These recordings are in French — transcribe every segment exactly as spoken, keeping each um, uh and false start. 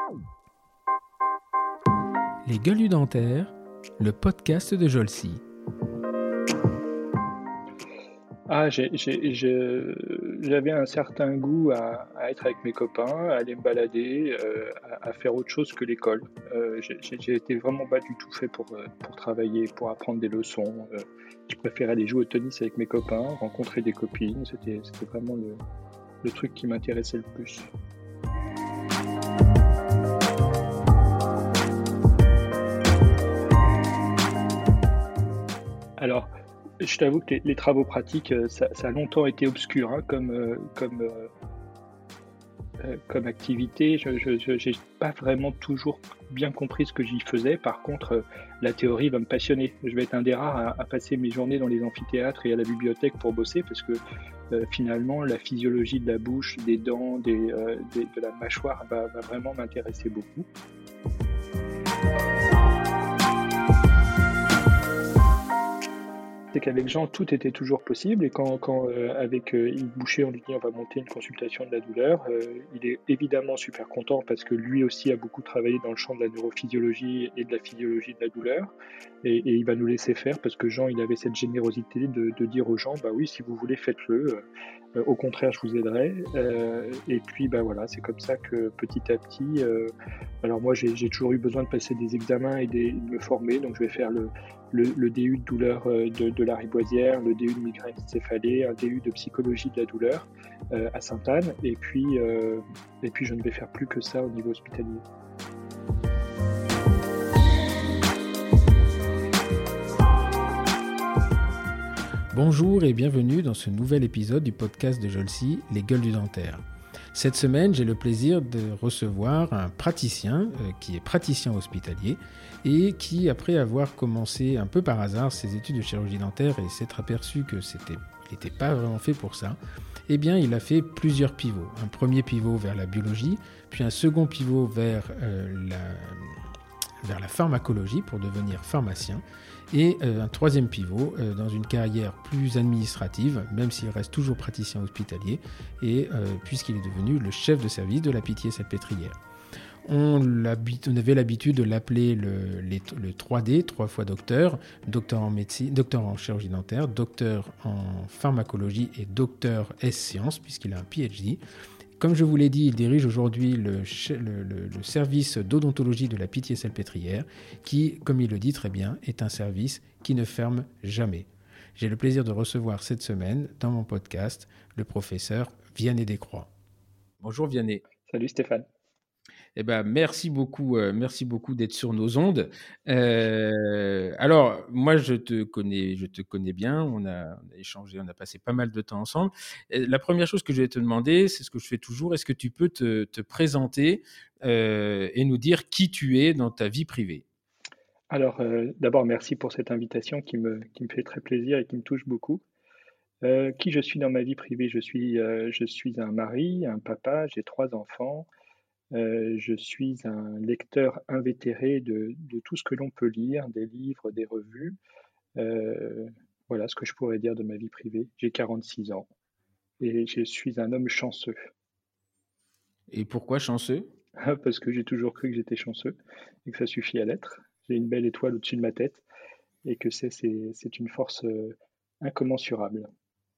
Les Gueules du Dentaire, le podcast de Jolcy. Ah, j'ai, j'ai, j'ai- j'avais un certain goût à, à être avec mes copains, à aller me balader, euh, à, à faire autre chose que l'école. Euh, j'ai, j'ai j'ai été vraiment pas du tout fait pour, euh, pour travailler, pour apprendre des leçons. Euh, je préférais aller jouer au tennis avec mes copains, rencontrer des copines. C'était, c'était vraiment le, le truc qui m'intéressait le plus. Alors, je t'avoue que les, les travaux pratiques, euh, ça, ça a longtemps été obscur, hein, comme, euh, comme, euh, euh, comme activité. Je n'ai pas vraiment toujours bien compris ce que j'y faisais. Par contre, euh, la théorie va me passionner. Je vais être un des rares à, à passer mes journées dans les amphithéâtres et à la bibliothèque pour bosser parce que euh, finalement, la physiologie de la bouche, des dents, des, euh, des- de la mâchoire va, va vraiment m'intéresser beaucoup. C'est qu'avec Jean, tout était toujours possible. Et quand, quand euh, avec euh, Yves Boucher, on lui dit on va monter une consultation de la douleur, euh, il est évidemment super content parce que lui aussi a beaucoup travaillé dans le champ de la neurophysiologie et de la physiologie de la douleur. Et, et il va nous laisser faire parce que Jean, il avait cette générosité de, de dire aux gens, bah oui, si vous voulez, faites-le. Euh, au contraire, je vous aiderai. Euh, et puis, bah voilà, c'est comme ça que petit à petit, euh, alors moi, j'ai j'ai toujours eu besoin de passer des examens et des- de me former, donc je vais faire le, le, le D U de douleur euh, de, de la riboisière, le D U de migraine céphalée, un D U de psychologie de la douleur euh, à Sainte-Anne, et puis, euh, et puis je ne vais faire plus que ça au niveau hospitalier. Bonjour et bienvenue dans ce nouvel épisode du podcast de Jolcy, Les Gueules du Dentaire. Cette semaine, j'ai le plaisir de recevoir un praticien euh, qui est praticien hospitalier et qui, après avoir commencé un peu par hasard ses études de chirurgie dentaire et s'être aperçu que c'était, il n'était pas vraiment fait pour ça, eh bien, il a fait plusieurs pivots. Un premier pivot vers la biologie, puis un second pivot vers euh, la vers la pharmacologie pour devenir pharmacien et euh, un troisième pivot euh, dans une carrière plus administrative, même s'il reste toujours praticien hospitalier, et euh, puisqu'il est devenu le chef de service de la Pitié-Salpêtrière. On, on avait l'habitude de l'appeler le, les, le trois D, trois fois docteur, docteur en médecine, docteur en chirurgie dentaire, docteur en pharmacologie et docteur S sciences, puisqu'il a un P H D. Comme je vous l'ai dit, il dirige aujourd'hui le, le, le, le service d'odontologie de la Pitié-Salpêtrière, qui, comme il le dit très bien, est un service qui ne ferme jamais. J'ai le plaisir de recevoir cette semaine, dans mon podcast, le professeur Vianney Descroix. Bonjour Vianney. Salut Stéphane. Eh ben, merci beaucoup, euh, merci beaucoup d'être sur nos ondes. Euh, alors, moi, je te connais, je te connais bien. On a, on a échangé, on a passé pas mal de temps ensemble. Et la première chose que je vais te demander, c'est ce que je fais toujours. Est-ce que tu peux te, te présenter euh, et nous dire qui tu es dans ta vie privée? Alors, euh, d'abord, merci pour cette invitation qui me, qui me fait très plaisir et qui me touche beaucoup. Euh, qui je suis dans ma vie privée? Je suis, euh, je suis un mari, un papa, j'ai trois enfants. Euh, je suis un lecteur invétéré de, de tout ce que l'on peut lire, des livres, des revues. Euh, voilà ce que je pourrais dire de ma vie privée. J'ai quarante-six ans et je suis un homme chanceux Et pourquoi chanceux? parce que j'ai toujours cru que j'étais chanceux et que ça suffit à l'être. J'ai une belle étoile au-dessus de ma tête et que c'est, c'est, c'est une force euh, incommensurable.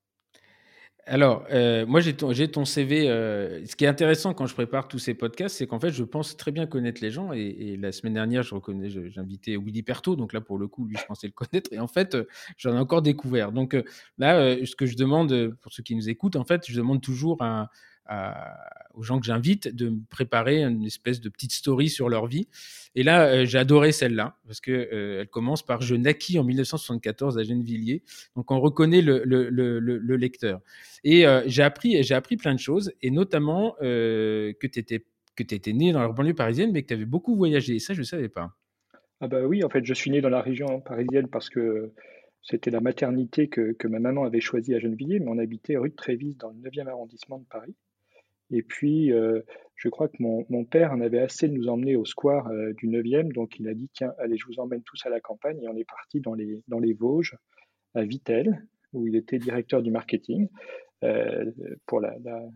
Alors, euh, moi, j'ai ton, j'ai ton C V. Euh, ce qui est intéressant quand je prépare tous ces podcasts, c'est qu'en fait, je pense très bien connaître les gens. Et, et la semaine dernière, je reconnais, je- j'ai invité Willy Pertot. Donc là, pour le coup, lui, je pensais le connaître. Et en fait, euh, j'en ai encore découvert. Donc euh, là, euh, ce que je demande, euh, pour ceux qui nous écoutent, en fait, je demande toujours à- à- aux gens que j'invite de me préparer une espèce de petite story sur leur vie. Et là, euh, j'ai adoré celle-là parce que euh, elle commence par: Je naquis en mille neuf cent soixante-quatorze à Gennevilliers. Donc on reconnaît le, le, le, le- le lecteur. Et euh, j'ai appris, j'ai appris plein de choses, et notamment euh, que tu étais que tu étais né dans la banlieue parisienne, mais que tu avais beaucoup voyagé. Et ça, je ne savais pas. Ah bah oui, en fait, je suis né dans la région parisienne parce que c'était la maternité que, que ma maman avait choisie à Gennevilliers, mais on habitait rue de Trévise dans le neuvième arrondissement de Paris. Et puis, euh, je crois que mon, mon père en avait assez de nous emmener au square euh, du neuvième, donc il a dit, tiens, allez, je vous emmène tous à la campagne, et on est parti dans les, dans les Vosges, à Vittel, où il était directeur du marketing euh, pour la, la-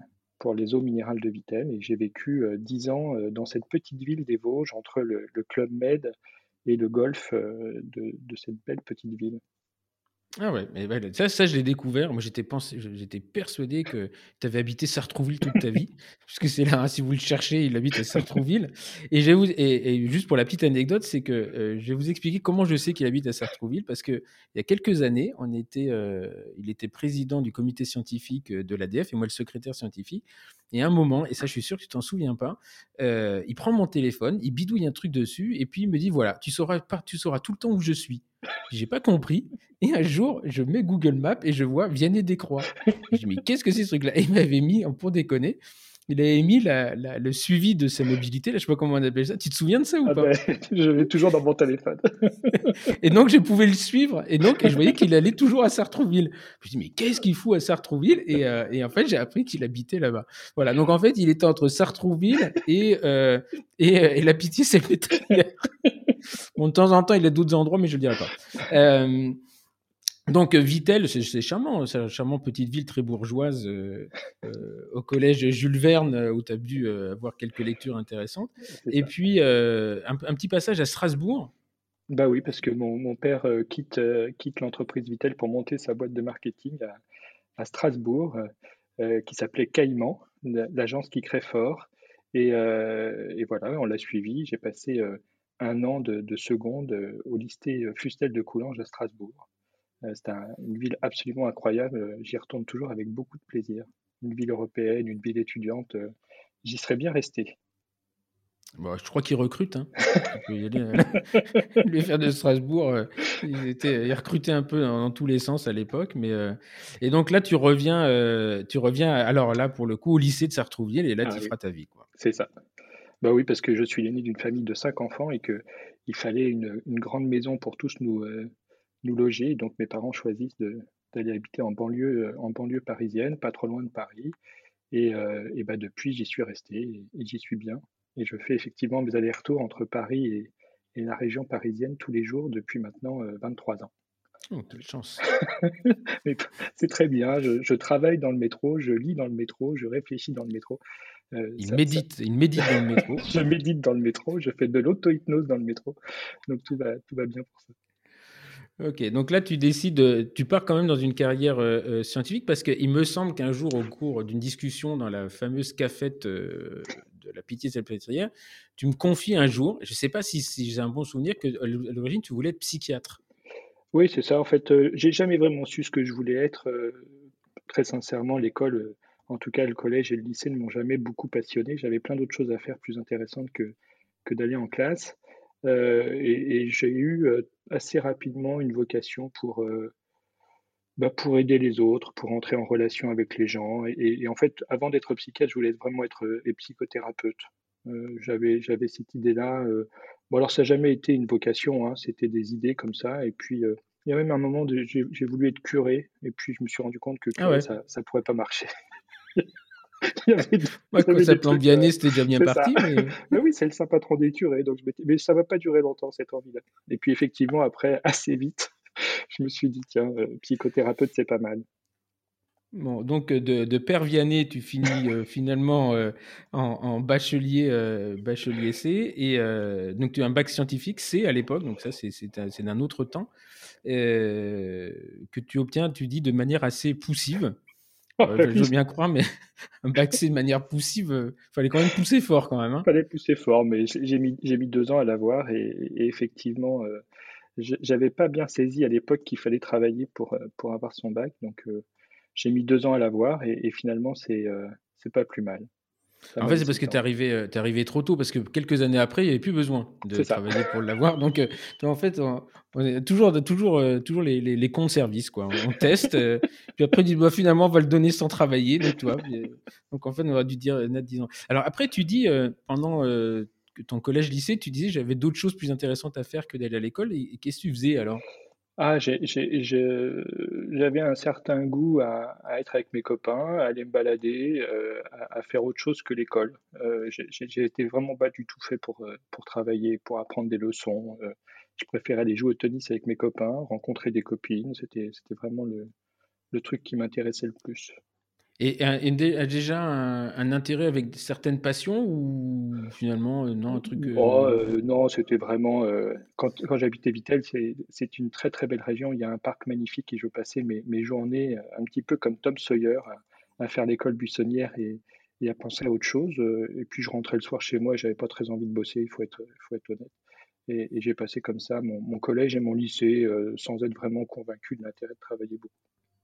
pour les eaux minérales de Vittel. Et j'ai vécu euh, dix ans euh, dans cette petite ville des Vosges, entre le, le Club Med et le golf euh, de, de cette belle petite ville. Ah ouais, mais ouais, ça, ça je l'ai découvert. Moi, j'étais pensé, je- j'étais persuadé que tu avais habité Sartrouville toute ta vie, puisque c'est là, hein, si vous le cherchez, il habite à Sartrouville. Et, je vais vous, et, et juste pour la petite anecdote, c'est que euh, je vais vous expliquer comment je sais qu'il habite à Sartrouville, parce que il y a quelques années, on était, euh, il était président du comité scientifique euh, de l'A D F et moi le secrétaire scientifique. Et à un moment, et ça, je suis sûr que tu t'en souviens pas, euh, il prend mon téléphone, il bidouille un truc dessus, et puis il me dit voilà, tu sauras, pas, tu sauras tout le temps où je suis. J'ai pas compris. Et un jour, je mets Google Maps et je vois Vianney-des-Croix. Je dis, mais qu'est-ce que c'est ce truc-là? Et il m'avait mis, pour déconner, il avait mis la, la- le suivi de sa mobilité, là, je sais pas comment on appelle ça. Tu te souviens de ça ou Ah pas? ben, je l'ai toujours dans mon téléphone. Et donc, je pouvais le suivre. Et donc, et je voyais qu'il allait toujours à Sartrouville. Je me dis, mais qu'est-ce qu'il fout à Sartrouville? Et, euh, et en fait, j'ai appris qu'il habitait là-bas. Voilà. Donc, en fait, il était entre Sartrouville et, euh, et, euh, et la Pitié-Salpêtrière. Bon, de temps en temps, il a d'autres endroits, mais je le dirai pas. Euh, Donc Vittel, c'est, c'est charmant, c'est une charmante petite ville très bourgeoise euh, euh, au collège Jules Verne euh, où tu as dû euh, avoir quelques lectures intéressantes. C'est Et ça. puis euh, un, un petit passage à Strasbourg. Bah oui, parce que mon, mon père euh, quitte, euh, quitte l'entreprise Vittel pour monter sa boîte de marketing à, à Strasbourg, euh, euh, qui s'appelait Caïman, la- l'agence qui crée fort. Et, euh, et voilà, on l'a suivi. J'ai passé euh, un an de, de seconde euh, au lycée euh, Fustel de Coulanges à Strasbourg. Euh, c'est un- une ville absolument incroyable. euh, J'y retourne toujours avec beaucoup de plaisir. Une ville européenne, une ville étudiante. euh, J'y serais bien resté. Bon, je crois qu'il recrute, hein. Tu peux y aller. euh, Lui faire de Strasbourg, euh, il, était, il recrutait un peu dans, dans tous les sens à l'époque. Mais, euh, et donc là, tu reviens, euh, tu reviens, alors là, pour le coup, au lycée de Sartrouville et là, Ah tu oui, feras ta vie, quoi. c'est ça. Bah oui, parce que je suis l'aîné d'une famille de cinq enfants et que il fallait une, une grande maison pour tous nous, euh, nous loger. Donc mes parents choisissent de- d'aller habiter en banlieue, euh, en banlieue parisienne, pas trop loin de Paris. Et, euh, et bah depuis, j'y suis resté et, et j'y suis bien. Et je fais effectivement mes allers-retours entre Paris et, et la région parisienne tous les jours depuis maintenant euh, vingt-trois ans. Oh, quelle chance. Mais c'est très bien. Je, je travaille dans le métro, je lis dans le métro, je réfléchis dans le métro. Euh, Il ça, ça- médite, il médite dans le métro. je médite dans le métro, je fais de l'auto-hypnose dans le métro. Donc tout va, tout va bien pour ça. Ok, donc là tu décides, euh, tu pars quand même dans une carrière euh, euh, scientifique parce qu'il me semble qu'un jour au cours d'une discussion dans la fameuse cafette euh, de la Pitié-Salpêtrière, tu me confies un jour, je ne sais pas si, si j'ai un bon souvenir, que à l'origine tu voulais être psychiatre. Oui, c'est ça. En fait, euh, j'ai jamais vraiment su ce que je voulais être. euh, très sincèrement, l'école, euh, en tout cas le collège et le lycée, ne m'ont jamais beaucoup passionné. J'avais plein d'autres choses à faire plus intéressantes que, que d'aller en classe. Euh, et, et j'ai eu euh, assez rapidement une vocation pour, euh, bah, pour aider les autres, pour entrer en relation avec les gens. Et, et- et en fait, avant d'être psychiatre, je voulais vraiment être euh, et psychothérapeute. Euh, j'avais, j'avais cette idée-là. euh. Bon, alors ça n'a jamais été une vocation, hein, c'était des idées comme ça. Et puis, euh, il y a même un moment, où j'ai, j'ai voulu être curé. Et puis, je me suis rendu compte que Ah curé, ouais, ça ne pourrait pas marcher. Il y avait, des- moi il y quand avait ça des plante trucs. euh, Vianney c'était déjà bien c'est ça. parti, mais Mais oui, c'est le saint patron des curés. Donc je m'étais- mais ça ne va pas durer longtemps, cette envie-là. Et puis, effectivement, après, assez vite, je me suis dit, tiens, euh, psychothérapeute, c'est pas mal. bon, donc euh, de, de Père Vianney tu finis euh, finalement euh, en, en bachelier, euh, bachelier C, et euh, donc tu as un bac scientifique C à l'époque, donc ça c'est, c'est, un- c'est d'un autre temps. euh, que tu obtiens, tu dis, de manière assez poussive. Ah Euh, bah je, je oui, veux bien croire, mais un bac C de manière poussive, il fallait quand même pousser fort quand même. Hein. fallait pousser fort, mais j'ai j'ai mis, j'ai mis deux ans à l'avoir et, et effectivement, euh, je- j'avais pas bien saisi à l'époque qu'il fallait travailler pour, euh, pour avoir son bac, donc euh, j'ai mis deux ans à l'avoir et, et finalement c'est euh, c'est pas plus mal. Ça En m'a fait, c'est laissé parce le que tu es temps. arrivé, euh, t'es arrivé trop tôt, parce que quelques années après, il n'y avait plus besoin de C'est ça. travailler pour l'avoir. Donc, euh, toi, en fait, on, on est toujours, toujours, euh, toujours les, les, les cons de service, quoi. On teste, euh, puis après, on dit, bah, finalement, on va le donner sans travailler. Donc, tu vois, puis, euh, donc en fait, on aurait dû dire, euh, Nat, dix ans. Alors, après, tu dis, euh, pendant euh, que ton collège-lycée, tu disais, j'avais d'autres choses plus intéressantes à faire que d'aller à l'école. Et, et qu'est-ce que tu faisais alors? Ah, j'ai, j'ai- je- j'avais un certain goût à, à être avec mes copains, à aller me balader, euh, à, à faire autre chose que l'école. Euh, j'ai j'ai- j'ai été vraiment pas du tout fait pour, euh, pour travailler, pour apprendre des leçons. Euh, je préférais aller jouer au tennis avec mes copains, rencontrer des copines. C'était, c'était vraiment le, le truc qui m'intéressait le plus. Et, un- et dé- a déjà un, un intérêt avec certaines passions ou finalement, euh, non, un truc. Oh, euh, euh, non, c'était vraiment. Euh, quand quand j'habitais Vittel, c'est c'est une très très belle région. Il y a un parc magnifique et je passais mes, mes journées euh, un petit peu comme Tom Sawyer à, à faire l'école buissonnière et, et à penser à autre chose. Euh, Et puis je rentrais le soir chez moi et j'avais pas très envie de bosser, il faut être, il faut être honnête. Et, et j'ai passé comme ça mon, mon collège et mon lycée euh, sans être vraiment convaincu de l'intérêt de travailler beaucoup.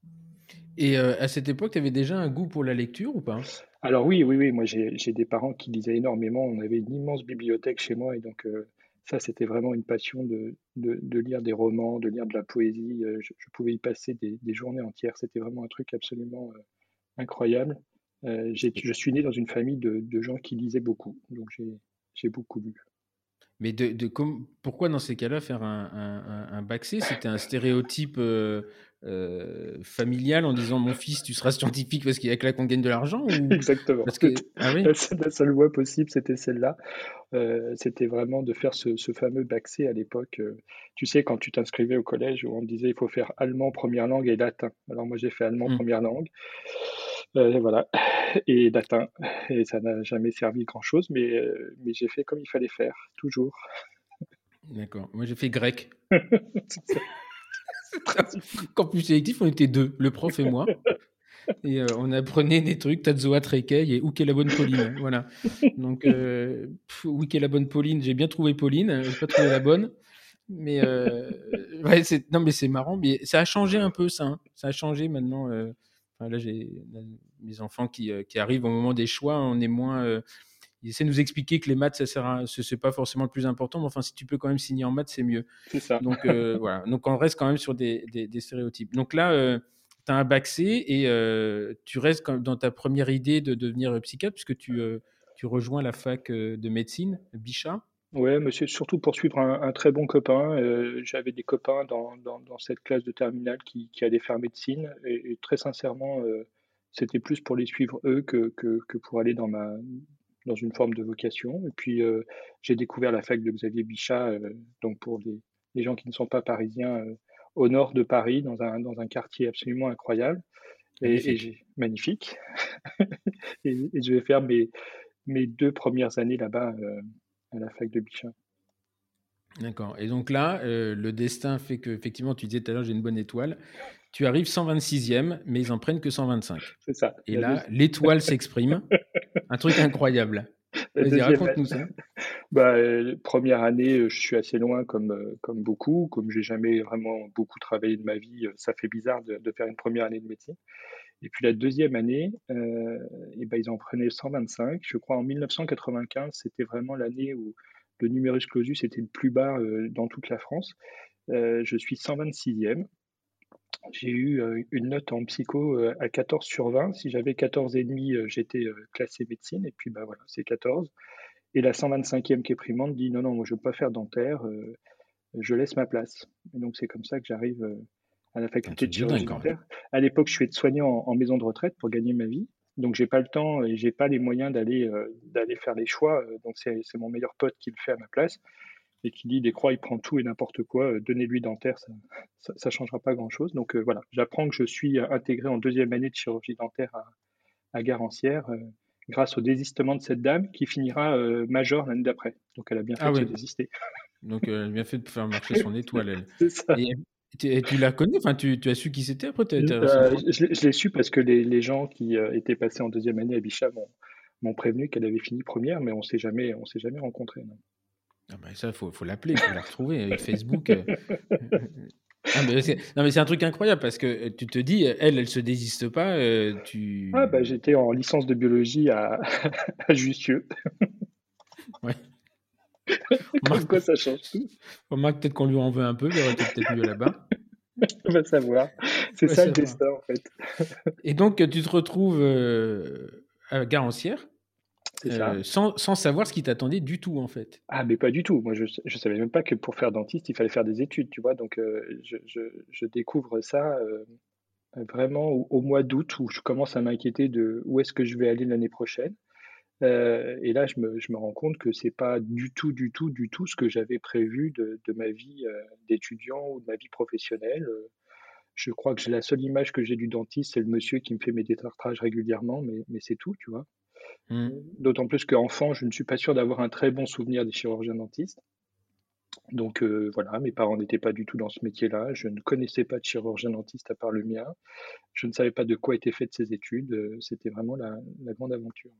Et euh, à cette époque, tu avais déjà un goût pour la lecture ou pas? Alors oui, oui, oui, moi j'ai j'ai des parents qui lisaient énormément. On avait une immense bibliothèque chez moi et donc euh, ça c'était vraiment une passion de, de, de lire des romans, de lire de la poésie. Euh, je, je pouvais y passer des, des journées entières. C'était vraiment un truc absolument euh, incroyable. Euh, j'ai- je suis né dans une famille de, de gens qui lisaient beaucoup, donc j'ai j'ai beaucoup lu. Mais de, de com- pourquoi dans ces cas-là faire un, un, un- un bac C? C'était un stéréotype euh, euh, familial en disant mon fils, tu seras scientifique parce qu'il y a que là qu'on gagne de l'argent ou Exactement. parce que ah oui, La seule, la seule voie possible, c'était celle-là. Euh, c'était vraiment de faire ce, ce fameux bac C à l'époque. Euh, tu sais, quand tu t'inscrivais au collège, où on te disait il faut faire allemand première langue et latin. Alors moi j'ai fait allemand hum, première langue, euh, et voilà, et latin, et ça n'a jamais servi grand-chose, mais, euh, mais j'ai fait comme il fallait faire, toujours. d'accord. Moi j'ai fait grec. C'est ça, c'est principe. Campus sélectif, on était deux, le prof et moi. Et euh, on apprenait des trucs, Tazoa Trekey et où qu'est la bonne Pauline. Voilà. Donc, euh, pff, où qu'est la bonne Pauline? J'ai bien trouvé Pauline, j'ai pas trouvé la bonne. Mais euh, ouais, c'est, non, mais c'est marrant. Mais ça a changé un peu, ça. Hein. Ça a changé maintenant. Euh, enfin, là, j'ai là, mes enfants qui, euh, qui arrivent au moment des choix. On est moins. Euh, ils essaient de nous expliquer que les maths, ça sert à, ce- c'est pas forcément le plus important. Mais enfin, si tu peux quand même signer en maths, c'est mieux. C'est ça. Donc euh, voilà, donc on reste quand même sur des, des, des stéréotypes. Donc là, euh, tu as un bac C et euh, tu restes quand- dans ta première idée de devenir psychiatre puisque tu, euh, tu rejoins la fac euh, de médecine, Bichat. Ouais, mais c'est surtout pour suivre un, un très bon copain. Euh, j'avais des copains dans, dans, dans cette classe de terminale qui, qui allaient faire médecine et, et très sincèrement, euh, c'était plus pour les suivre eux que, que, que pour aller dans ma dans une forme de vocation. Et puis euh, j'ai découvert la fac de Xavier Bichat, euh, donc pour les, les gens qui ne sont pas parisiens, euh, au nord de Paris, dans un, dans un quartier absolument incroyable et, et Magnifique. j'ai magnifique. Et, et je vais faire mes, mes deux premières années là-bas euh, à la fac de Bichat. D'accord. Et donc là, euh, le destin fait que, effectivement, tu disais tout à l'heure, j'ai une bonne étoile. Tu arrives cent vingt-sixième, mais ils en prennent que cent vingt-cinq. C'est ça. Et La, là, deuxi- l'étoile s'exprime. Un truc incroyable. la Vas-y, deuxième, raconte-nous ça. bah, euh, première année, euh, je suis assez loin comme, euh, comme beaucoup. Comme j'ai jamais vraiment beaucoup travaillé de ma vie, euh, ça fait bizarre de, de faire une première année de médecine. Et puis la deuxième année, euh, et ben, ils en prenaient cent vingt-cinq. Je crois en mille neuf cent quatre-vingt-quinze, c'était vraiment l'année où le numerus clausus était le plus bas euh, dans toute la France. Euh, je suis cent vingt-sixième. J'ai eu euh, une note en psycho euh, à quatorze sur vingt. Si j'avais quatorze et demi, euh, j'étais euh, classé médecine. Et puis bah voilà, c'est quatorze. Et la cent vingt-cinquième qui est primante dit non, non, moi je ne veux pas faire dentaire, euh, je laisse ma place. Et donc c'est comme ça que j'arrive euh, à la Un faculté de truc de dingue, chirurgie quand même. dentaire. À l'époque, je suis aide-soignant en, en maison de retraite pour gagner ma vie. Donc j'ai pas le temps et j'ai pas les moyens d'aller euh, d'aller faire les choix. Euh, Donc c'est c'est mon meilleur pote qui le fait à ma place et qui dit des croix, il prend tout et n'importe quoi. Euh, Donnez-lui dentaire, ça, ça, ça changera pas grand-chose. Donc euh, voilà, j'apprends que je suis euh, intégré en deuxième année de chirurgie dentaire à, à Garancières, euh, grâce au désistement de cette dame qui finira euh, majeure l'année d'après. Donc elle a bien fait Ah de se oui. désister. Donc, euh, elle a bien fait de faire marcher son étoile, elle. C'est ça. Et, tu, et tu la connais? Enfin, tu, tu as su qui c'était après? Tu as Euh, renseigné? je, l'ai je l'ai su parce que les, les gens qui euh, étaient passés en deuxième année à Bichat m'ont m'ont prévenu qu'elle avait fini première, mais on s'est jamais, on s'est jamais rencontrés. Non. Ah ben ça, il faut, faut l'appeler, il faut la retrouver avec Facebook. euh. Ah, mais c'est, non, mais c'est un truc incroyable parce que euh, tu te dis, elle, elle se désiste pas. euh, Ah bah tu... j'étais en licence de biologie à, à Jussieu, Ouais. comme Remarque, quoi ça change tout. remarque peut-être qu'on lui en veut un peu, il aurait été peut-être mieux là-bas. On va savoir. C'est Ouais, ça le ça va. destin en fait. Et donc, tu te retrouves euh, à Garancières C'est ça. euh, sans, sans savoir ce qui t'attendait du tout, en fait. Ah mais pas du tout. Moi je je savais même pas que pour faire dentiste il fallait faire des études, tu vois. Donc euh, je, je, je découvre ça euh, vraiment au, au mois d'août où je commence à m'inquiéter de où est-ce que je vais aller l'année prochaine. Euh, et là, je me, je me rends compte que c'est pas du tout, du tout, du tout ce que j'avais prévu de, de ma vie euh, d'étudiant ou de ma vie professionnelle. Euh, je crois que j'ai la seule image que j'ai du dentiste, c'est le monsieur qui me fait mes détartrages régulièrement, mais, mais c'est tout, tu vois. Hmm. D'autant plus qu'enfant, je ne suis pas sûr d'avoir un très bon souvenir des chirurgiens dentistes. Donc euh, voilà, mes parents n'étaient pas du tout dans ce métier-là. Je ne connaissais pas de chirurgien dentiste à part le mien. Je ne savais pas de quoi étaient faites ces études. Euh, C'était vraiment la, la grande aventure.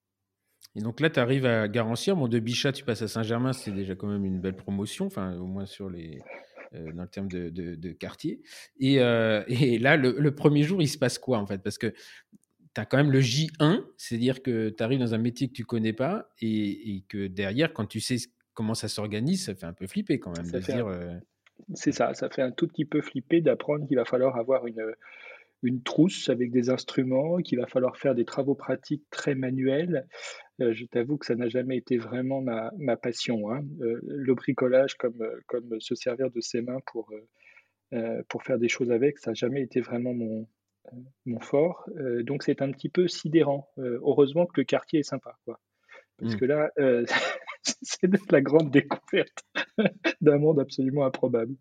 Et donc là, tu arrives à Garancières. Bon, de Bichat, tu passes à Saint-Germain, c'est déjà quand même une belle promotion, enfin, au moins sur les, euh, dans le terme de, de, de quartier. Et, euh, et là, le, le premier jour, il se passe quoi en fait? Parce que tu as quand même le J un, c'est-à-dire que tu arrives dans un métier que tu connais pas et, et que derrière, quand tu sais comment ça s'organise, ça fait un peu flipper quand même Ça de se fait dire. un- Euh, c'est ça, ça fait un tout petit peu flipper d'apprendre qu'il va falloir avoir une, une trousse avec des instruments, qu'il va falloir faire des travaux pratiques très manuels. Euh, je t'avoue que ça n'a jamais été vraiment ma, ma passion, hein. Euh, le bricolage, comme, euh, comme se servir de ses mains pour, euh, euh, pour faire des choses avec, ça n'a jamais été vraiment mon, euh, mon fort. Euh, donc c'est un petit peu sidérant. Euh, heureusement que le quartier est sympa, quoi. Parce hmm. que là, euh, c'est de la grande découverte d'un monde absolument improbable.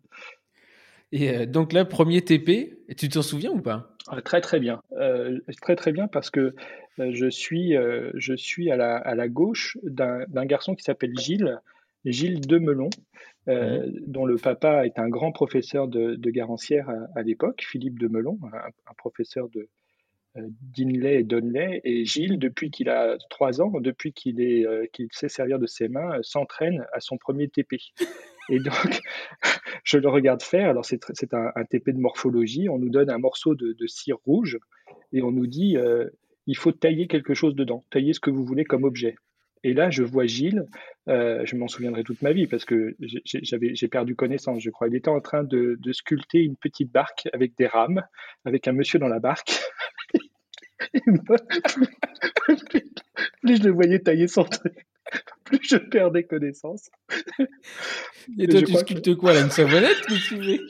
Et euh, donc là, premier T P, et tu t'en souviens ou pas? Ah, très très bien. Euh, très très bien parce que euh, je suis, euh, je suis à la, à la gauche d'un d'un garçon qui s'appelle Gilles, Gilles Demelon, Hmm. euh, dont le papa est un grand professeur de, de Garancières à, à l'époque, Philippe Demelon, un, un professeur de euh, d'Inlay et d'Onlay. Et Gilles, depuis qu'il a trois ans, depuis qu'il est, euh, qu'il sait servir de ses mains, euh, s'entraîne à son premier T P. Et donc, je le regarde faire. Alors, c'est tr- c'est un, un T P de morphologie. On nous donne un morceau de, de cire rouge et on nous dit euh, il faut tailler quelque chose dedans, tailler ce que vous voulez comme objet. Et là, je vois Gilles, euh, je m'en souviendrai toute ma vie parce que j'ai- j'avais, j'ai perdu connaissance, je crois. Il était en train de, de sculpter une petite barque avec des rames, avec un monsieur dans la barque. Et moi, plus, plus je le voyais tailler son truc, plus je perdais connaissance. Et Et toi, je tu crois que sculptes quoi là? Une savonnette que tu fais?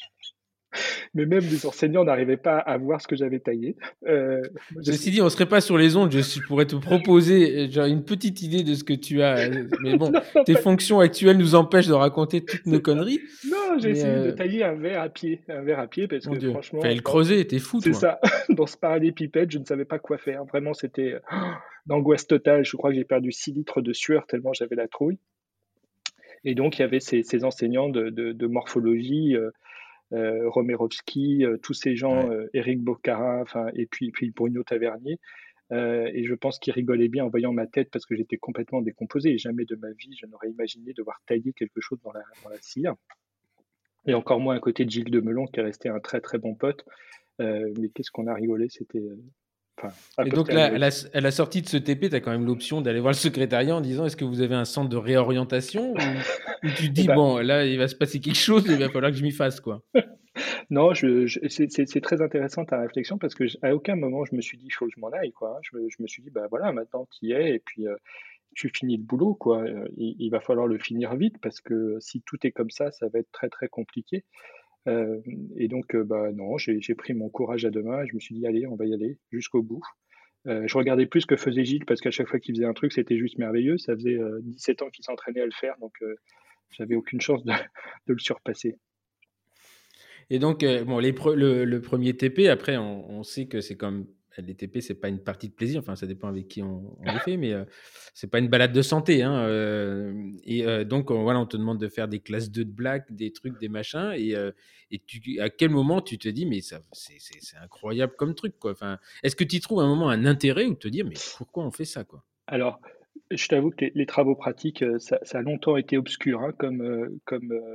mais même les enseignants n'arrivaient pas à voir ce que j'avais taillé. Euh, moi, je- Ceci dit, on serait pas sur les ondes. Je, je pourrais te proposer euh, genre, une petite idée de ce que tu as. euh, Mais bon, non, non, tes pas- fonctions actuelles nous empêchent de raconter toutes nos c'est ça. conneries. Non, j'ai Mais essayé de euh, tailler un verre à pied, un verre à pied, parce mon que Dieu, franchement, fallait le dans- creuser. T'es fou, c'est toi. ça. Dans ce parallépipède, je ne savais pas quoi faire. Vraiment, c'était euh, l'angoisse totale. Je crois que j'ai perdu six litres de sueur tellement j'avais la trouille. Et donc, il y avait ces, ces enseignants de, de- de morphologie, euh, euh, Romerovski, euh, tous ces gens, Ouais. euh, Éric Boccarat, enfin, et puis, puis Bruno Tavernier. Euh, et je pense qu'ils rigolaient bien en voyant ma tête parce que j'étais complètement décomposé. Et jamais de ma vie, je n'aurais imaginé devoir tailler quelque chose dans la, dans la cire. Et encore moins à côté de Gilles Demelon, qui est resté un très très bon pote. Euh, mais qu'est-ce qu'on a rigolé, c'était. euh, Enfin, a Et donc là, à posteriori. la, à la sortie de ce T P, tu as quand même l'option d'aller voir le secrétariat en disant est-ce que vous avez un centre de réorientation ou, ou tu te Eh dis ben, bon, là, il va se passer quelque chose, il va falloir que je m'y fasse, quoi. non, je, je- c'est c'est- c'est très intéressant ta réflexion parce que j- à aucun moment je me suis dit il faut que je m'en aille, quoi, hein. Je, me je me suis dit bah voilà, maintenant tu y es et puis euh, tu finis le boulot, quoi. Euh, Il, il va falloir le finir vite parce que si tout est comme ça, ça va être très très compliqué. Euh, et donc euh, bah non, j'ai j'ai pris mon courage à deux mains. Et je me suis dit allez, on va y aller jusqu'au bout. Euh, je regardais plus ce que faisait Gilles parce qu'à chaque fois qu'il faisait un truc, c'était juste merveilleux. Ça faisait euh, dix-sept ans qu'il s'entraînait à le faire, donc euh, j'avais aucune chance de, de le surpasser. Et donc, euh, bon, les pre- le, le premier T P, après, on, on sait que c'est comme. Les T P, c'est pas une partie de plaisir, enfin, ça dépend avec qui on, on les fait, mais euh, c'est pas une balade de santé, hein. Euh, et euh, donc, on, voilà, on te demande de faire des classes deux de blagues, des trucs, des machins. Et, euh, et tu, à quel moment tu te dis, mais ça, c'est, c'est, c'est incroyable comme truc, quoi. Enfin, est-ce que tu y trouves un moment un intérêt ou te dire, mais pourquoi on fait ça, quoi? Alors, je t'avoue que les, les travaux pratiques, euh, ça, ça a longtemps été obscur, hein, comme, euh, comme, euh,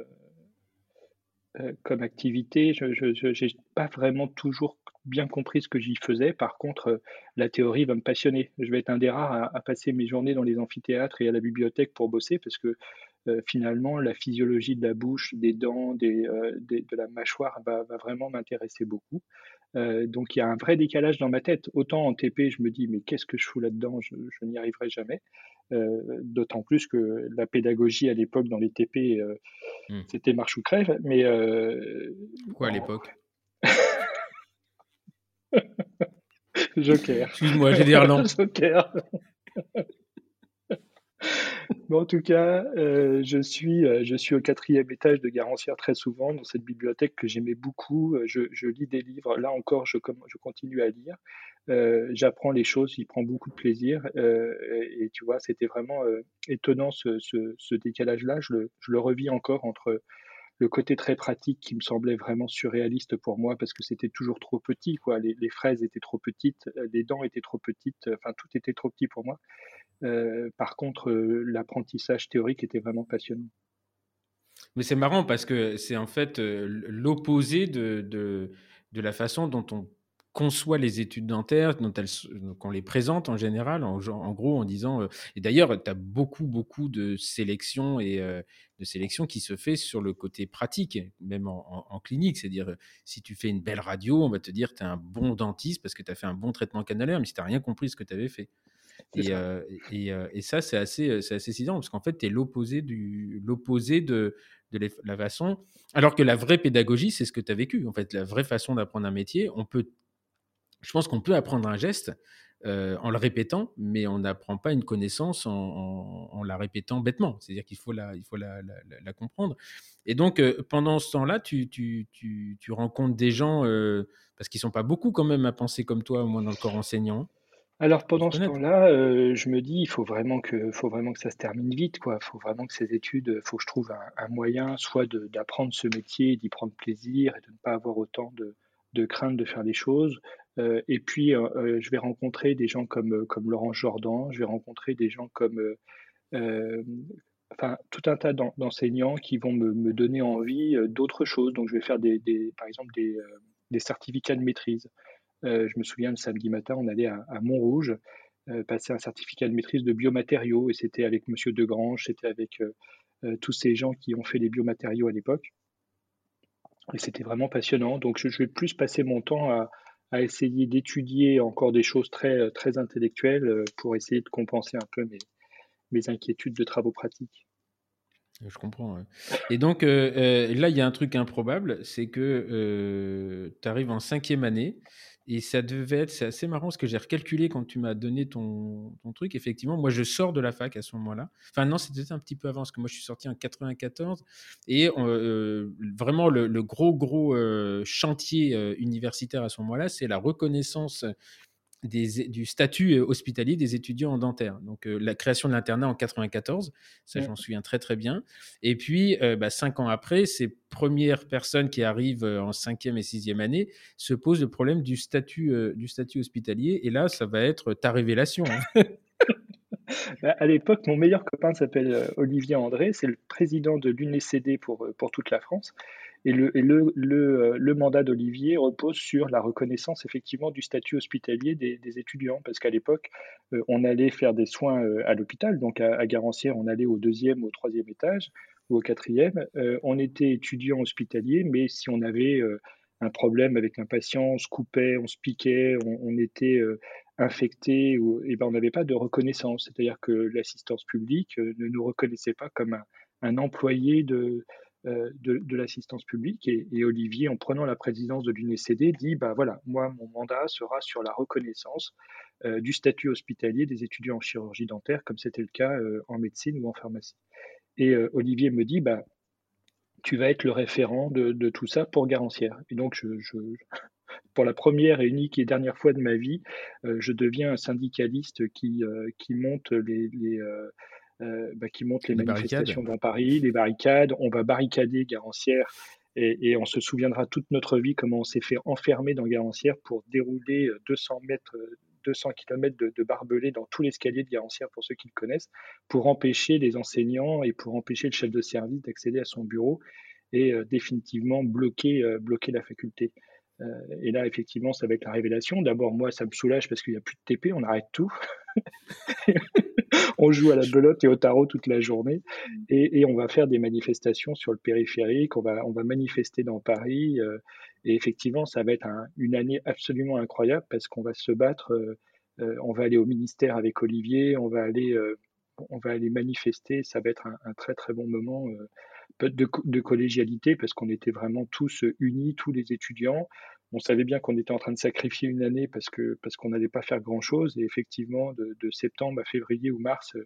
euh, comme activité. Je n'ai pas vraiment toujours bien compris ce que j'y faisais. Par contre, euh, la théorie va me passionner. Je vais être un des rares à, à passer mes journées dans les amphithéâtres et à la bibliothèque pour bosser parce que euh, finalement, la physiologie de la bouche, des dents, des, euh, des- de la mâchoire va, va vraiment m'intéresser beaucoup. Euh, donc il y a un vrai décalage dans ma tête. Autant en T P, je me dis, mais qu'est-ce que je fous là-dedans? Je, je n'y arriverai jamais. Euh, D'autant plus que la pédagogie à l'époque dans les T P, euh, Hmm. c'était marche ou crève. Mais euh, Pourquoi à en- l'époque? Joker. Excuse-moi, j'ai des relents. Joker. Mais en tout cas, euh, je suis, euh, je suis au quatrième étage de Garancière très souvent dans cette bibliothèque que j'aimais beaucoup. Euh, Je, je lis des livres. Là encore, je, comm- je continue à lire. Euh, j'apprends les choses, j'y prends beaucoup de plaisir. Euh, et, et tu vois, c'était vraiment euh, étonnant ce, ce, ce décalage-là. Je le, je le revis encore entre le côté très pratique qui me semblait vraiment surréaliste pour moi parce que c'était toujours trop petit, quoi. Les, les fraises étaient trop petites, euh, les dents étaient trop petites, enfin tout était trop petit pour moi. Euh, par contre, euh, l'apprentissage théorique était vraiment passionnant. Mais c'est marrant parce que c'est en fait euh, l'opposé de, de, de la façon dont on conçoit les études dentaires, dont elles, s- qu'on les présente en général, en, genre- en gros en disant... euh, et d'ailleurs, tu as beaucoup, beaucoup de sélection, et, euh, de sélection qui se fait sur le côté pratique, même en, en- en clinique. C'est-à-dire, euh, si tu fais une belle radio, on va te dire que tu es un bon dentiste parce que tu as fait un bon traitement canalaire, mais si tu n'as rien compris ce que tu avais fait. C'est Et, ça. euh, et, euh, et ça, c'est assez, euh, c'est assez sidérant parce qu'en fait, tu es l'opposé, du, l'opposé de, de l'eff- la façon. Alors que la vraie pédagogie, c'est ce que tu as vécu. En fait, la vraie façon d'apprendre un métier, on peut, je pense qu'on peut apprendre un geste euh, en le répétant, mais on n'apprend pas une connaissance en, en- en la répétant bêtement. C'est-à-dire qu'il faut la, il faut la, la- la- la comprendre. Et donc, euh, pendant ce temps-là, tu, tu, tu, tu rencontres des gens, euh, parce qu'ils ne sont pas beaucoup quand même à penser comme toi, au moins dans le corps enseignant, Alors pour se pendant ce connaître. temps-là, euh, je me dis, il faut vraiment que, faut vraiment que ça se termine vite, quoi. Il faut vraiment que ces études, il faut que je trouve un, un moyen, soit de- d'apprendre ce métier, d'y prendre plaisir et de ne pas avoir autant de, de crainte de faire les choses. Euh, et puis, euh, euh, je vais rencontrer des gens comme, euh, comme Laurent Jordan, je vais rencontrer des gens comme, euh, euh, enfin, tout un tas d'en- d'enseignants qui vont me, me donner envie euh, d'autres choses. Donc, je vais faire des, des- par exemple des, euh, des certificats de maîtrise. Euh, je me souviens, le samedi matin, on allait à, à Montrouge euh, passer un certificat de maîtrise de biomatériaux et c'était avec Monsieur Degrange, c'était avec euh, euh, tous ces gens qui ont fait les biomatériaux à l'époque et c'était vraiment passionnant. Donc, je, je vais plus passer mon temps à, à essayer d'étudier encore des choses très, très intellectuelles euh, pour essayer de compenser un peu mes, mes inquiétudes de travaux pratiques. Je comprends. Ouais. Et donc, euh, euh, là, il y a un truc improbable, c'est que tu arrives en cinquième année et ça devait être, c'est assez marrant parce que j'ai recalculé quand tu m'as donné ton, ton truc. Effectivement, moi, je sors de la fac à ce moment-là. Enfin, non, c'était un petit peu avant parce que moi, je suis sorti en quatre-vingt-quatorze et euh, vraiment le, le gros, gros euh, chantier euh, universitaire à ce moment-là, c'est la reconnaissance des, du statut hospitalier des étudiants en dentaire. Donc, euh, la création de l'internat en quatre-vingt-quatorze, ça, je m'en souviens très, très bien. Et puis, euh, bah, cinq ans après, ces premières personnes qui arrivent euh, en cinquième et sixième année se posent le problème du statut, euh, du statut hospitalier. Et là, ça va être ta révélation. Hein. Bah, à l'époque, mon meilleur copain s'appelle euh, Olivier André, c'est le président de l'U N E C D pour, euh, pour toute la France. Et le, et le, le, euh, le mandat d'Olivier repose sur la reconnaissance effectivement du statut hospitalier des, des étudiants, parce qu'à l'époque, euh, on allait faire des soins euh, à l'hôpital, donc à, à Garancière, on allait au deuxième, au troisième étage ou au quatrième. Euh, on était étudiant hospitalier, mais si on avait euh, un problème avec un patient, on se coupait, on se piquait, on, on était euh, infecté, ou, et ben on n'avait pas de reconnaissance, c'est-à-dire que l'assistance publique euh, ne nous reconnaissait pas comme un, un employé de euh, de, de l'assistance publique. Et, et, Olivier, en prenant la présidence de l'U N E C D, dit, bah voilà, moi, mon mandat sera sur la reconnaissance euh, du statut hospitalier des étudiants en chirurgie dentaire, comme c'était le cas euh, en médecine ou en pharmacie. Et euh, Olivier me dit, bah, tu vas être le référent de, de tout ça pour Garancière. Et donc, je, je, pour la première et unique et dernière fois de ma vie, euh, je deviens un syndicaliste qui, euh, qui monte les, les euh, euh, bah, qui monte les Les barricades. manifestations dans Paris, les barricades. On va barricader Garancière et, et on se souviendra toute notre vie comment on s'est fait enfermer dans Garancière pour dérouler deux cents mètres, deux cents kilomètres de, de barbelés dans tout l'escalier de Garancière pour ceux qui le connaissent, pour empêcher les enseignants et pour empêcher le chef de service d'accéder à son bureau et euh, définitivement bloquer, euh, bloquer la faculté. Euh, et là, effectivement, ça va être la révélation. D'abord, moi, ça me soulage parce qu'il n'y a plus de T P, on arrête tout. On joue à la belote et au tarot toute la journée. Et, et on va faire des manifestations sur le périphérique, on va, on va manifester dans Paris. Euh, et effectivement, ça va être un, une année absolument incroyable parce qu'on va se battre. Euh, euh, on va aller au ministère avec Olivier, on va aller, euh, on va aller manifester. Ça va être un, un très très bon moment euh, de, de collégialité parce qu'on était vraiment tous unis, tous les étudiants. On savait bien qu'on était en train de sacrifier une année parce que parce qu'on n'allait pas faire grand-chose. Et effectivement, de, de septembre à février ou mars,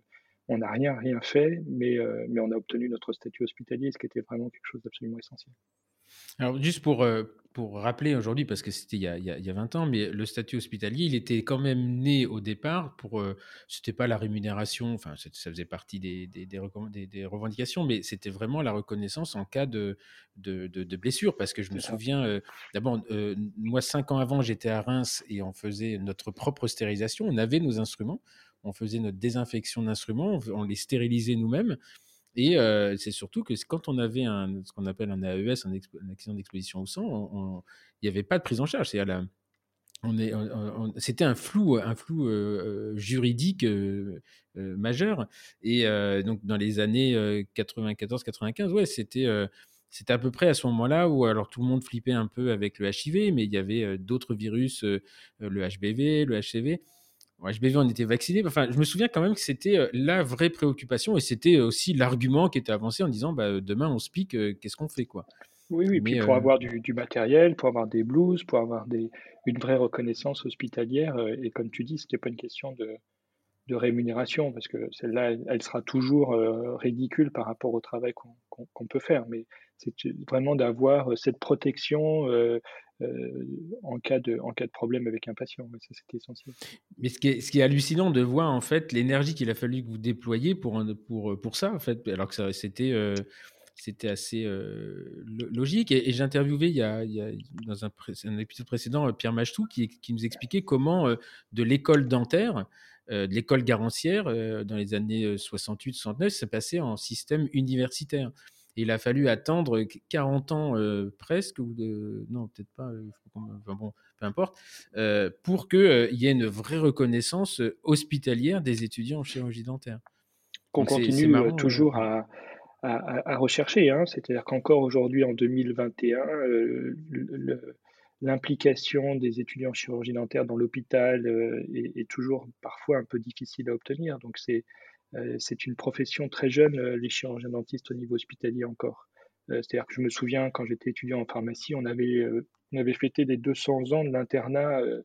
on n'a rien, rien fait, mais, euh, mais on a obtenu notre statut hospitalier, ce qui était vraiment quelque chose d'absolument essentiel. Alors, juste pour, euh, pour rappeler aujourd'hui, parce que c'était il y, a, il, y a, il y a vingt ans, mais le statut hospitalier, il était quand même né au départ pour. Euh, c'était pas la rémunération, enfin, ça faisait partie des, des, des, des, des revendications, mais c'était vraiment la reconnaissance en cas de, de, de, de blessure. Parce que je me souviens, euh, d'abord, euh, moi, cinq ans avant, j'étais à Reims et on faisait notre propre stérilisation. On avait nos instruments, on faisait notre désinfection d'instruments, on, on les stérilisait nous-mêmes. Et euh, c'est surtout que quand on avait un, ce qu'on appelle un A E S, un, un accident d'exposition au sang, il n'y avait pas de prise en charge. C'est à la, on est, on, on, c'était un flou, un flou euh, juridique euh, euh, majeur. Et euh, donc, dans les années euh, quatre-vingt-quatorze quatre-vingt-quinze, ouais, c'était, euh, c'était à peu près à ce moment-là où alors tout le monde flippait un peu avec le H I V, mais il y avait euh, d'autres virus, euh, le H B V, le H C V. Ouais, H B V, on était vaccinés. Enfin, je me souviens quand même que c'était euh, la vraie préoccupation et c'était aussi l'argument qui était avancé en disant bah, demain on se pique, euh, qu'est-ce qu'on fait quoi. Oui, oui, puis Mais pour euh, avoir du, du matériel, pour avoir des blouses, pour avoir des, une vraie reconnaissance hospitalière, euh, et comme tu dis, ce n'est pas une question de, de rémunération, parce que celle-là, elle, elle sera toujours euh, ridicule par rapport au travail qu'on qu'on, qu'on peut faire, mais c'est vraiment d'avoir cette protection euh, euh, en cas de, en cas de problème avec un patient. Ça, c'était essentiel. Mais ce qui, est, ce qui est hallucinant de voir en fait l'énergie qu'il a fallu que vous déployiez pour, pour, pour ça, en fait, alors que ça, c'était, euh, c'était assez euh, logique. Et, et j'ai interviewé il y a, il y a dans un, un épisode précédent Pierre Machetou qui, qui nous expliquait comment euh, de l'école dentaire, euh, de l'école garancière, euh, dans les années soixante-huit soixante-neuf, ça passait en système universitaire. Et il a fallu attendre quarante ans euh, presque, ou de... non, peut-être pas, euh, enfin, bon, peu importe, euh, pour qu'il euh, y ait une vraie reconnaissance hospitalière des étudiants en chirurgie dentaire. Qu'on Donc c'est, c'est continue euh, marrant. Euh, toujours à, à, à rechercher. Hein. C'est-à-dire qu'encore aujourd'hui, en deux mille vingt et un, euh, le, l'implication des étudiants en chirurgie dentaire dans l'hôpital euh, est, est, toujours parfois un peu difficile à obtenir. Donc c'est, euh, c'est une profession très jeune, euh, les chirurgiens dentistes au niveau hospitalier encore. Euh, c'est-à-dire que je me souviens, quand j'étais étudiant en pharmacie, on avait, euh, on avait fêté les deux cents ans de l'internat euh,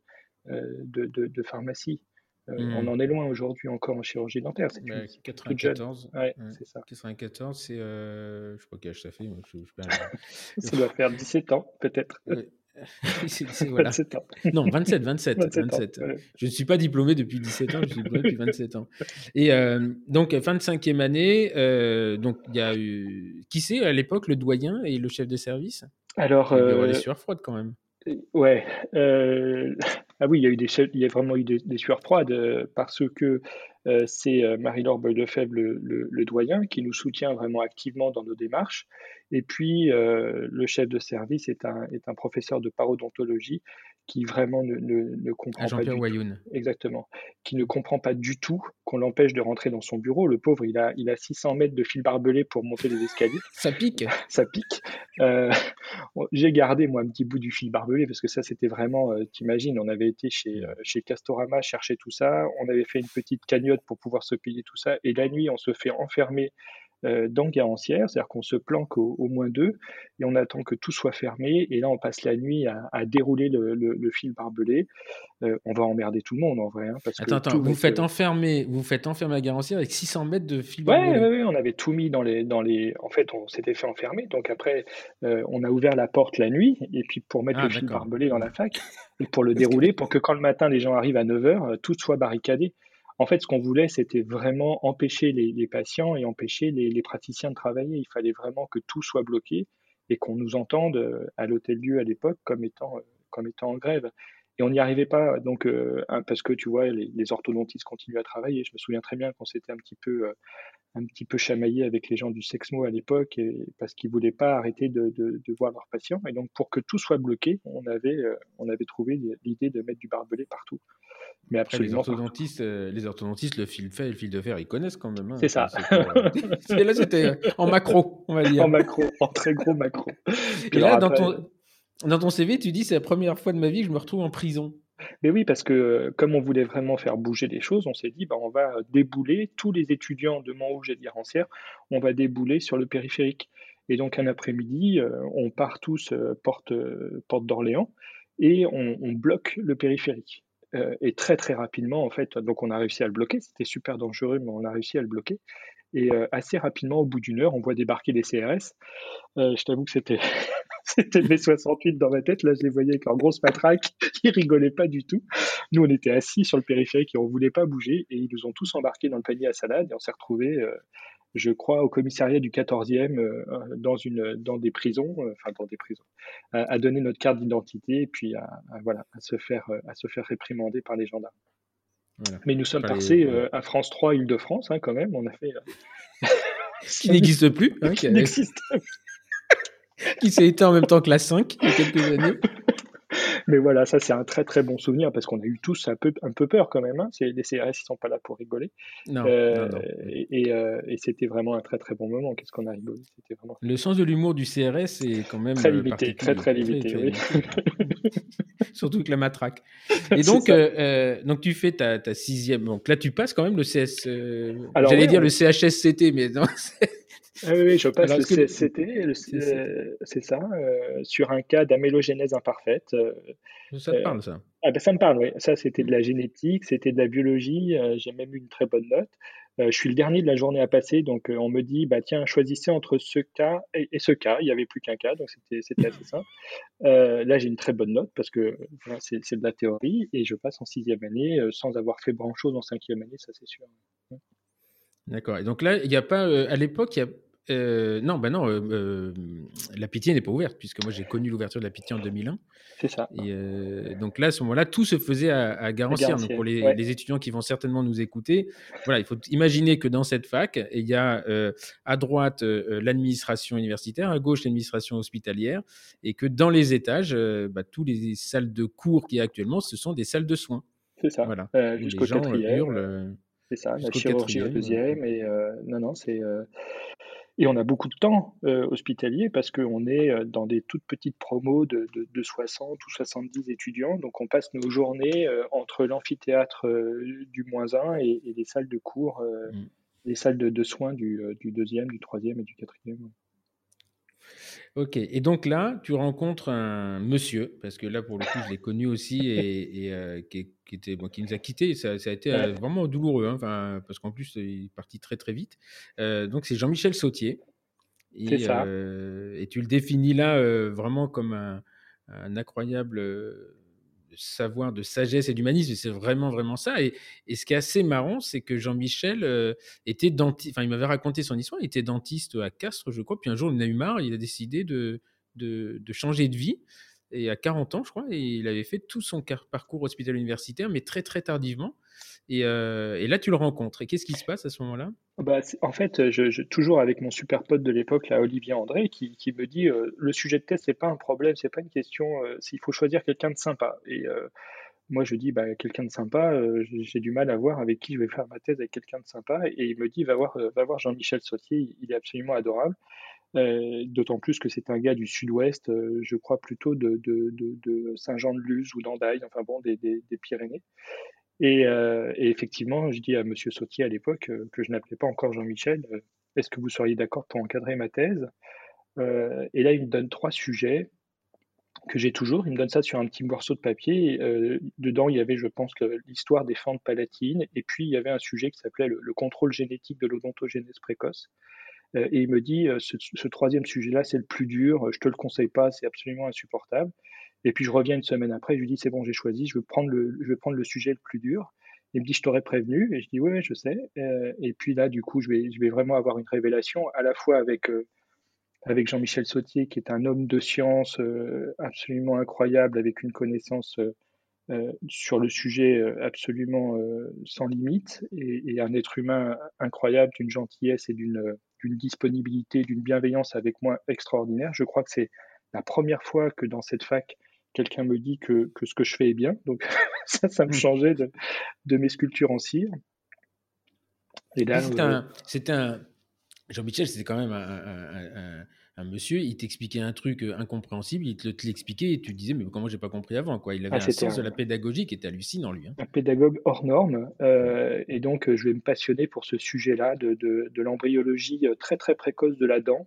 de, de, de pharmacie. Euh, mmh. On en est loin aujourd'hui encore en chirurgie dentaire. C'est, bah, une, c'est quatre-vingt-quatorze, ouais, ouais. C'est ça. quatre-vingt-quatorze, c'est. Euh, je sais pas quel âge ça fait. Moi, je, je, je ça doit faire dix-sept ans, peut-être. Ouais. c'est, c'est, voilà. vingt-sept ans. Non, vingt-sept, vingt-sept. vingt-sept, vingt-sept. Ans, ouais. Je ne suis pas diplômé depuis dix-sept ans, je suis diplômé depuis vingt-sept ans. Et euh, donc, fin de cinquième année, euh, donc il y a eu. Qui c'est à l'époque le doyen et le chef de service? Alors. Il y a eu euh... des sueurs froides quand même. Ouais. Euh... Ah oui, il y a eu des, il y a vraiment eu des, des sueurs froides euh, parce que euh, c'est euh, Marie-Laure Boyle-Lefebvre, le, le, le doyen, qui nous soutient vraiment activement dans nos démarches. Et puis, euh, le chef de service est un, est un professeur de parodontologie qui vraiment ne, ne, ne comprend ah, pas du Wayoun. tout. Exactement. Qui ne comprend pas du tout qu'on l'empêche de rentrer dans son bureau. Le pauvre, il a, il a six cents mètres de fil barbelé pour monter les escaliers. Ça pique. Ça pique. Euh, j'ai gardé, moi, un petit bout du fil barbelé parce que ça, c'était vraiment, euh, t'imagines, on avait été chez, euh, chez Castorama chercher tout ça. On avait fait une petite cagnotte pour pouvoir se payer tout ça. Et la nuit, on se fait enfermer euh, dans Garancière, c'est-à-dire qu'on se planque au, au moins deux et on attend que tout soit fermé. Et là, on passe la nuit à, à dérouler le, le, le fil barbelé. Euh, on va emmerder tout le monde en vrai. Hein, parce attends, que attends, vous être... faites enfermer, vous faites enfermer à Garancière avec six cents mètres de fil ouais, barbelé. Ouais, ouais, on avait tout mis dans les, dans les. En fait, on s'était fait enfermer. Donc après, euh, on a ouvert la porte la nuit et puis pour mettre ah, le fil barbelé dans la fac et pour le dérouler, pour que quand le matin les gens arrivent à neuf heures, tout soit barricadé. En fait, ce qu'on voulait, c'était vraiment empêcher les, les patients et empêcher les, les praticiens de travailler. Il fallait vraiment que tout soit bloqué et qu'on nous entende à l'Hôtel-Dieu à l'époque comme étant, comme étant en grève. Et on n'y arrivait pas, donc euh, parce que tu vois, les, les orthodontistes continuent à travailler. Je me souviens très bien qu'on s'était un petit peu, euh, un petit peu chamaillé avec les gens du Sexmo à l'époque, et, parce qu'ils voulaient pas arrêter de, de, de voir leurs patients. Et donc, pour que tout soit bloqué, on avait, euh, on avait trouvé l'idée de mettre du barbelé partout. Mais Après, absolument les orthodontistes, euh, les orthodontistes, le fil, fait, le fil de fer, ils connaissent quand même. Hein. C'est ça. Pas... là, c'était en macro, on va dire. En macro, en très gros macro. Et là, dans, après... ton, dans ton C V, tu dis c'est la première fois de ma vie que je me retrouve en prison. Mais oui, parce que comme on voulait vraiment faire bouger les choses, on s'est dit bah, on va débouler tous les étudiants de Montrouge et de Garancière, on va débouler sur le périphérique. Et donc un après-midi, on part tous porte, porte d'Orléans et on, on bloque le périphérique. Euh, et très très rapidement, en fait, donc on a réussi à le bloquer. C'était super dangereux, mais on a réussi à le bloquer. Et euh, assez rapidement, au bout d'une heure, on voit débarquer les C R S. Euh, je t'avoue que c'était c'était mai soixante-huit dans ma tête. Là, je les voyais avec leur grosse matraque. Ils rigolaient pas du tout. Nous, on était assis sur le périphérique et on voulait pas bouger. Et ils nous ont tous embarqués dans le panier à salade et on s'est retrouvés, euh, je crois, au commissariat du quatorzième, euh, dans une dans des prisons, euh, enfin dans des prisons, à, à donner notre carte d'identité et puis à, à, voilà à se faire euh, à se faire réprimander par les gendarmes. Voilà. Mais nous sommes Enfin, les- passés ouais. euh, à France trois Île-de-France, hein, quand même. On a fait euh, Qui n'existe plus, hein, qui, qui a- n'existe. qui s'est éteint en même temps que la cinq il y a quelques années. Mais voilà, ça c'est un très très bon souvenir parce qu'on a eu tous un peu, un peu peur quand même. Hein. C'est, les C R S ils sont pas là pour rigoler. Non, Euh, non, non. et et, euh, et c'était vraiment un très très bon moment. Qu'est-ce qu'on a rigolé. C'était vraiment Le sens de l'humour du C R S est quand même très euh, limité, très particulier. très Très, limité, très oui. limité. Surtout avec la matraque. Et C'est donc, ça. euh, euh, donc tu fais ta, ta sixième. Donc là, tu passes quand même le C S. euh, Alors J'allais ouais, dire on- le C H S C T, mais non. c'est- ah oui, oui, je passe Alors, le est-ce que le C S C T, le- C S C T, euh, c'est ça, euh, sur un cas d'amélogénèse imparfaite. euh, ça te euh, parle, ça? ah ben ça me parle, oui. Ça, c'était de Hmm. la génétique, c'était de la biologie. euh, j'ai même eu une très bonne note. Euh, je suis le dernier de la journée à passer, donc euh, on me dit, bah tiens, choisissez entre ce cas et, et ce cas. Il n'y avait plus qu'un cas, donc c'était c'était assez simple. Euh, là, j'ai une très bonne note parce que euh, voilà, c'est c'est de la théorie et je passe en sixième année euh, sans avoir fait grand-chose en cinquième année, ça c'est sûr. D'accord. Et donc là, il n'y a pas. euh, à l'époque, il y a. euh, non, bah non, euh, euh, la Pitié n'est pas ouverte, puisque moi j'ai connu l'ouverture de la Pitié en deux mille un. C'est ça, Et euh, donc là, à ce moment-là, tout se faisait à, à à Garancière. Donc pour Garancière. les, Ouais, les étudiants qui vont certainement nous écouter, voilà, il faut imaginer que dans cette fac, il y a euh, à droite euh, l'administration universitaire, à gauche l'administration hospitalière, et que dans les étages, euh, bah, tous les salles de cours qu'il y a actuellement, ce sont des salles de soins. c'est ça. Voilà, Euh, où les jusqu'au gens euh, quatrième, hurlent euh, euh, c'est ça, la jusqu'au chirurgie au quatrième. euh. deuxième. Et euh, non, non, c'est. euh, Et on a beaucoup de temps euh, hospitalier parce qu'on est euh, dans des toutes petites promos de, de, de soixante ou soixante-dix étudiants. Donc on passe nos journées euh, entre l'amphithéâtre euh, du moins un et, et les salles de cours, euh, Mm. les salles de, de soins du, euh, du deuxième, du troisième et du quatrième. Ok, et donc là, tu rencontres un monsieur, parce que là, pour le coup, je l'ai connu aussi, et, et, euh, qui, qui était, bon, qui nous a quittés. Ça, ça a été Ouais, euh, vraiment douloureux, hein, enfin, parce qu'en plus, il est parti très très vite. Euh, donc c'est Jean-Michel Sautier, c'est et, ça. euh, et tu le définis là euh, vraiment comme un, un incroyable euh, savoir de sagesse et d'humanisme, et c'est vraiment vraiment ça. Et, et ce qui est assez marrant, c'est que Jean-Michel euh, était dentiste, enfin il m'avait raconté son histoire, il était dentiste à Castres, je crois, puis un jour il en a eu marre, il a décidé de, de, de changer de vie, et à quarante ans, je crois, et il avait fait tout son car- parcours hospitalo-universitaire, mais très très tardivement. Et, euh, et là, tu le rencontres. Et qu'est-ce qui se passe à ce moment-là? Bah, c'est- en fait, je, je- toujours avec mon super pote de l'époque, là, Olivier André, qui, qui me dit euh, le sujet de thèse, c'est pas un problème, c'est pas une question, euh, c'est- il faut choisir quelqu'un de sympa. Et euh, moi, je dis bah, quelqu'un de sympa, euh, j'ai j'ai du mal à voir avec qui je vais faire ma thèse avec quelqu'un de sympa. Et il me dit va voir, euh, va voir Jean-Michel Sautier, il, il est absolument adorable. Euh, d'autant plus que c'est un gars du sud-ouest, euh, je crois plutôt de, de, de, de Saint-Jean-de-Luz ou d'Andaille, enfin bon, des, des, des Pyrénées. Et, euh, et effectivement, je dis à Monsieur Sautier à l'époque, euh, que je n'appelais pas encore Jean-Michel, euh, est-ce que vous seriez d'accord pour encadrer ma thèse? Euh, Et là, il me donne trois sujets que j'ai toujours. Il me donne ça sur un petit morceau de papier. Euh, dedans, il y avait, je pense, que l'histoire des fentes palatines. Et puis, il y avait un sujet qui s'appelait le, le contrôle génétique de l'odontogénèse précoce. Euh, et il me dit, euh, ce, ce troisième sujet-là, c'est le plus dur. Je te le conseille pas, c'est absolument insupportable. Et puis je reviens une semaine après, je lui dis c'est bon, j'ai choisi, je vais prendre le, je vais prendre le sujet le plus dur. Il me dit je t'aurais prévenu, et je dis oui, oui, je sais. Euh, et puis là, du coup, je vais, je vais vraiment avoir une révélation, à la fois avec euh, avec Jean-Michel Sautier, qui est un homme de science euh, absolument incroyable, avec une connaissance euh, euh, sur le sujet euh, absolument euh, sans limite, et, et un être humain incroyable, d'une gentillesse et d'une d'une disponibilité, d'une bienveillance avec moi extraordinaire. Je crois que c'est la première fois que dans cette fac, quelqu'un me dit que, que ce que je fais est bien. Donc ça, ça me Hmm. changeait de, de mes sculptures en cire. Et Et là, c'est euh, un, c'est un, Jean-Michel, c'était quand même un, un- un- un monsieur, il t'expliquait un truc euh, incompréhensible, il te, te l'expliquait et tu te disais, mais comment j'ai pas compris avant, quoi. Il avait ah, un c'était sens de un, la pédagogie qui était hallucinant, lui, hein. un pédagogue hors norme. Mm. Euh, et donc, euh, je vais me passionner pour ce sujet-là de, de, de l'embryologie euh, très très précoce de la dent.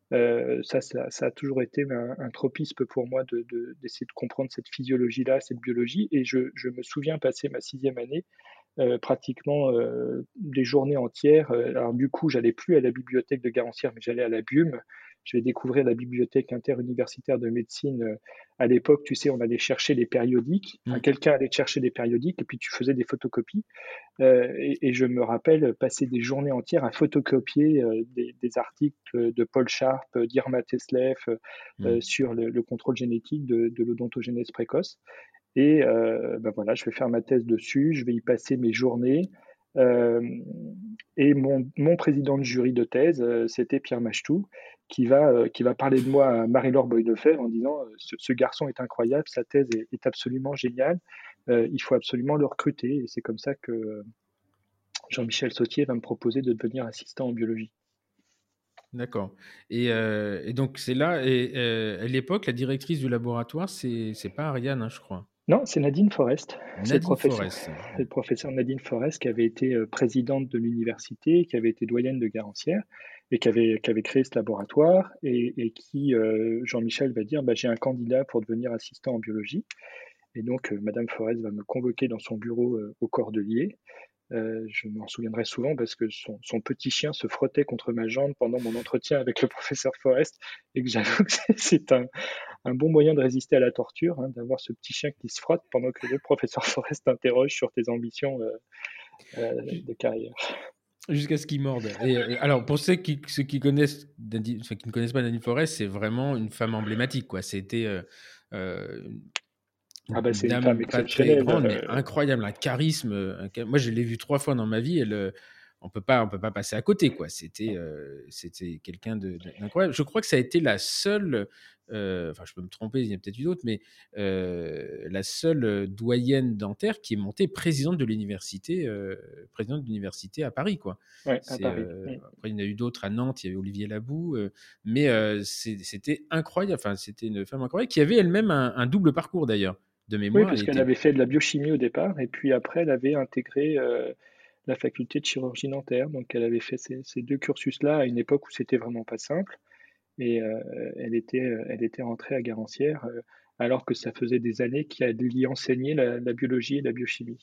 Euh, ça, ça, ça a toujours été un, un tropisme pour moi de, de- d'essayer de comprendre cette physiologie-là, cette biologie. Et je, je me souviens passer ma sixième année euh, pratiquement euh, des journées entières. Euh, Alors du coup, j'allais plus à la bibliothèque de Garancières, mais j'allais à la B U M. Je vais découvrir la bibliothèque interuniversitaire de médecine. Euh, À l'époque, tu sais, on allait chercher les périodiques. Enfin, Mm. quelqu'un allait chercher des périodiques et puis tu faisais des photocopies. Euh, et, et je me rappelle passer des journées entières à photocopier euh, des, des articles de Paul Sharp, d'Irma Teslev euh, Mm. sur le, le contrôle génétique de, de l'odontogénèse précoce. Et euh, ben voilà, je vais faire ma thèse dessus, je vais y passer mes journées. Euh, et mon, mon, président de jury de thèse, euh, c'était Pierre Machtou, qui va, euh, qui va parler de moi à Marie-Laure Boilefer en disant euh, ce, ce, garçon est incroyable, sa thèse est, est absolument géniale, euh, il faut absolument le recruter. Et c'est comme ça que Jean-Michel Sautier va me proposer de devenir assistant en biologie. D'accord. Et, euh, et donc, c'est là, et euh, à l'époque, la directrice du laboratoire, c'est, c'est pas Ariane, hein, je crois. Non, c'est Nadine Forest. C'est le Nadine professeur, Forest. c'est le professeur Nadine Forest qui avait été euh, présidente de l'université, qui avait été doyenne de Garancières et qui avait, qui avait créé ce laboratoire et, et qui, euh, Jean-Michel va dire, bah, j'ai un candidat pour devenir assistant en biologie. Et donc, euh, Madame Forest va me convoquer dans son bureau euh, au Cordelier. Euh, je m'en souviendrai souvent parce que son, son petit chien se frottait contre ma jambe pendant mon entretien avec le professeur Forest et que j'avoue que c'est un, un bon moyen de résister à la torture, hein, d'avoir ce petit chien qui se frotte pendant que le professeur Forest t'interroge sur tes ambitions euh, euh, de carrière. Jusqu'à ce qu'il morde. Et euh, alors, pour ceux qui, ceux qui connaissent, Nadine- ceux qui ne connaissent pas Nadine Forest, c'est vraiment une femme emblématique, quoi. C'était euh, euh, Ah bah une c'est une femme dame pas très exceptionnelle. grande, mais Euh, incroyable, un charisme. un cha- Moi, je l'ai vue trois fois dans ma vie. Elle, euh, on peut pas, on peut pas passer à côté, quoi. C'était, euh, c'était quelqu'un de- de- d'incroyable. Je crois que ça a été la seule. euh, Enfin, je peux me tromper, il y en a peut-être eu d'autres, mais euh, la seule euh, doyenne dentaire qui est montée présidente de l'université, euh, présidente de l'université à Paris, quoi. ouais, à C'est Paris. euh, Mm. après, il y en a eu d'autres à Nantes. Il y avait Olivier Labou, euh, mais euh, c'est- c'était incroyable. Enfin, c'était une femme incroyable qui avait elle-même un, un double parcours d'ailleurs de Oui, mémoire. Elle parce qu'elle était. avait fait de la biochimie au départ, et puis après, elle avait intégré euh, la faculté de chirurgie dentaire. Donc, elle avait fait ces, ces deux cursus-là à une époque où c'était vraiment pas simple. Et euh, elle était, euh, elle était rentrée à Garancières, euh, alors que ça faisait des années qu'elle y enseignait la, la biologie et la biochimie.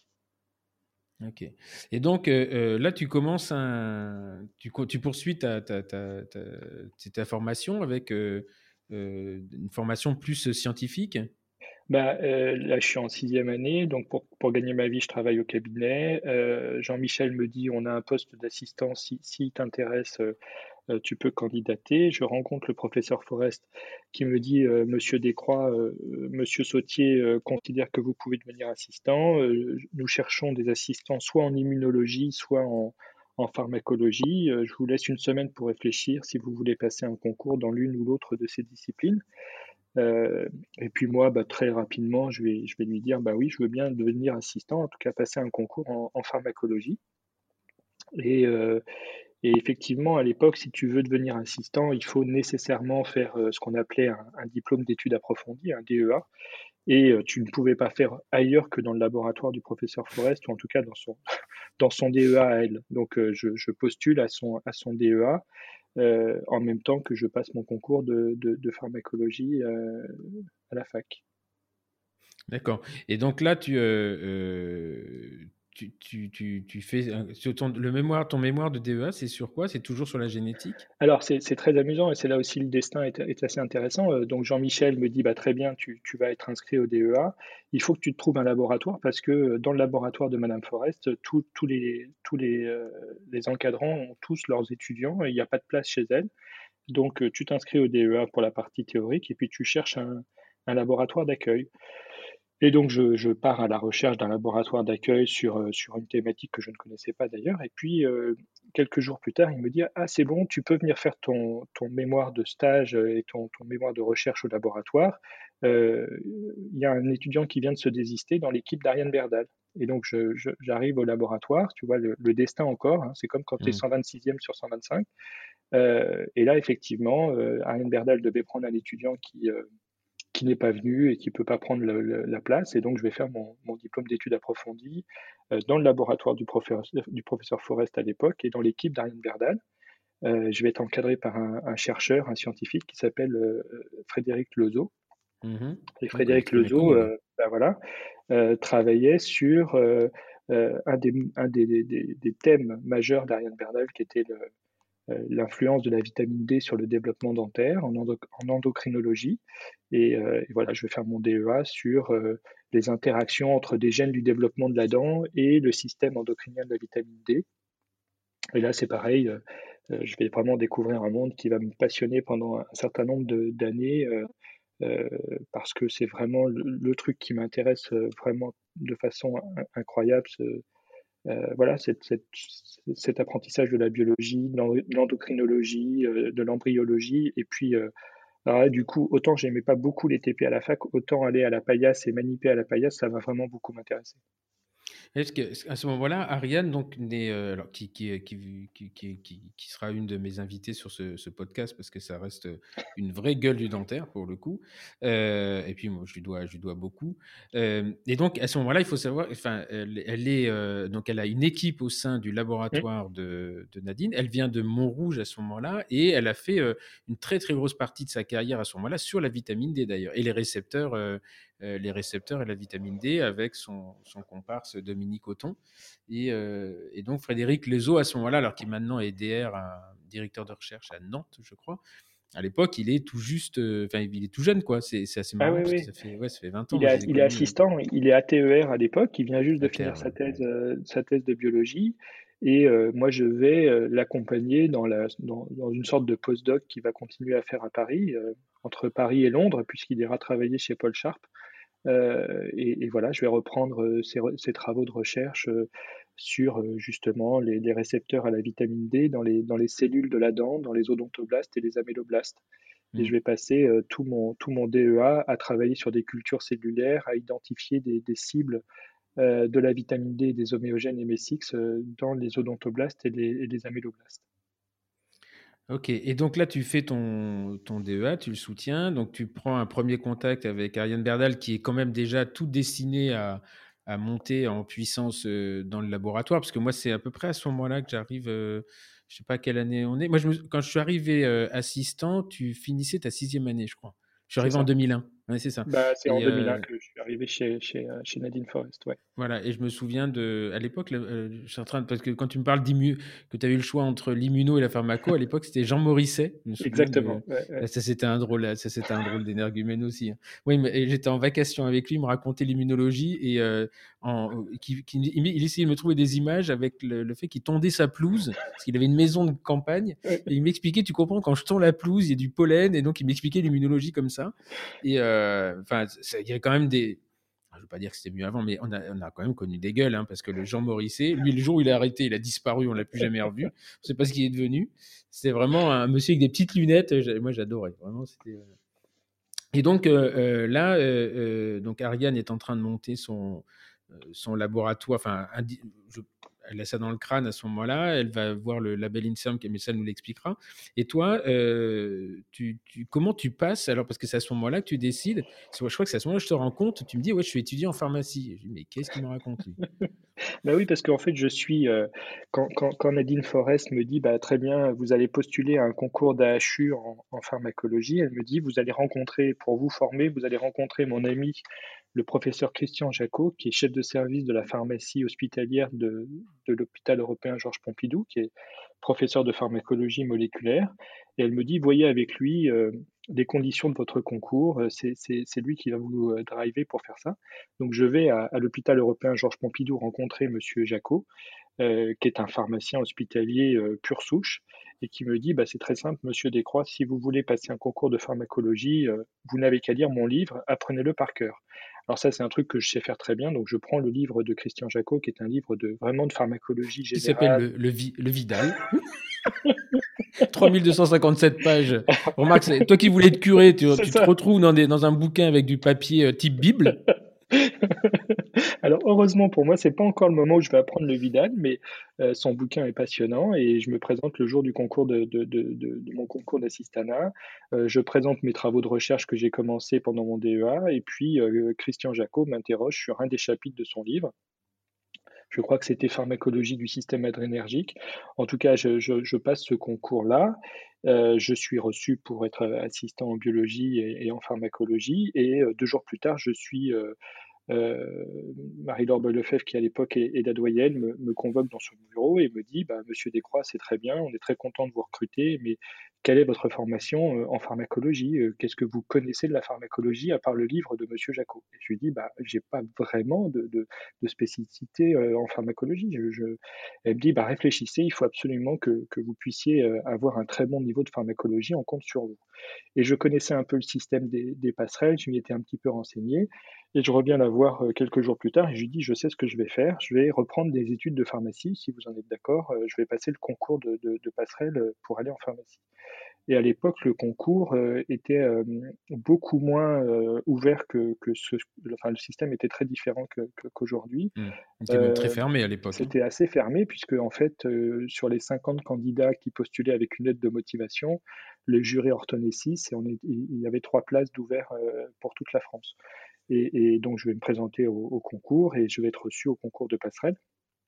Ok. Et donc euh, euh, là, tu commences un, tu, co- tu poursuis ta, ta, ta, ta, ta- ta formation avec euh, euh, une formation plus scientifique. Bah, euh, là, je suis en sixième année, donc pour, pour gagner ma vie, je travaille au cabinet. Euh, Jean-Michel me dit, on a un poste d'assistant, si, si t'intéresse, euh, euh, tu peux candidater. Je rencontre le professeur Forest qui me dit, euh, Monsieur Descroix, euh, Monsieur Sautier euh, considère que vous pouvez devenir assistant. Euh, nous cherchons des assistants soit en immunologie, soit en, en pharmacologie. Euh, je vous laisse une semaine pour réfléchir si vous voulez passer un concours dans l'une ou l'autre de ces disciplines. Euh, et puis moi, bah, très rapidement, je vais, je vais lui dire, bah oui, je veux bien devenir assistant, en tout cas passer un concours en, en pharmacologie. Et, euh, et effectivement, à l'époque, si tu veux devenir assistant, il faut nécessairement faire euh, ce qu'on appelait un, un diplôme d'études approfondies, un D E A. Et euh, tu ne pouvais pas faire ailleurs que dans le laboratoire du professeur Forest, ou en tout cas dans son, dans son D E A à elle. Donc euh, je, je postule à son, à son D E A euh, en même temps que je passe mon concours de, de, de pharmacologie euh, à la fac. D'accord. Et donc là, tu, euh, euh, tu, tu, tu, tu fais un- sur ton, le mémoire, ton mémoire de D E A, c'est sur quoi? C'est toujours sur la génétique? Alors, c'est c'est très amusant et c'est là aussi le destin est, est assez intéressant. Euh, Donc, Jean-Michel me dit, bah, très bien, tu, tu vas être inscrit au D E A. Il faut que tu te trouves un laboratoire parce que euh, dans le laboratoire de Madame Forest, tous tous les, tous les, euh, les encadrants ont tous leurs étudiants et il n'y a pas de place chez elle. Donc, euh, tu t'inscris au D E A pour la partie théorique et puis tu cherches un, un laboratoire d'accueil. Et donc, je, je pars à la recherche d'un laboratoire d'accueil sur, euh, sur une thématique que je ne connaissais pas d'ailleurs. Et puis, euh, quelques jours plus tard, il me dit, ah, c'est bon, tu peux venir faire ton, ton mémoire de stage et ton, ton mémoire de recherche au laboratoire. Euh, Il y a un étudiant qui vient de se désister dans l'équipe d'Ariane Berdal. Et donc, je, je, j'arrive au laboratoire, tu vois, le, le destin encore, hein, c'est comme quand tu es Hmm. cent vingt-sixième sur cent vingt-cinq. Euh, et là, effectivement, euh, Ariane Berdal devait prendre un étudiant qui, euh, qui n'est pas venu et qui ne peut pas prendre le- le- la place. Et donc, je vais faire mon, mon diplôme d'études approfondies euh, dans le laboratoire du professeur, du professeur Forest à l'époque et dans l'équipe d'Ariane Berdal. Euh, je vais être encadré par un, un chercheur, un scientifique qui s'appelle euh, Frédéric Lezeau. Mhm. Et Ouais, il est Frédéric très bien Lezeau, connu, lui. euh, ben voilà, euh, travaillait sur euh, euh, un, des, un des, des, des thèmes majeurs d'Ariane Bernal, qui était le, euh, l'influence de la vitamine D sur le développement dentaire en, endo- en endocrinologie. Et, euh, et voilà, je vais faire mon D E A sur euh, les interactions entre des gènes du développement de la dent et le système endocrinien de la vitamine D. Et là, c'est pareil, euh, euh, je vais vraiment découvrir un monde qui va me passionner pendant un certain nombre de- d'années, euh, euh, parce que c'est vraiment le, le truc qui m'intéresse euh, vraiment de façon in- incroyable. ce- euh, voilà, cette- cette- cet apprentissage de la biologie, de l'en- de l'endocrinologie, euh, de l'embryologie. Et puis, euh, alors là, du coup, autant j'aimais pas beaucoup les T P à la fac, autant aller à la paillasse et maniper à la paillasse, ça va vraiment beaucoup m'intéresser. Est-ce que, à ce moment-là, Ariane, donc, n'est, euh, alors, qui, qui, qui, qui, qui, qui- qui sera une de mes invitées sur ce, ce podcast, parce que ça reste une vraie gueule du dentaire, pour le coup. Euh, et puis, moi, je lui dois, je lui dois beaucoup. Euh, et donc, à ce moment-là, il faut savoir, enfin, elle, elle est, euh, donc, elle a une équipe au sein du Hum, laboratoire de, de Nadine. Elle vient de Montrouge à ce moment-là, et elle a fait euh, une très, très grosse partie de sa carrière à ce moment-là sur la vitamine D, d'ailleurs, et les récepteurs. Euh, euh, les récepteurs et la vitamine D avec son, son comparse Dominique Auton. Et, euh, et donc Frédéric Lezeau, à ce moment-là, alors qu'il maintenant est D R, à, directeur de recherche à Nantes, je crois, à l'époque, il est tout juste, euh, enfin, il est tout jeune, quoi. C'est, c'est assez Ah marrant oui, parce que oui. ça fait, ouais, ça fait vingt ans, Il moi je est, les ai il est connus euh, assistant, il est A T E R à l'époque, il vient juste de à finir terre. sa Ouais. thèse, euh, sa thèse de biologie. Et euh, moi, je vais euh, l'accompagner dans, la, dans, dans une sorte de postdoc qu'il va continuer à faire à Paris, euh, entre Paris et Londres, puisqu'il ira travailler chez Paul Sharp. Euh, et, et voilà, je vais reprendre euh, ces, re- ces travaux de recherche euh, sur euh, justement les, les récepteurs à la vitamine D dans les, dans les cellules de la dent, dans les odontoblastes et les améloblastes. Et je Mm. vais passer euh, tout mon, tout mon D E A à travailler sur des cultures cellulaires, à identifier des, des cibles euh, de la vitamine D et des homéogènes M S X euh, dans les odontoblastes et les, et les améloblastes. Ok, et donc là, tu fais ton, ton D E A, tu le soutiens, donc tu prends un premier contact avec Ariane Berdal, qui est quand même déjà tout destiné à, à monter en puissance euh, dans le laboratoire, parce que moi, c'est à peu près à ce moment-là que j'arrive, euh, je sais pas quelle année on est. Moi, je me- quand je suis arrivé euh, assistant, tu finissais ta sixième année, je crois. Je suis C'est arrivé en ça. deux mille un, ouais, c'est ça. Bah, c'est en Et, deux mille un euh, que je suis arrivé chez, chez, euh, chez Nadine Forest. Ouais. voilà, et je me souviens de, à l'époque, là, euh, je suis en train de, parce que quand tu me parles d'immu, que tu as eu le choix entre l'immuno et la pharmaco, à l'époque, c'était Jean Morisset. Je me souviens Exactement. de, Ouais, ouais. là, ça c'était un drôle, ça c'était un drôle d'énergumène aussi, hein. Oui, mais et j'étais en vacation avec lui, il me racontait l'immunologie et euh, en, qui, qui- il, il essayait de me trouver des images avec le, le fait qu'il tondait sa pelouse, parce qu'il avait une maison de campagne, Ouais. et il m'expliquait, tu comprends, quand je tond la pelouse, il y a du pollen, et donc il m'expliquait l'immunologie comme ça. Et euh, enfin, ça- il y a quand même des, je ne veux pas dire que c'était mieux avant, mais on a, on a quand même connu des gueules, hein, parce que le Jean Morisset, lui, le jour où il a arrêté, il a disparu, on ne l'a plus jamais revu. On ne sait pas ce qu'il est devenu. C'était vraiment un monsieur avec des petites lunettes. Moi, j'adorais. Vraiment, c'était. euh, Et donc euh, euh, là, euh, euh, donc Ariane est en train de monter son, euh, son laboratoire. Enfin, indi- je- elle a ça dans le crâne à ce moment-là. Elle va voir le label INSERM, mais ça nous l'expliquera. Et toi, euh, tu, tu- comment tu passes alors parce que c'est à ce moment-là que tu décides. Parce que je crois que c'est à ce moment-là que je te rends compte. Tu me dis ouais, je suis étudiant en pharmacie. Et je dis mais qu'est-ce qu'il me raconte lui? Bah oui, parce qu'en fait, je suis. euh, quand, quand, quand Nadine Forest me dit, bah, très bien, vous allez postuler à un concours d'A H U en, en pharmacologie, elle me dit, vous allez rencontrer, pour vous former, vous allez rencontrer mon ami, le professeur Christian Jacot, qui est chef de service de la pharmacie hospitalière de, de l'hôpital européen Georges Pompidou, qui est professeur de pharmacologie moléculaire. Et elle me dit, voyez avec lui euh, les conditions de votre concours, euh, c'est c'est- c'est lui qui va vous euh, driver pour faire ça. Donc je vais à, à l'hôpital européen Georges Pompidou rencontrer Monsieur Jacot, euh, qui est un pharmacien hospitalier euh, pure souche, et qui me dit, bah, c'est très simple, Monsieur Descroix, si vous voulez passer un concours de pharmacologie, euh, vous n'avez qu'à lire mon livre, apprenez-le par cœur. Alors ça, c'est un truc que je sais faire très bien, donc je prends le livre de Christian Jacot, qui est un livre de vraiment de pharmacologie Qui s'appelle générale. le, le, Vi- le Vidal. trois mille deux cent cinquante-sept pages. Remarque, c'est- toi qui voulais être curé, tu, C'est tu te ça. retrouves dans, des, dans un bouquin avec du papier euh, type Bible. Alors heureusement pour moi, c'est pas encore le moment où je vais apprendre le Vidal, mais euh, son bouquin est passionnant et je me présente le jour du concours de, de, de, de- de mon concours d'assistanat. Euh, je présente mes travaux de recherche que j'ai commencé pendant mon D E A et puis euh, Christian Jacot m'interroge sur un des chapitres de son livre Je crois que c'était pharmacologie du système adrénergique. En tout cas, je, je- je passe ce concours-là. Euh, je suis reçu pour être assistant en biologie et, et en pharmacologie. Et euh, deux jours plus tard, je suis euh, euh, Marie-Laure Bois-Lefebvre, qui à l'époque est, est la doyenne, me, me convoque dans son bureau et me dit bah, Monsieur Descroix, c'est très bien, on est très content de vous recruter, mais quelle est votre formation euh, en pharmacologie? Euh, Qu'est-ce que vous connaissez de la pharmacologie à part le livre de Monsieur Jacot? Et je lui dis bah, j'ai pas vraiment de, de, de spécificité euh, en pharmacologie. Je, je... Elle me dit bah, réfléchissez, il faut absolument que, que vous puissiez euh, avoir un très bon niveau de pharmacologie, on compte sur vous. Et je connaissais un peu le système des, des passerelles, je m'y étais un petit peu renseigné. Et je reviens la voir euh, quelques jours plus tard et je lui dis, je sais ce que je vais faire, je vais reprendre des études de pharmacie, si vous en êtes d'accord, euh, je vais passer le concours de, de, de passerelle euh, pour aller en pharmacie. Et à l'époque, le concours euh, était euh, beaucoup moins euh, ouvert que, que ce, enfin, le système était très différent que, que- qu'aujourd'hui. Hmm. Il était même très Euh, fermé à l'époque, hein. C'était assez fermé puisque en fait, euh, sur les cinquante candidats qui postulaient avec une lettre de motivation, le jury en retenait six et on est- il y avait trois places d'ouvert euh, pour toute la France. Et, et donc, je vais me présenter au, au concours et je vais être reçu au concours de passerelle,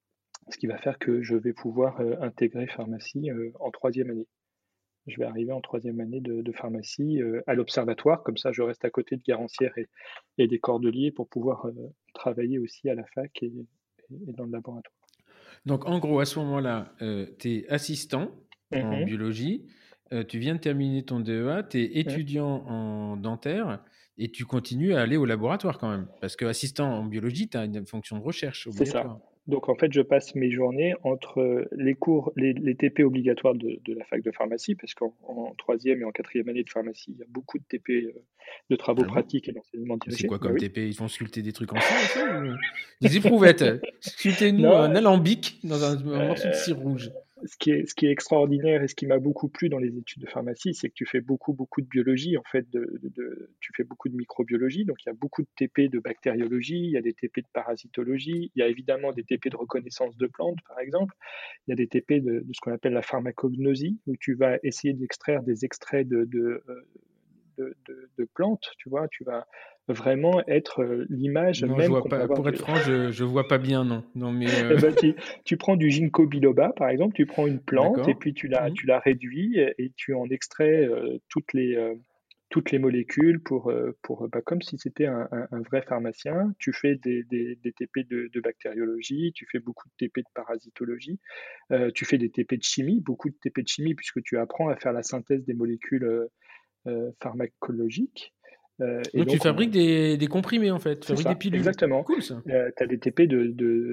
ce qui va faire que je vais pouvoir euh, intégrer pharmacie euh, en troisième année. Je vais arriver en troisième année de, de pharmacie euh, à l'observatoire, comme ça je reste à côté de Garancière et, et des Cordeliers pour pouvoir euh, travailler aussi à la fac et, et dans le laboratoire. Donc, en gros, à ce moment-là, tu es assistant en Mhm, biologie, euh, tu viens de terminer ton D E A, tu es mhm. étudiant en dentaire et tu continues à aller au laboratoire quand même. Parce que assistant en biologie, tu as une fonction de recherche C'est ça. obligatoire. Donc en fait, je passe mes journées entre les cours, les, les T P obligatoires de, de la fac de pharmacie, parce qu'en en troisième et en quatrième année de pharmacie, il y a beaucoup de T P euh, de travaux Ah bon? pratiques et d'enseignement C'est dirigé. quoi Bah comme oui. T P? Ils font sculpter des trucs en cire aussi ou... Des éprouvettes. Sculptez-nous Non, un alambic dans un, un morceau de euh, cire rouge. ce qui est, ce qui est extraordinaire et ce qui m'a beaucoup plu dans les études de pharmacie, c'est que tu fais beaucoup, beaucoup de biologie, en fait, de, de- de- tu fais beaucoup de microbiologie, donc il y a beaucoup de T P de bactériologie, il y a des T P de parasitologie, il y a évidemment des T P de reconnaissance de plantes, par exemple, il y a des T P de, de ce qu'on appelle la pharmacognosie, où tu vas essayer d'extraire des extraits de, de, euh, de, de- de plantes, tu vois, tu vas vraiment être euh, l'image Non, je même vois qu'on peut pas. avoir Pour être de, franc, je, je vois pas bien, non. Non, mais eh euh, ben, tu, tu prends du ginkgo biloba, par exemple, tu prends une plante et d'accord. puis tu la, Mhm. tu la réduis et, et tu en extrais euh, toutes les, euh, toutes les molécules pour, euh, pour, bah, comme si c'était un, un- un vrai pharmacien. Tu fais des, des- des T P de, de bactériologie, tu fais beaucoup de T P de parasitologie, euh, tu fais des T P de chimie, beaucoup de T P de chimie puisque tu apprends à faire la synthèse des molécules euh, euh, pharmacologiques. Euh, et Donc tu donc, fabriques on, des, des comprimés en fait, tu c'est fabriques des ça, pilules. exactement. Cool ça. Euh, tu as des T P de,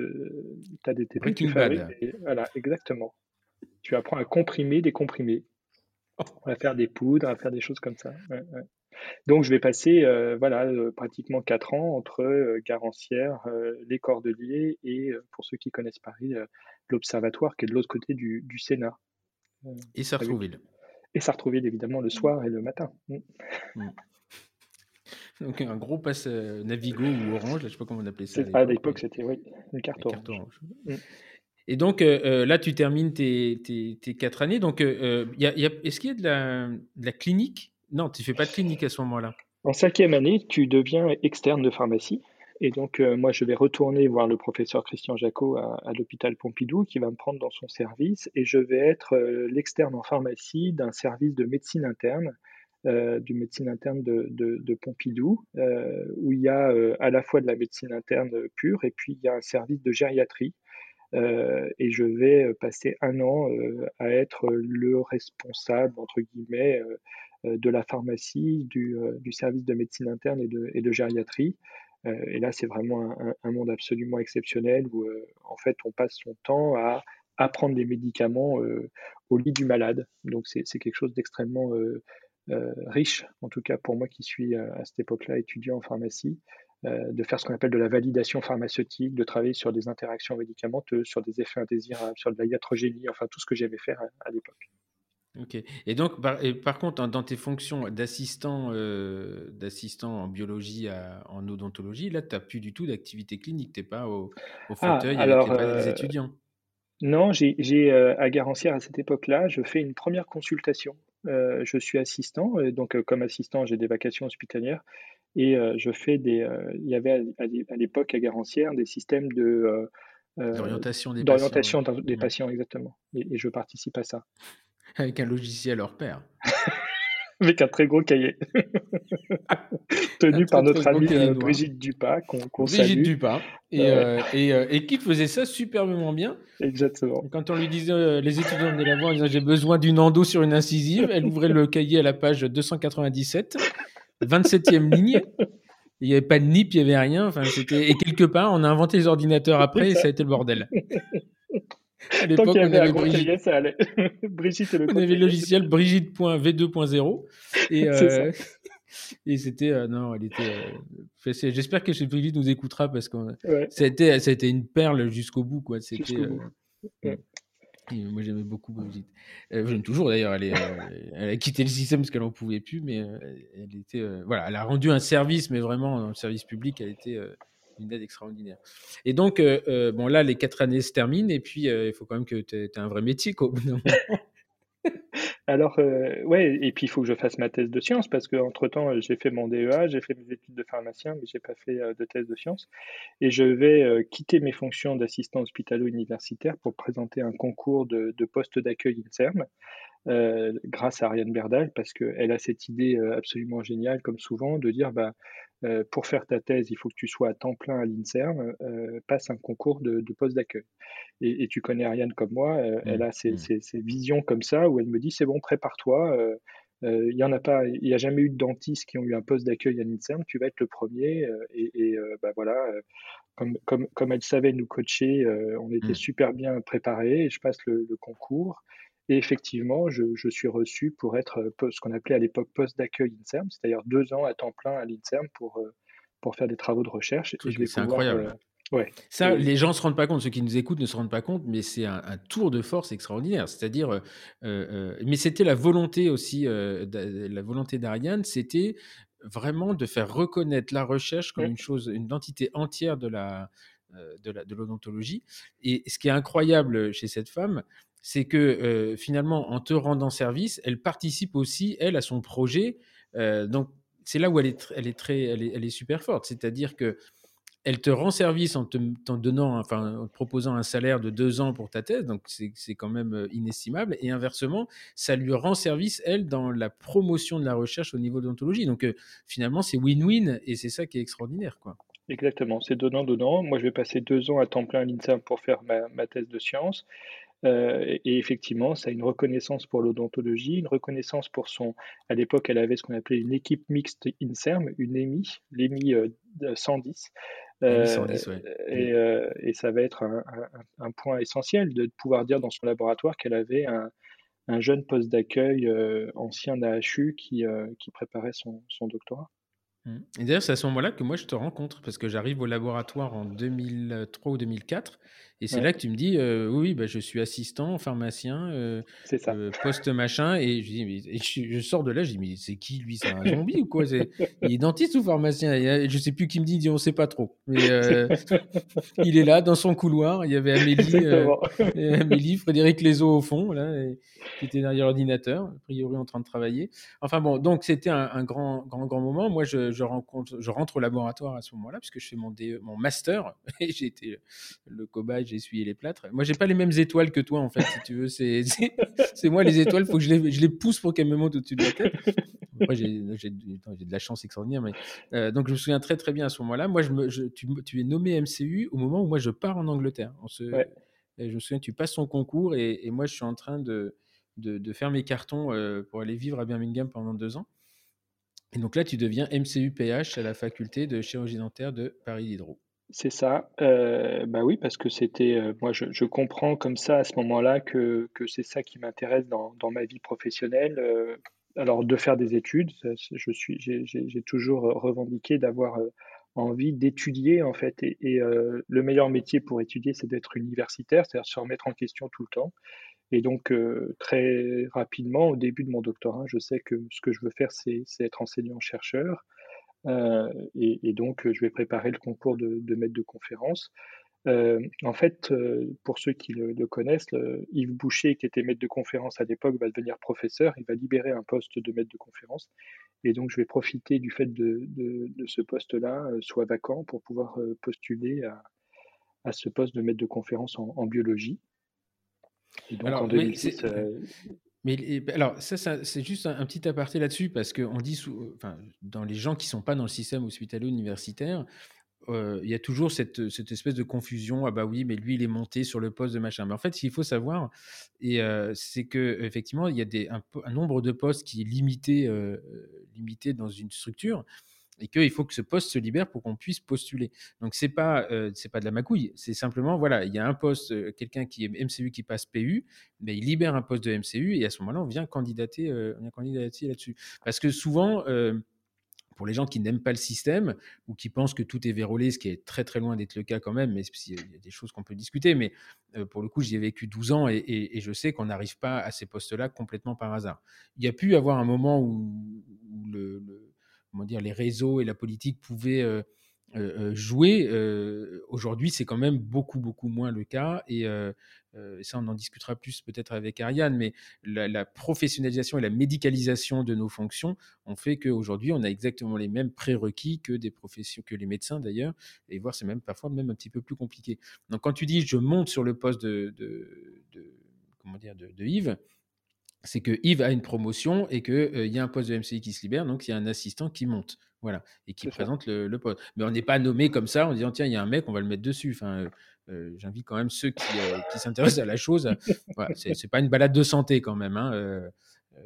de t'as des T P où tu Breaking fabriques Bad. des, voilà, exactement. Tu apprends à comprimer des comprimés, à faire des poudres, à faire des choses comme ça. Ouais, ouais. Donc je vais passer euh, voilà euh, pratiquement quatre ans entre euh, Garancière, euh, les Cordeliers et euh, pour ceux qui connaissent Paris, euh, l'Observatoire qui est de l'autre côté du, du Sénat, euh, Et avec Sartrouville. et Sartrouville évidemment le soir et le matin. Mm. Mm. Donc un gros passe euh, Navigo ou Orange, là, je sais pas comment on appelait ça à C'est, à l'époque, l'époque mais c'était oui une la carte carte orange. orange. Mm. Et donc euh, euh, là, tu termines tes, tes, tes quatre années. Donc, euh, euh, y a, y a, est-ce qu'il y a de la, de la clinique? Non, tu fais pas de clinique à ce moment-là. En cinquième année, tu deviens externe de pharmacie. Et donc, euh, moi, je vais retourner voir le professeur Christian Jacot à, à l'hôpital Pompidou, qui va me prendre dans son service. Et je vais être euh, l'externe en pharmacie d'un service de médecine interne, euh, du médecine interne de, de- de Pompidou, euh, où il y a euh, à la fois de la médecine interne pure, et puis il y a un service de gériatrie. Euh, et je vais passer un an euh, à être le responsable, entre guillemets, euh, euh, de la pharmacie, du, euh, du service de médecine interne et de, et de gériatrie. Euh, et là, c'est vraiment un, un monde absolument exceptionnel où, euh, en fait, on passe son temps à apprendre les médicaments euh, au lit du malade. Donc, c'est c'est quelque chose d'extrêmement euh, euh, riche, en tout cas pour moi qui suis euh, à cette époque-là étudiant en pharmacie, euh, de faire ce qu'on appelle de la validation pharmaceutique, de travailler sur des interactions médicamenteuses, sur des effets indésirables, sur de la iatrogénie, enfin tout ce que j'aimais faire à, à l'époque. Ok. Et donc, par, et par contre, hein, dans tes fonctions d'assistant, euh, d'assistant en biologie, à- en odontologie, là, tu n'as plus du tout d'activité clinique. Tu n'es pas au, au Ah, fauteuil avec les, alors, pa- les euh, étudiants. non, j'ai j'ai, euh, à Garancière à cette époque-là, je fais une première consultation. Euh, je suis assistant, et donc euh, comme assistant, j'ai des vacations hospitalières et euh, je fais des. Euh, il y avait à, à l'époque à Garancière des systèmes de, euh, euh, L'orientation des patients, d'orientation dans- des ouais. patients exactement. Et, et je participe à ça Avec un logiciel hors pair. avec un très gros cahier Un tenu très par très notre gros amie cahier euh, noir. Brigitte Dupas qu'on qu'on Brigitte salue. Dupin. Et, Ouais, euh, et, euh, et qui faisait ça superbement bien. exactement. Quand on lui disait, euh, les étudiants venaient la voir en disant j'ai besoin d'une endo sur une incisive, elle ouvrait le cahier à la page deux cent quatre-vingt-dix-sept, vingt-septième ligne. Il n'y avait pas de nip, il n'y avait rien. Enfin, c'était... Et quelque part, on a inventé les ordinateurs C'est après et ça. ça a été le bordel. À Tant qu'il l'époque, y on avait un avait gros Brigitte. cahier, ça allait. Brigitte et le On gros avait le cahier, c'est logiciel Brigitte.v deux point zéro. Et, c'est ça. euh, et c'était. Euh, non, elle était. Euh, fait- j'espère que chez Brigitte nous écoutera parce que Ouais, ça a été, ça a été une perle jusqu'au bout, quoi. C'était. jusqu'au Euh, bout. hmm. Ouais. Et moi, j'aimais beaucoup Brigitte. Euh, j'aime toujours d'ailleurs. Elle, est, euh, elle a quitté le système parce qu'elle n'en pouvait plus, mais euh, elle était. Euh, voilà, elle a rendu un service, mais vraiment, dans le service public, elle était euh, une aide extraordinaire. Et donc, euh, euh, bon, là, les quatre années se terminent, et puis euh, il faut quand même que tu aies un vrai métier, quoi, au bout d'un moment. Alors, euh, ouais, et puis il faut que je fasse ma thèse de sciences parce qu'entre-temps, euh, j'ai fait mon D E A, j'ai fait mes études de pharmacien, mais j'ai pas fait euh, de thèse de sciences. Et je vais euh, quitter mes fonctions d'assistant hospitalo-universitaire pour présenter un concours de, de poste d'accueil INSERM euh, grâce à Ariane Berdal, parce qu'elle a cette idée euh, absolument géniale, comme souvent, de dire bah, euh, pour faire ta thèse, il faut que tu sois à temps plein à l'INSERM, euh, passe un concours de, de poste d'accueil. Et, et, tu connais Ariane comme moi, euh, elle Mmh, a ces, mmh. ces, ces, visions comme ça, où elle me dit c'est bon, prépare-toi. Euh, euh, il y en a pas, il n'y a jamais eu de dentistes qui ont eu un poste d'accueil à l'INSERM, tu vas être le premier. Euh, et et euh, bah voilà, euh, comme, comme, comme elle savait nous coacher, euh, on était Mmh. super bien préparés. Et je passe le, le concours. Et effectivement, je, je, suis reçu pour être euh, ce qu'on appelait à l'époque poste d'accueil INSERM, c'est-à-dire deux ans à temps plein à l'INSERM pour, euh, pour faire des travaux de recherche. Et je Truc, vais c'est pouvoir. Euh, incroyable. ouais. Ça, Et les gens ne se rendent pas compte, ceux qui nous écoutent ne se rendent pas compte, mais c'est un, un tour de force extraordinaire. C'est-à-dire, euh, euh, mais c'était la volonté aussi, euh, la volonté d'Ariane, c'était vraiment de faire reconnaître la recherche comme une chose, une entité entière de la, euh, de la, de l'odontologie. Et ce qui est incroyable chez cette femme, c'est que euh, finalement, en te rendant service, elle participe aussi, elle, à son projet. Euh, donc, c'est là où elle est, elle est très, elle est, elle est super forte. C'est-à-dire que elle te rend service en te, t'en donnant, enfin, en te proposant un salaire de deux ans pour ta thèse, donc c'est, c'est quand même euh, inestimable. Et inversement, ça lui rend service, elle, dans la promotion de la recherche au niveau de l'odontologie. Donc euh, finalement, c'est win-win et c'est ça qui est extraordinaire, quoi. exactement, c'est donnant-donnant. Moi, je vais passer deux ans à temps plein à l'INSERM pour faire ma, ma thèse de sciences. Euh, et effectivement, ça a une reconnaissance pour l'odontologie, une reconnaissance pour son. À l'époque, elle avait ce qu'on appelait une équipe mixte INSERM, une E M I, l'E M I euh, cent dix. Amy Euh, cent dix, ouais. Mm. et, euh, et ça va être un, un- un point essentiel de pouvoir dire dans son laboratoire qu'elle avait un, un jeune poste d'accueil euh, ancien d'A H U qui, euh, qui préparait son, son doctorat. Mm. Et d'ailleurs, c'est à ce moment-là que moi je te rencontre parce que j'arrive au laboratoire en deux mille trois ou deux mille quatre et c'est Ouais, là que tu me dis euh, oui, bah, je suis assistant pharmacien, euh, c'est ça. euh, poste machin et je, dis, mais, et je, je sors de là, je dis mais c'est qui lui, c'est un zombie ou quoi, c'est, il est dentiste ou pharmacien et, euh, je sais plus qui me dit, il dit on sait pas trop, mais euh, il est là dans son couloir, il y avait Amélie, euh, Exactement. et Amélie, Frédéric Lezo au fond là, et- qui était derrière l'ordinateur, a priori en train de travailler. Enfin bon, donc c'était un, un grand, grand, grand moment. Moi, je, je, rencontre, je rentre au laboratoire à ce moment-là, puisque je fais mon, D E, mon master, et j'ai été le cobaye, j'ai essuyé les plâtres. Moi, j'ai pas les mêmes étoiles que toi, en fait, si tu veux. C'est, c'est, c'est moi, les étoiles, il faut que je les, je les pousse pour qu'elles me montent au-dessus de la tête. Après, j'ai, j'ai, j'ai de la chance extraordinaire. Mais, euh, donc, je me souviens très, très bien à ce moment-là. Moi, je me, je, tu, tu es nommé M C U au moment où moi, je pars en Angleterre. On se, Ouais, et je me souviens, tu passes son concours, et, et moi, je suis en train de de, de faire mes cartons euh, pour aller vivre à Birmingham pendant deux ans. Et donc là, tu deviens M C U P H à la faculté de chirurgie dentaire de Paris Diderot. c'est ça. Euh, bah oui, parce que c'était, euh, moi, je, je comprends comme ça à ce moment-là que, que c'est ça qui m'intéresse dans, dans ma vie professionnelle. Euh, alors, de faire des études, ça, c'est- je suis, j'ai, j'ai- j'ai toujours revendiqué d'avoir euh, envie d'étudier en fait. Et, et, euh, le meilleur métier pour étudier, c'est d'être universitaire, c'est-à-dire se remettre en question tout le temps. Et donc, euh, très rapidement, au début de mon doctorat, je sais que ce que je veux faire, c'est, c'est être enseignant-chercheur. Euh, et, et donc, je vais préparer le concours de, de maître de conférence. Euh, en fait, euh, pour ceux qui le, le connaissent, le- Yves Boucher, qui était maître de conférence à l'époque, va devenir professeur. Il va libérer un poste de maître de conférence. Et donc, je vais profiter du fait de, de, de ce poste-là euh, soit vacant pour pouvoir euh, postuler à, à ce poste de maître de conférence en, en biologie. Et donc en Alors, oui, deux mille six, c'est, euh, mais et- alors ça, ça, c'est juste un, un petit aparté là-dessus parce qu'on dit, sou- enfin, dans les gens qui sont pas dans le système hospitalo-universitaire, euh, il y a toujours cette, cette espèce de confusion. Ah bah oui, mais lui, il est monté sur le poste de machin. Mais en fait, ce qu'il faut savoir, et euh, c'est que effectivement, il y a des, un, po- un nombre de postes qui est limité, euh, limité dans une structure, et qu'il faut que ce poste se libère pour qu'on puisse postuler. Donc c'est pas euh, c'est pas de la magouille, c'est simplement voilà, il y a un poste, euh, quelqu'un qui est M C U qui passe P U, mais il libère un poste de M C U et à ce moment-là on vient candidater, euh, on vient candidater là-dessus. Parce que souvent euh, pour les gens qui n'aiment pas le système ou qui pensent que tout est vérolé, ce qui est très très loin d'être le cas quand même, mais il y a des choses qu'on peut discuter, mais euh, pour le coup j'y ai vécu douze ans et, et, et je sais qu'on n'arrive pas à ces postes-là complètement par hasard. Il y a pu avoir un moment où, où le, le, comment dire, les réseaux et la politique pouvaient euh, euh, jouer. Euh, aujourd'hui, c'est quand même beaucoup, beaucoup moins le cas. Et euh, euh, ça, on en discutera plus peut-être avec Ariane, mais la, la, professionnalisation et la médicalisation de nos fonctions ont fait qu'aujourd'hui, on a exactement les mêmes prérequis que des professions, que les médecins d'ailleurs, et voire c'est même parfois même un petit peu plus compliqué. Donc, quand tu dis je monte sur le poste de, de, de comment dire, de, de Yves, c'est que Yves a une promotion et qu'il euh, y a un poste de M C I qui se libère, donc il y a un assistant qui monte, voilà, et qui c'est ça. présente le, le poste. Mais on n'est pas nommé comme ça en disant tiens, il y a un mec, on va le mettre dessus. Enfin, euh, euh, j'invite quand même ceux qui, euh, qui s'intéressent à la chose. À, voilà, c'est, c'est pas une balade de santé quand même. Hein, euh, euh,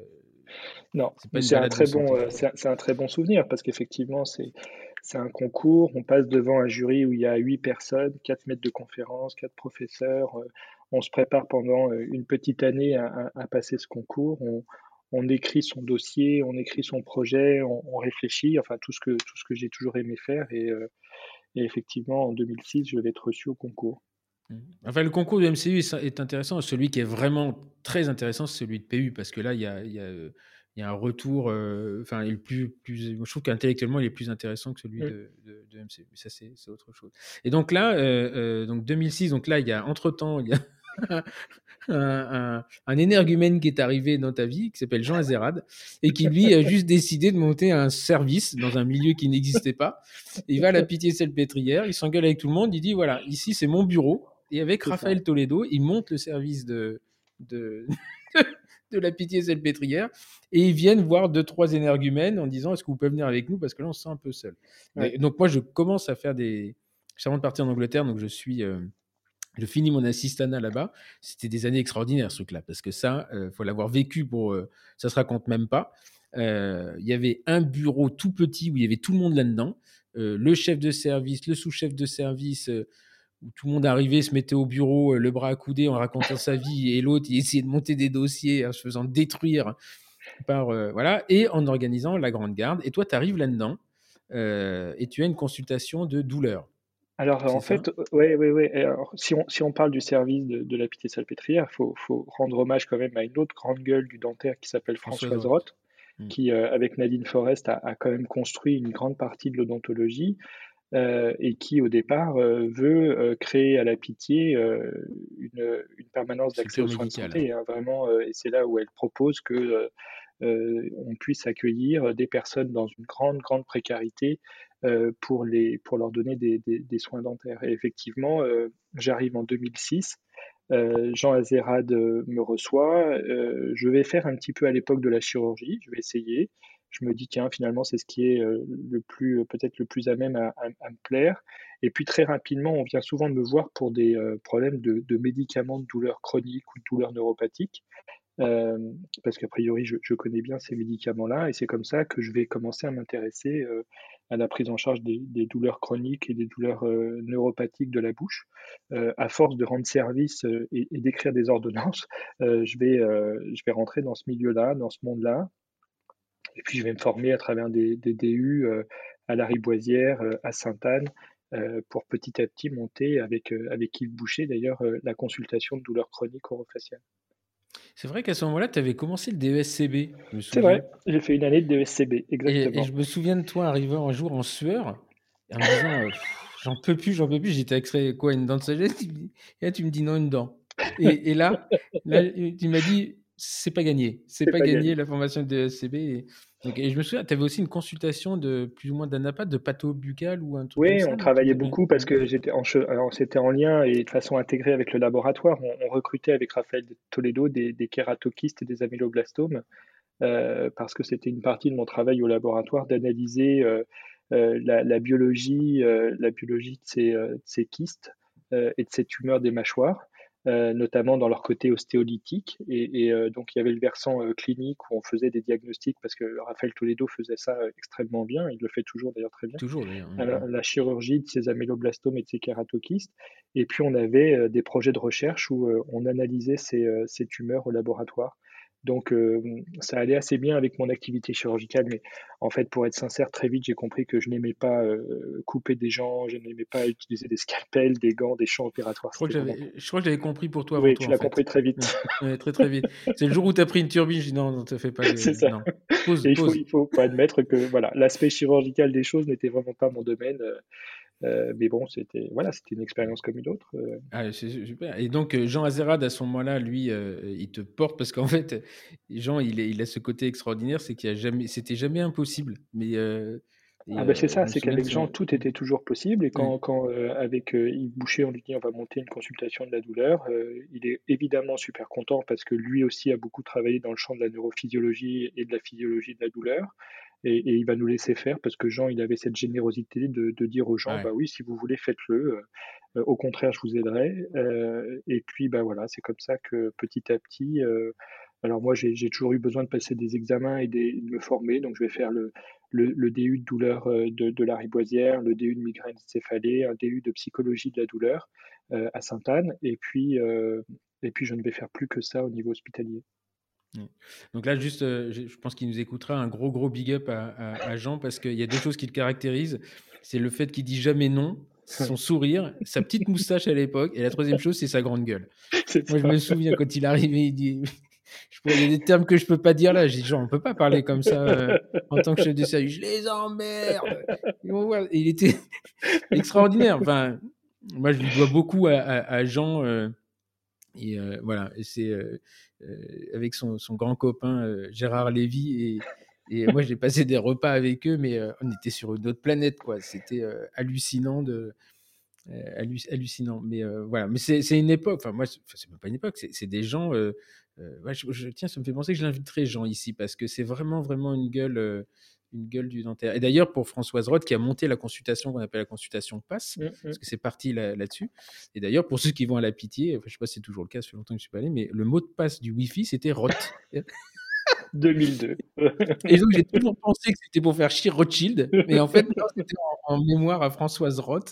Non, c'est pas mais une c'est un balade de très bon, santé. euh, c'est un, c'est un très bon souvenir parce qu'effectivement, c'est, c'est un concours. On passe devant un jury où il y a huit personnes, quatre maîtres de conférence, quatre professeurs. euh, On se prépare pendant euh, une petite année à, à- à passer ce concours. On, on écrit son dossier, on écrit son projet, on, on réfléchit. Enfin, tout ce que, tout ce que j'ai toujours aimé faire. Et, euh, et effectivement, en deux mille six, je vais être reçu au concours. Enfin, le concours de M C U est, est intéressant. Celui qui est vraiment très intéressant, c'est celui de P U, parce que là, il y a, il y a, euh, il y a un retour. euh, Enfin, il est plus, plus, je trouve qu'intellectuellement, il est plus intéressant que celui Mm. de, de, de M C U. Mais ça, c'est, c'est autre chose. Et donc là, euh, euh, donc deux mille six, donc là, il y a entre-temps, il y a un, un, un énergumène qui est arrivé dans ta vie, qui s'appelle Jean Azérad, et qui, lui, a juste décidé de monter un service dans un milieu qui n'existait pas. Et il va à la Pitié-Salpêtrière, il s'engueule avec tout le monde, il dit, voilà, ici, c'est mon bureau. Et avec C'est ça. Raphaël Toledo, il monte le service de, de, de la Pitié-Salpêtrière et ils viennent voir deux, trois énergumènes en disant est-ce que vous pouvez venir avec nous parce que là, on se sent un peu seul. Ouais. Donc, moi, je commence à faire des. Avant de partir en Angleterre, donc je suis. Euh, je finis mon assistanat là-bas. C'était des années extraordinaires, ce truc-là, parce que ça, il euh, faut l'avoir vécu pour. Euh, ça se raconte même pas. Il euh, y avait un bureau tout petit où il y avait tout le monde là-dedans. Euh, le chef de service, le sous-chef de service, euh, où tout le monde arrivait, se mettait au bureau, euh, le bras accoudé, en racontant sa vie, et l'autre, il essayait de monter des dossiers en se faisant détruire par. Euh, voilà, et en organisant la grande garde. Et toi, tu arrives là-dedans, euh, et tu as une consultation de douleur. Alors, C'est en ça? fait, oui, oui, oui. Alors, si on, si on parle du service de, de la Pitié-Salpêtrière, il faut, faut rendre hommage quand même à une autre grande gueule du dentaire qui s'appelle Françoise Françoise Roth. Roth, Mm. qui, euh, avec Nadine Forest, a, a quand même construit une grande partie de l'odontologie euh, et qui, au départ, euh, veut euh, créer à la Pitié euh, une, une permanence d'accès Structure aux soins de médicale. santé, hein, vraiment, euh, et c'est là où elle propose que euh, euh, on puisse accueillir des personnes dans une grande, grande précarité euh, pour, les, pour leur donner des, des, des soins dentaires. Et effectivement, euh, j'arrive en deux mille six, euh, Jean Azérad euh, me reçoit, euh, je vais faire un petit peu à l'époque de la chirurgie, je vais essayer. Je me dis, tiens, finalement, c'est ce qui est euh, le plus, peut-être le plus à même à, à, à, me plaire. Et puis très rapidement, on vient souvent me voir pour des euh, problèmes de, de médicaments de douleurs chroniques ou de douleurs neuropathiques. Euh, parce qu'a priori, je, je, connais bien ces médicaments-là, et c'est comme ça que je vais commencer à m'intéresser euh, à la prise en charge des, des, douleurs chroniques et des douleurs euh, neuropathiques de la bouche. Euh, à force de rendre service euh, et, et d'écrire des ordonnances, euh, je, vais, euh, je vais rentrer dans ce milieu-là, dans ce monde-là, et puis je vais me former à travers des, des D U euh, à la Riboisière, euh, à Sainte-Anne, euh, pour petit à petit monter avec, euh, avec Yves Boucher, d'ailleurs, euh, la consultation de douleurs chroniques orofaciales. C'est vrai qu'à ce moment-là, tu avais commencé le D E S C B, je me C'est vrai, souviens. j'ai fait une année de D E S C B, Et, et exactement. je me souviens de toi arrivant un jour en sueur, et en me disant euh, j'en peux plus, j'en peux plus. J'étais extrait quoi, une dent de sagesse? Et là, tu me dis non, une dent. Et, et là, là, tu m'as dit c'est pas gagné. C'est C'est pas pas gagné gagné. la formation de S C B. Et, donc, et je me souviens, tu avais aussi une consultation de plus ou moins d'anapathe, de patho-buccal ou un truc comme Oui, on ça, non, qui travaillait nous avait... beaucoup parce Ouais. que j'étais en, che- alors, c'était en lien et de façon intégrée avec le laboratoire. On, on recrutait avec Raphaël Toledo des, des kératokystes et des amyloblastomes euh, parce que c'était une partie de mon travail au laboratoire d'analyser euh, euh, la, la biologie, euh, la biologie de ces, euh, de ces kystes euh, et de ces tumeurs des mâchoires, euh, notamment dans leur côté ostéolytique. Et, et, euh, donc il y avait le versant euh, clinique où on faisait des diagnostics parce que Raphaël Toledo faisait ça euh, extrêmement bien. Il le fait toujours d'ailleurs très bien. Toujours d'ailleurs. À Mm, la, mm. la chirurgie de ces amyloblastomes et de ces kératokystes. Et puis on avait euh, des projets de recherche où euh, on analysait ces, euh, ces tumeurs au laboratoire. Donc euh, ça allait assez bien avec mon activité chirurgicale, mais en fait, pour être sincère, très vite, j'ai compris que je n'aimais pas euh, couper des gens, je n'aimais pas utiliser des scalpels, des gants, des champs opératoires. Je crois que C'était vraiment j'avais, trop. je crois que j'avais compris pour toi avant Oui, toi, tu en l'as compris fait. très Ouais, vite. ouais, très très vite. C'est le jour où tu as pris une turbine, je dis non, ne te fais pas C'est de... ça. Non. Pause, Et il faut, pause. il faut, faut admettre que voilà, l'aspect chirurgical des choses n'était vraiment pas mon domaine. euh, euh, mais bon, c'était voilà, c'était une expérience comme une autre. euh. Ah, c'est super. Et donc, euh, Jean Azerad, à ce moment-là, lui, euh, il te porte parce qu'en fait, Jean, il, est- il a ce côté extraordinaire, c'est qu'il y a jamais, c'était jamais impossible. Mais euh, et, Ah ben c'est euh, ça, je me c'est souviens de qu'avec ça. Jean, tout était toujours possible. Et Ouais. quand, quand euh, avec euh, Yves Boucher, on lui dit on va monter une consultation de la douleur, euh, il est évidemment super content parce que lui aussi a beaucoup travaillé dans le champ de la neurophysiologie et de la physiologie de la douleur. Et, et il va nous laisser faire parce que Jean, il avait cette générosité de, de dire aux gens, Ouais. bah oui, si vous voulez, faites-le. Euh, au contraire, je vous aiderai. Euh, et puis, bah voilà, c'est comme ça que petit à petit, euh, alors moi, j'ai j'ai toujours eu besoin de passer des examens et des- de me former. Donc, je vais faire le, le, le D U de douleur euh, de, de la riboisière, le D U de migraine céphalée, un D U de psychologie de la douleur euh, à Sainte-Anne. Et puis, euh, et puis, je ne vais faire plus que ça au niveau hospitalier. Ouais. Donc là, juste, euh, je je pense qu'il nous écoutera. Un gros, gros big up à, à- à Jean parce qu'il y a deux choses qui le caractérisent. C'est le fait qu'il dit jamais non, son sourire, sa petite moustache à l'époque. Et la troisième chose, c'est sa grande gueule. C'est Moi, je me ça. souviens quand il arrivait, il dit, je pourrais- il y a des termes que je peux pas dire là. J'ai dit, genre, on peut pas parler comme ça euh, en tant que chef de service. Je les emmerde. Et on voit, il était extraordinaire. Enfin, moi, je lui dois beaucoup à, à- à Jean. euh, et euh, voilà, et c'est euh, euh, avec son, son grand copain euh, Gérard Lévy. Et, et moi, j'ai passé des repas avec eux, mais euh, on était sur une autre planète, quoi. C'était euh, hallucinant de, euh, halluc- hallucinant. Mais euh, voilà, mais c'est c'est une époque. Enfin, moi, c'est enfin, c'est même pas une époque. C'est c'est des gens. Euh, euh, ouais, je, je- tiens, ça me fait penser que je l'inviterai Jean ici parce que c'est vraiment, vraiment une gueule, euh, une gueule du dentaire. Et d'ailleurs, pour Françoise Roth qui a monté la consultation qu'on appelle la consultation PASS, Mm, mm. parce que c'est parti là- là-dessus. Et d'ailleurs, pour ceux qui vont à la Pitié, enfin, je sais pas si c'est toujours le cas, ça fait longtemps que je suis pas allé, mais le mot de passe du Wi-Fi c'était Roth. deux mille deux. Et donc, j'ai toujours pensé que c'était pour faire chier Rothschild, mais en fait, non, c'était en, en mémoire à Françoise Roth.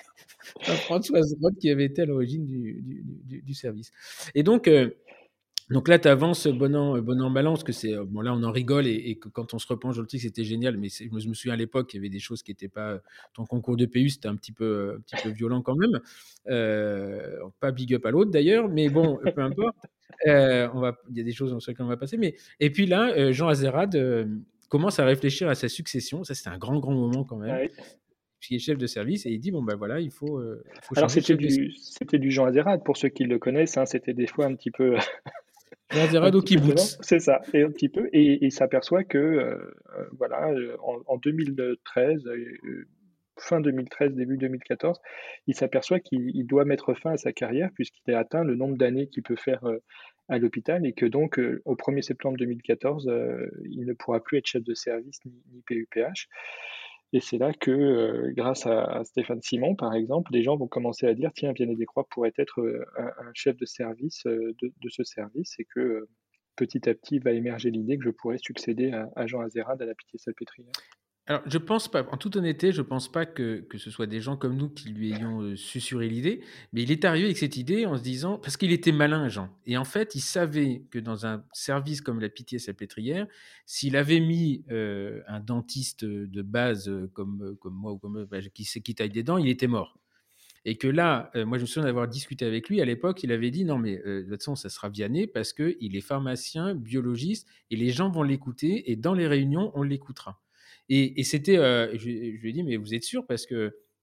À Françoise Roth qui avait été à l'origine du, du, du- du service. Et donc, euh, donc là, tu avances bon an, bon an, mal an, parce que c'est, euh, bon, là, on en rigole et, et que quand on se repenche, je le dis que c'était génial, mais c'est- je me je me souviens à l'époque, il y avait des choses qui n'étaient pas. Ton concours de P U, c'était un petit peu, un petit peu violent quand même. Euh, pas big up à l'autre d'ailleurs, mais bon, peu importe. Euh, on va, il y a des choses sur lesquelles on va passer. Mais, et puis là, euh, Jean Azerad euh, commence à réfléchir à sa succession. Ça, c'était un grand, grand moment quand même. Ouais. Qui est chef de service et il dit bon ben voilà, il faut, euh, faut Alors changer de c'était chef de service. du c'était du Jean Azérad pour ceux qui le connaissent, hein, c'était des fois un petit peu Jean un Azerad au petit peu étonnant, kibbutz. c'est ça, et un petit peu, et, et il s'aperçoit que euh, euh, voilà, euh, en, en deux mille treize, euh, fin deux mille treize, début deux mille quatorze, il s'aperçoit qu'il il doit mettre fin à sa carrière puisqu'il a atteint le nombre d'années qu'il peut faire euh, à l'hôpital et que donc euh, au premier septembre deux mille quatorze, euh, il ne pourra plus être chef de service ni, ni P U P H. Et c'est là que, euh, grâce à, à Stéphane Simon, par exemple, les gens vont commencer à dire, tiens, Vianney Descroix pourrait être euh, un, un chef de service euh, de, de ce service et que euh, petit à petit va émerger l'idée que je pourrais succéder à, à Jean Azérad à la Pitié-Salpêtrière. Alors, je pense pas, en toute honnêteté, je pense pas que, que ce soit des gens comme nous qui lui ayons euh, susurré l'idée, mais il est arrivé avec cette idée en se disant, parce qu'il était malin, Jean, et en fait, il savait que dans un service comme la Pitié-Salpêtrière, s'il avait mis euh, un dentiste de base euh, comme, euh, comme moi ou comme eux, bah, qui, sait qui taille des dents, il était mort. Et que là, euh, moi, je me souviens d'avoir discuté avec lui à l'époque. Il avait dit non, mais euh, de toute façon, ça sera Vianney parce qu'il est pharmacien, biologiste, et les gens vont l'écouter. Et dans les réunions, on l'écoutera. Et, et c'était, euh, je, je lui ai dit, mais vous êtes sûr parce que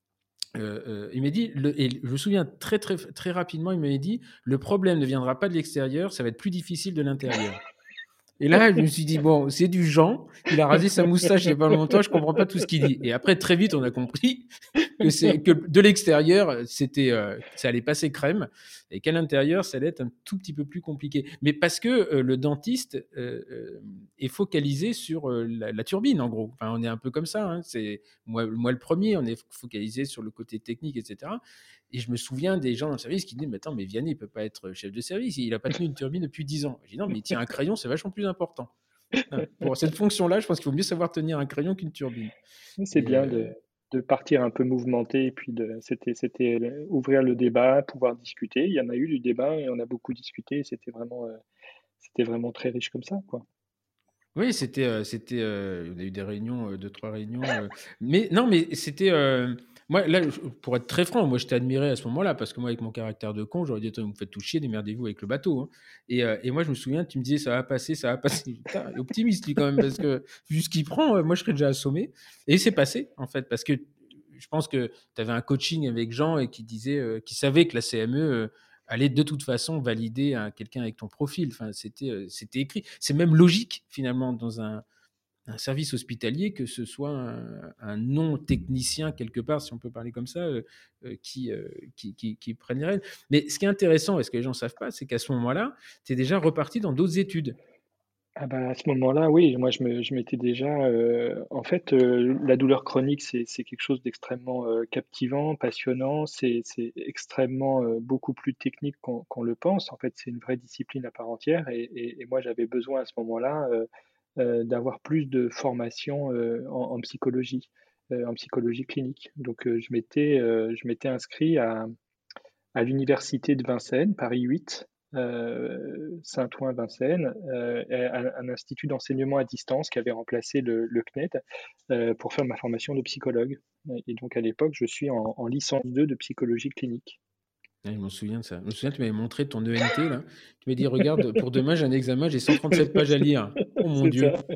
Euh, euh, il m'a dit, le, et je me souviens très, très, très rapidement, il m'avait dit, le problème ne viendra pas de l'extérieur, ça va être plus difficile de l'intérieur. Et là, je me suis dit, bon, c'est du Jean, il a rasé sa moustache il n'y a pas longtemps, je comprends pas tout ce qu'il dit. Et après, très vite, on a compris que, c'est, que de l'extérieur, c'était, euh, ça allait passer crème, et qu'à l'intérieur, ça allait être un tout petit peu plus compliqué. Mais parce que euh, le dentiste euh, euh, est focalisé sur euh, la, la turbine, en gros. Enfin, on est un peu comme ça. Hein. C'est, moi, moi, le premier, on est focalisé sur le côté technique, et cetera. Et je me souviens des gens dans le service qui disent, mais attends, mais Vianney, il peut pas être chef de service, il n'a pas tenu une turbine depuis dix ans. Je dis, non, mais il tient un crayon, c'est vachement plus important. Pour cette fonction-là, je pense qu'il faut mieux savoir tenir un crayon qu'une turbine. C'est Et bien euh, de, de partir un peu mouvementé, et puis de, c'était, c'était ouvrir le débat, pouvoir discuter. Il y en a eu du débat et on a beaucoup discuté. Et c'était vraiment, euh, c'était vraiment très riche comme ça, quoi. oui, c'était, euh, c'était, euh, on a eu des réunions, euh, deux, trois réunions. euh, mais non, mais c'était, euh, moi, là, je- pour être très franc, moi, je t'ai admiré à ce moment-là, parce que moi, avec mon caractère de con, j'aurais dit, attends, vous me faites tout chier, démerdez-vous avec le bateau. Hein. Et, euh, et moi, je me souviens, tu me disais, ça va passer, ça va passer. Putain, il est optimiste, lui, quand même, parce que vu ce qu'il prend, euh, moi, je serais déjà assommé. Et c'est passé, en fait, parce que je pense que tu avais un coaching avec Jean et qui disait, euh, qui savait que la C M E euh, allait de toute façon valider un- quelqu'un avec ton profil. Enfin, c'était, euh, c'était écrit. C'est même logique, finalement, dans un, un service hospitalier que ce soit un, un non-technicien, quelque part, si on peut parler comme ça, euh, euh, qui, euh, qui, qui, qui prenne les rênes. Mais ce qui est intéressant, et ce que les gens ne savent pas, c'est qu'à ce moment-là, tu es déjà reparti dans d'autres études. Ah bah, à ce moment-là, oui, moi je me, je m'étais déjà. Euh, en fait, euh, la douleur chronique, c'est, c'est quelque chose d'extrêmement euh, captivant, passionnant, c'est, c'est extrêmement euh, beaucoup plus technique qu'on, qu'on le pense. En fait, c'est une vraie discipline à part entière. Et, et- et moi, j'avais besoin à ce moment-là euh, euh, d'avoir plus de formation euh, en, en psychologie, euh, en psychologie clinique. Donc, euh, je m'étais, euh, je m'étais inscrit à, à l'université de Vincennes, Paris huit, euh, Saint-Ouen-Vincennes, euh, un, un institut d'enseignement à distance qui avait remplacé le, le C N E D euh, pour faire ma formation de psychologue. Et donc à l'époque, je suis en, en licence deux de psychologie clinique. Ouais, je m'en souviens de ça. Je me souviens, tu m'avais montré ton E N T, là. Tu m'as dit, regarde, pour demain, j'ai un examen, j'ai cent trente-sept pages à lire. Oh mon C'est ça. Dieu.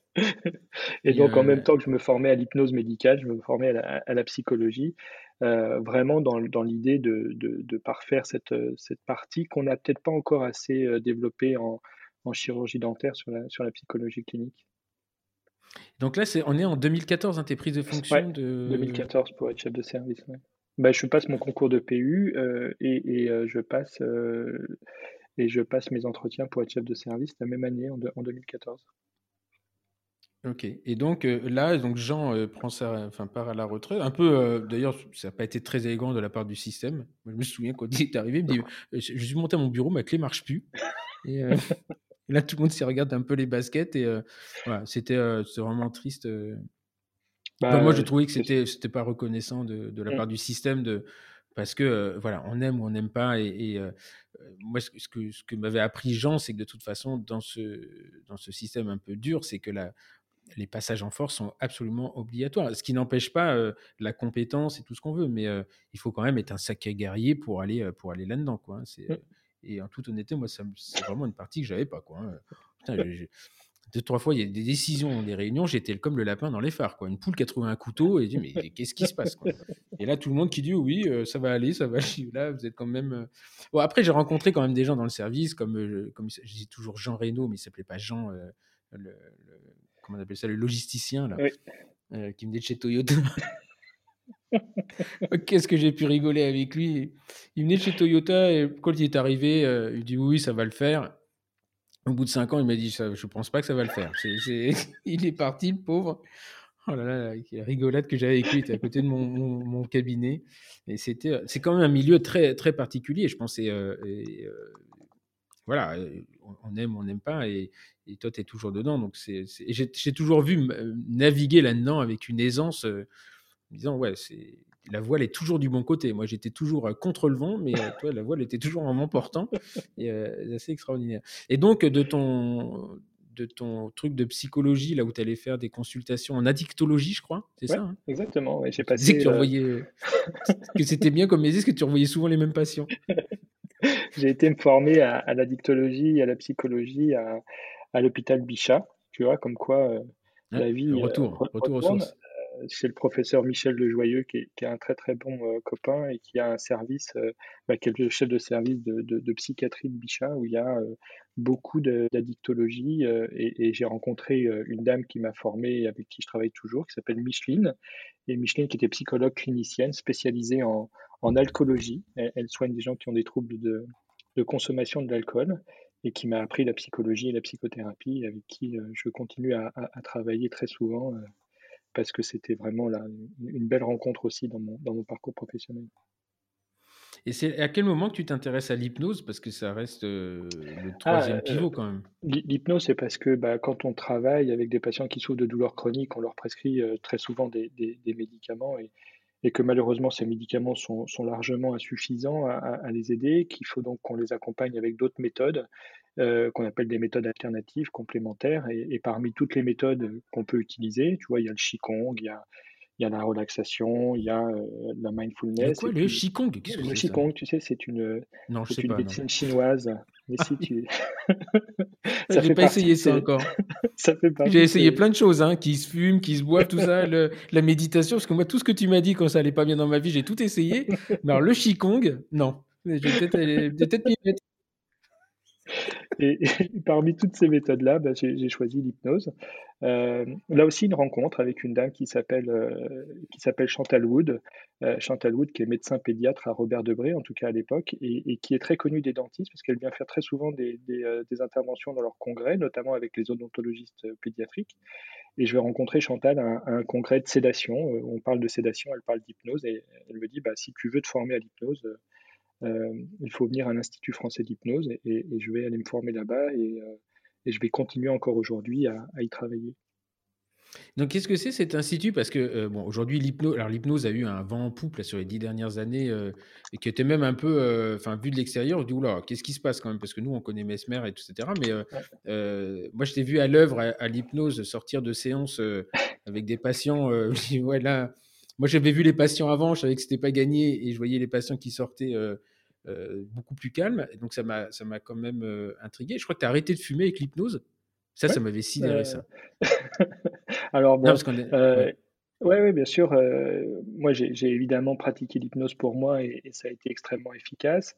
Et Et donc en même euh, temps que je me formais à l'hypnose médicale, je me formais à la, à la psychologie, euh, vraiment dans, dans l'idée de, de, de parfaire cette, cette partie qu'on n'a peut-être pas encore assez euh, développée en, en chirurgie dentaire sur la, sur la psychologie clinique. donc là, c'est, on est en deux mille quatorze, hein, tes prises de Ouais, fonction de... deux mille quatorze pour être chef de service. Ouais. Bah, je passe mon concours de P U euh, et, et, euh, je passe euh, et je passe mes entretiens pour être chef de service la même année en, de- en deux mille quatorze. Ok. Et donc euh, là, donc Jean euh, prend sa, enfin part à la retraite. Un peu, euh, d'ailleurs, ça n'a pas été très élégant de la part du système. Moi, je me souviens quand il est arrivé, il me dit, euh, je je suis monté à mon bureau, ma clé marche plus. Et, euh, et là, tout le monde s'y regarde un peu les baskets et euh, voilà, c'était, euh, c'était vraiment triste. euh. Enfin, moi, je Bah, trouvais que c'est- c'était, c'était pas reconnaissant de, de la Mm. part du système de, parce que euh, voilà, on aime ou on n'aime pas. Et, et, euh, euh, moi, ce que, ce que, ce que m'avait appris Jean, c'est que de toute façon, dans ce, dans ce système un peu dur, c'est que la, les passages en force sont absolument obligatoires. Ce qui n'empêche pas euh, la compétence et tout ce qu'on veut, mais euh, il faut quand même être un sacré guerrier pour aller, euh, pour aller là-dedans. Quoi, hein. C'est, Mm. euh, et en toute honnêteté, moi, ça, c'est vraiment une partie que j'avais pas. Quoi, hein. Putain, je- je- deux, trois fois, il y a des décisions dans des réunions, j'étais comme le lapin dans les phares. Quoi. Une poule qui a trouvé un couteau et dit, mais qu'est-ce qui se passe quoi. Et là, tout le monde qui dit, oui, euh, ça va aller, ça va aller. Là, vous êtes quand même... euh. Bon, après, j'ai rencontré quand même des gens dans le service, comme, euh, comme je dis toujours Jean Reynaud, mais il s'appelait pas Jean, euh, le, le- comment on appelle ça, le logisticien, là, Oui. euh, qui venait de chez Toyota. Qu'est-ce que j'ai pu rigoler avec lui. Il venait de chez Toyota et quand il est arrivé, euh, il dit oui, ça va le faire. Au bout de cinq ans, il m'a dit ça, je pense pas que ça va le faire. C'est, c'est... il est parti, le pauvre. Oh là là, la rigolade que j'avais avec lui, il était à côté de mon, mon, mon cabinet. Et c'était, c'est quand même un milieu très, très particulier, je pense. Et, euh, et, euh, voilà, euh, on aime, on n'aime pas. Et, et toi, tu es toujours dedans. Donc c'est, c'est... et J'ai, j'ai toujours vu euh, naviguer là-dedans avec une aisance. Euh, en disant ouais, c'est la voile est toujours du bon côté. Moi, j'étais toujours euh, contre le vent, mais euh, toi, la voile était toujours en vent portant. Et euh, c'est assez extraordinaire. Et donc, de ton, de ton truc de psychologie, là où tu allais faire des consultations en addictologie, je crois, c'est Ouais, ça, hein. exactement. Ouais, j'ai Tu disais que passé, tu euh, revoyais, euh, que c'était bien comme métier, que tu revoyais souvent les mêmes patients. j'ai été me former à, à la dictologie et à la psychologie à, à l'hôpital Bichat. Tu vois, comme quoi euh, Ouais, la le vie euh, retour, re- retour aux retourne. sources. chez le professeur Michel Lejoyeux, qui est, qui est un très très bon euh, copain et qui a un service, euh, bah, qui est le chef de service de, de, de psychiatrie de Bichat, où il y a euh, beaucoup de- d'addictologie. euh, et, et j'ai rencontré euh, une dame qui m'a formé, avec qui je travaille toujours, qui s'appelle Micheline. Et Micheline, qui était psychologue clinicienne spécialisée en, en alcoolologie. Elle, elle soigne des gens qui ont des troubles de, de consommation de l'alcool et qui m'a appris la psychologie et la psychothérapie, avec qui euh, je continue à, à- à travailler très souvent, euh, parce que c'était vraiment là, une, une belle rencontre aussi dans mon, dans mon parcours professionnel. Et c'est à quel moment que tu t'intéresses à l'hypnose? Parce que ça reste euh, le Ah, troisième euh, pivot quand même. l'hy- l'hypnose, c'est parce que bah, quand on travaille avec des patients qui souffrent de douleurs chroniques, on leur prescrit euh, très souvent des, des- des médicaments, et, et que malheureusement ces médicaments sont, sont largement insuffisants à, à- à les aider, qu'il faut donc qu'on les accompagne avec d'autres méthodes euh, qu'on appelle des méthodes alternatives complémentaires. Et, et parmi toutes les méthodes qu'on peut utiliser, tu vois, il y a le Qigong, il y a, il y a la relaxation, il y a euh, la Le mindfulness, et quoi? Le puis Qigong? Qu'est-ce que le c'est ça? Qigong, tu sais, c'est une, Non, je sais c'est une pas, non. médecine chinoise. Mais Ah si oui, tu, ça j'ai fait pas partie essayé de ça ces, encore. ça fait J'ai partie de essayé ces, plein de choses, hein, qui se fument, qui se boivent, tout ça, le- la méditation, parce que moi, tout ce que tu m'as dit quand ça allait pas bien dans ma vie, j'ai tout essayé. Mais alors, le Qigong, non. Je vais peut-être aller- peut-être m'y mettre. Et, et parmi toutes ces méthodes-là, bah, j'ai j'ai choisi l'hypnose. Euh, là aussi, une rencontre avec une dame qui s'appelle euh, qui s'appelle Chantal Wood. Euh, Chantal Wood, qui est médecin pédiatre à Robert Debré, en tout cas à l'époque, et, et qui est très connue des dentistes parce qu'elle vient faire très souvent des, des, euh, des interventions dans leurs congrès, notamment avec les odontologistes euh, pédiatriques. Et je vais rencontrer Chantal à un, à un congrès de sédation. Euh, on parle de sédation, elle parle d'hypnose, et elle me dit, bah, si tu veux te former à l'hypnose, euh, il faut venir à l'Institut français d'hypnose, et, et- et je vais aller me former là-bas, et, euh, et je vais continuer encore aujourd'hui à, à y travailler. Donc, qu'est-ce que c'est cet institut? Parce que, euh, bon, aujourd'hui, l'hypnose, alors l'hypnose a eu un vent en poupe là, sur les dix dernières années, euh, et qui était même un peu, euh, enfin, vu de l'extérieur, je dis, oula, qu'est-ce qui se passe quand même? Parce que nous, on connaît Mesmer, et tout, et cetera. Mais euh, Ouais. euh, moi, je t'ai vu à l'œuvre à, à l'hypnose sortir de séances euh, avec des patients. Euh, je dis, ouais, là, moi, j'avais vu les patients avant, je savais que c'était pas gagné, et je voyais les patients qui sortaient euh, euh, beaucoup plus calmes. Et donc, ça m'a, ça m'a quand même euh, intrigué. Je crois que tu as arrêté de fumer avec l'hypnose. Ça, Ouais. ça m'avait sidéré, Euh, ça. Alors Non, bon, parce qu'on est. euh, Ouais. ouais, ouais, bien sûr. Euh, moi, j'ai j'ai évidemment pratiqué l'hypnose pour moi, et, et ça a été extrêmement efficace.